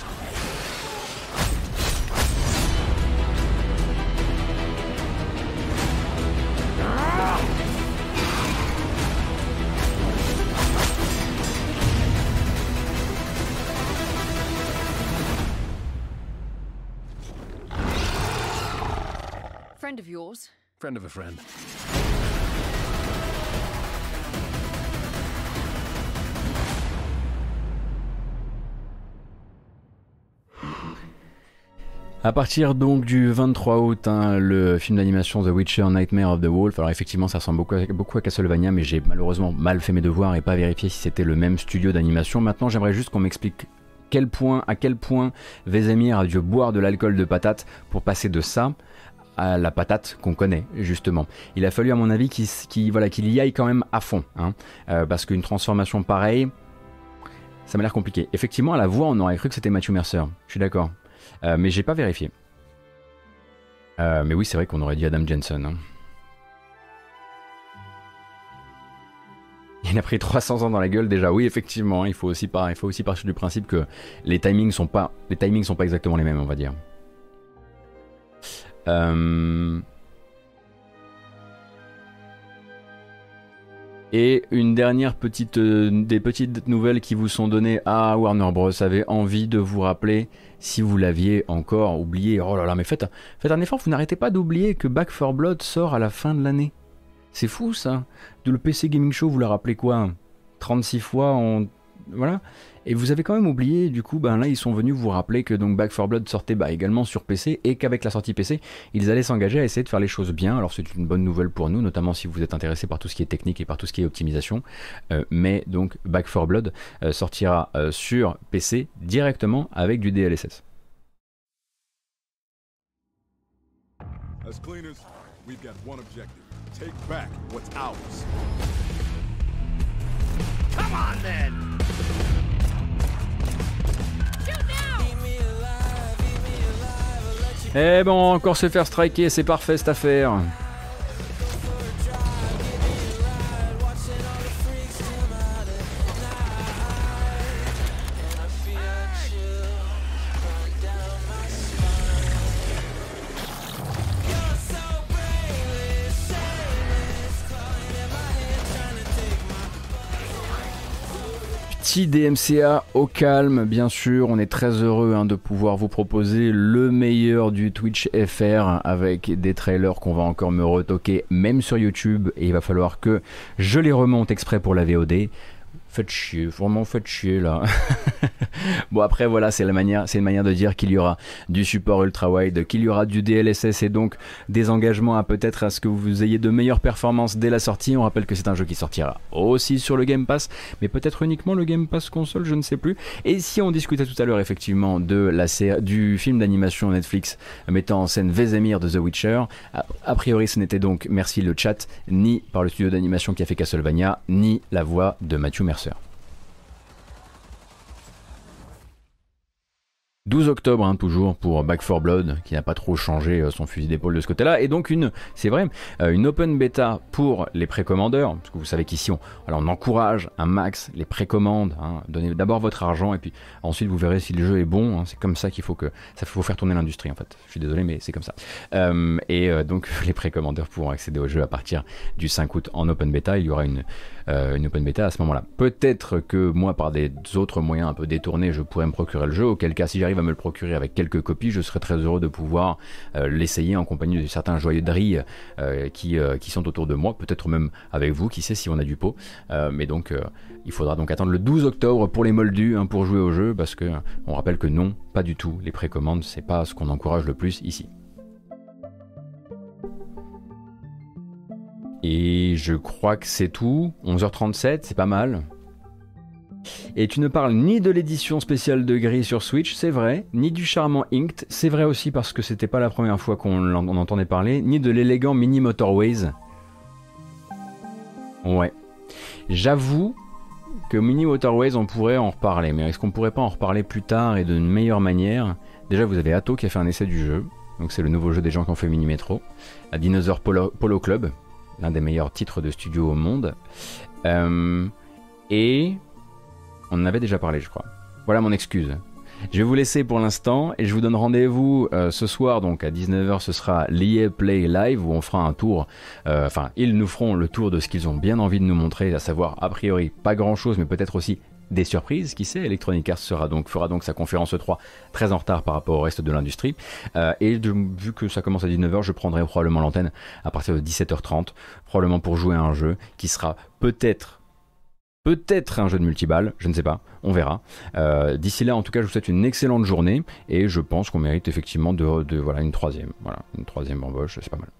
Friend of yours? Friend of a friend. À partir donc du vingt-trois août, hein, le film d'animation The Witcher Nightmare of the Wolf. Alors effectivement, ça ressemble beaucoup à, beaucoup à Castlevania, mais j'ai malheureusement mal fait mes devoirs et pas vérifié si c'était le même studio d'animation. Maintenant, j'aimerais juste qu'on m'explique quel point, à quel point Vesemir a dû boire de l'alcool de patate pour passer de ça à la patate qu'on connaît justement. Il a fallu à mon avis qu'il qu'il, voilà, qu'il y aille quand même à fond, hein, euh, parce qu'une transformation pareille, ça m'a l'air compliqué. Effectivement, à la voix, on aurait cru que c'était Matthew Mercer, je suis d'accord, euh, mais j'ai pas vérifié. Euh, mais oui, c'est vrai qu'on aurait dit Adam Jensen. Hein. Il a pris trois cents ans dans la gueule déjà. Oui, effectivement, hein, il faut aussi par, il faut aussi partir du principe que les timings sont pas, les timings sont pas exactement les mêmes, on va dire. Euh... Et une dernière petite, euh, des petites nouvelles qui vous sont données à Warner Bros. Avait envie de vous rappeler, si vous l'aviez encore oublié, oh là là, mais faites, faites un effort, vous n'arrêtez pas d'oublier que Back four Blood sort à la fin de l'année. C'est fou ça. De le P C Gaming Show, vous le rappelez quoi, trente-six fois en... Voilà. Et vous avez quand même oublié, du coup, ben là, ils sont venus vous rappeler que donc Back four Blood sortait bah, également sur P C et qu'avec la sortie P C, ils allaient s'engager à essayer de faire les choses bien. Alors c'est une bonne nouvelle pour nous, notamment si vous êtes intéressé par tout ce qui est technique et par tout ce qui est optimisation. Euh, mais donc Back four Blood euh, sortira euh, sur P C directement avec du D L S S. As cleaners, we've got one objective. Take back what's ours. Come on then! Eh bon, encore se faire striker, c'est parfait cette affaire. Petit D M C A au calme, bien sûr, on est très heureux hein, de pouvoir vous proposer le meilleur du Twitch F R avec des trailers qu'on va encore me retoquer même sur YouTube et il va falloir que je les remonte exprès pour la V O D. Faites chier, vraiment faites chier là. Bon après voilà, c'est la manière, c'est une manière de dire qu'il y aura du support ultra wide, qu'il y aura du D L S S et donc des engagements à peut-être à ce que vous ayez de meilleures performances dès la sortie. On rappelle que c'est un jeu qui sortira aussi sur le Game Pass, mais peut-être uniquement le Game Pass console, je ne sais plus. Et si on discutait tout à l'heure effectivement de la série, du film d'animation Netflix mettant en scène Vesemir de The Witcher, a, a priori ce n'était donc, merci le chat, ni par le studio d'animation qui a fait Castlevania, ni la voix de Matthew Mercer. douze octobre, hein, toujours pour Back four Blood, qui n'a pas trop changé euh, son fusil d'épaule de ce côté-là, et donc une, c'est vrai, euh, une open bêta pour les précommandeurs, parce que vous savez qu'ici on, alors on encourage un max les précommandes, hein, donnez d'abord votre argent et puis ensuite vous verrez si le jeu est bon, hein, c'est comme ça qu'il faut que ça faut faire tourner l'industrie en fait. Je suis désolé mais c'est comme ça. Euh, et euh, donc les précommandeurs pourront accéder au jeu à partir du cinq août en open bêta. Il y aura une Euh, une open bêta à ce moment-là. Peut-être que moi, par des autres moyens un peu détournés, je pourrais me procurer le jeu, auquel cas, si j'arrive à me le procurer avec quelques copies, je serais très heureux de pouvoir euh, l'essayer en compagnie de certains joyeux drilles euh, qui, euh, qui sont autour de moi, peut-être même avec vous, qui sait si on a du pot. Euh, mais donc, euh, il faudra donc attendre le douze octobre pour les moldus, hein, pour jouer au jeu, parce que on rappelle que non, pas du tout, les précommandes, c'est pas ce qu'on encourage le plus ici. Et je crois que c'est tout. onze heures trente-sept, c'est pas mal. Et tu ne parles ni de l'édition spéciale de Gris sur Switch, c'est vrai, ni du charmant Inked, c'est vrai aussi parce que c'était pas la première fois qu'on en entendait parler, ni de l'élégant Mini Motorways. Ouais. J'avoue que Mini Motorways, on pourrait en reparler, mais est-ce qu'on pourrait pas en reparler plus tard et d'une meilleure manière? Déjà, vous avez Atto qui a fait un essai du jeu, donc c'est le nouveau jeu des gens qui ont fait Mini Metro, à Dinosaur Polo, Polo Club, l'un des meilleurs titres de studio au monde. Euh, et on en avait déjà parlé, je crois. Voilà mon excuse. Je vais vous laisser pour l'instant et je vous donne rendez-vous euh, ce soir, donc à dix-neuf heures, ce sera l'E A Play Live où on fera un tour, euh, enfin ils nous feront le tour de ce qu'ils ont bien envie de nous montrer, à savoir a priori pas grand-chose, mais peut-être aussi des surprises, qui sait. Electronic Arts sera donc, fera donc sa conférence E trois très en retard par rapport au reste de l'industrie. Euh, et de, vu que ça commence à dix-neuf heures, je prendrai probablement l'antenne à partir de dix-sept heures trente, probablement pour jouer à un jeu qui sera peut-être, peut-être un jeu de multiballe, je ne sais pas, on verra. Euh, d'ici là, en tout cas, je vous souhaite une excellente journée et je pense qu'on mérite effectivement de, de voilà, une troisième, voilà, une troisième embauche, c'est pas mal.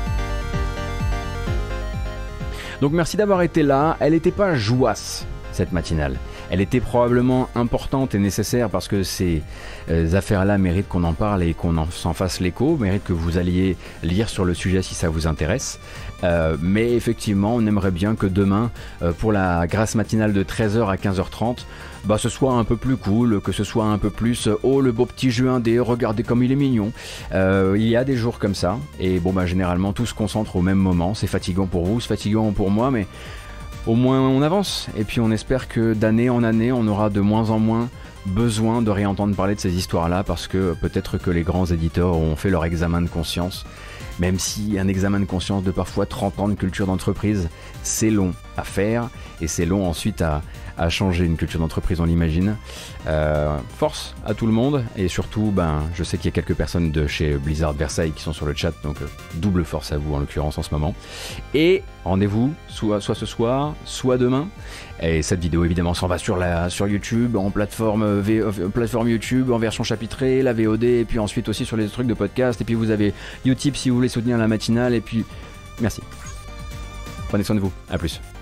Donc merci d'avoir été là. Elle n'était pas jouasse, cette matinale. Elle était probablement importante et nécessaire parce que ces euh, affaires-là méritent qu'on en parle et qu'on s'en fasse l'écho, méritent que vous alliez lire sur le sujet si ça vous intéresse. Euh, mais effectivement, on aimerait bien que demain, euh, pour la grasse matinale de treize heures à quinze heures trente, bah, ce soit un peu plus cool, que ce soit un peu plus « Oh, le beau petit jeu indé, regardez comme il est mignon euh, ». Il y a des jours comme ça, et bon, bah, généralement, tout se concentre au même moment. C'est fatigant pour vous, c'est fatigant pour moi, mais au moins on avance. Et puis on espère que d'année en année, on aura de moins en moins besoin de réentendre parler de ces histoires-là, parce que peut-être que les grands éditeurs ont fait leur examen de conscience. Même si un examen de conscience de parfois trente ans de culture d'entreprise, c'est long. à faire et c'est long ensuite à, à changer une culture d'entreprise, on l'imagine. Euh, force à tout le monde et surtout, ben, je sais qu'il y a quelques personnes de chez Blizzard Versailles qui sont sur le chat, donc euh, double force à vous en l'occurrence en ce moment. Et rendez-vous soit, soit ce soir, soit demain. Et cette vidéo évidemment s'en va sur, la, sur YouTube, en plateforme, v, euh, plateforme YouTube, en version chapitrée, la V O D, et puis ensuite aussi sur les trucs de podcast. Et puis vous avez Utip si vous voulez soutenir la matinale. Et puis merci. Prenez soin de vous. À plus.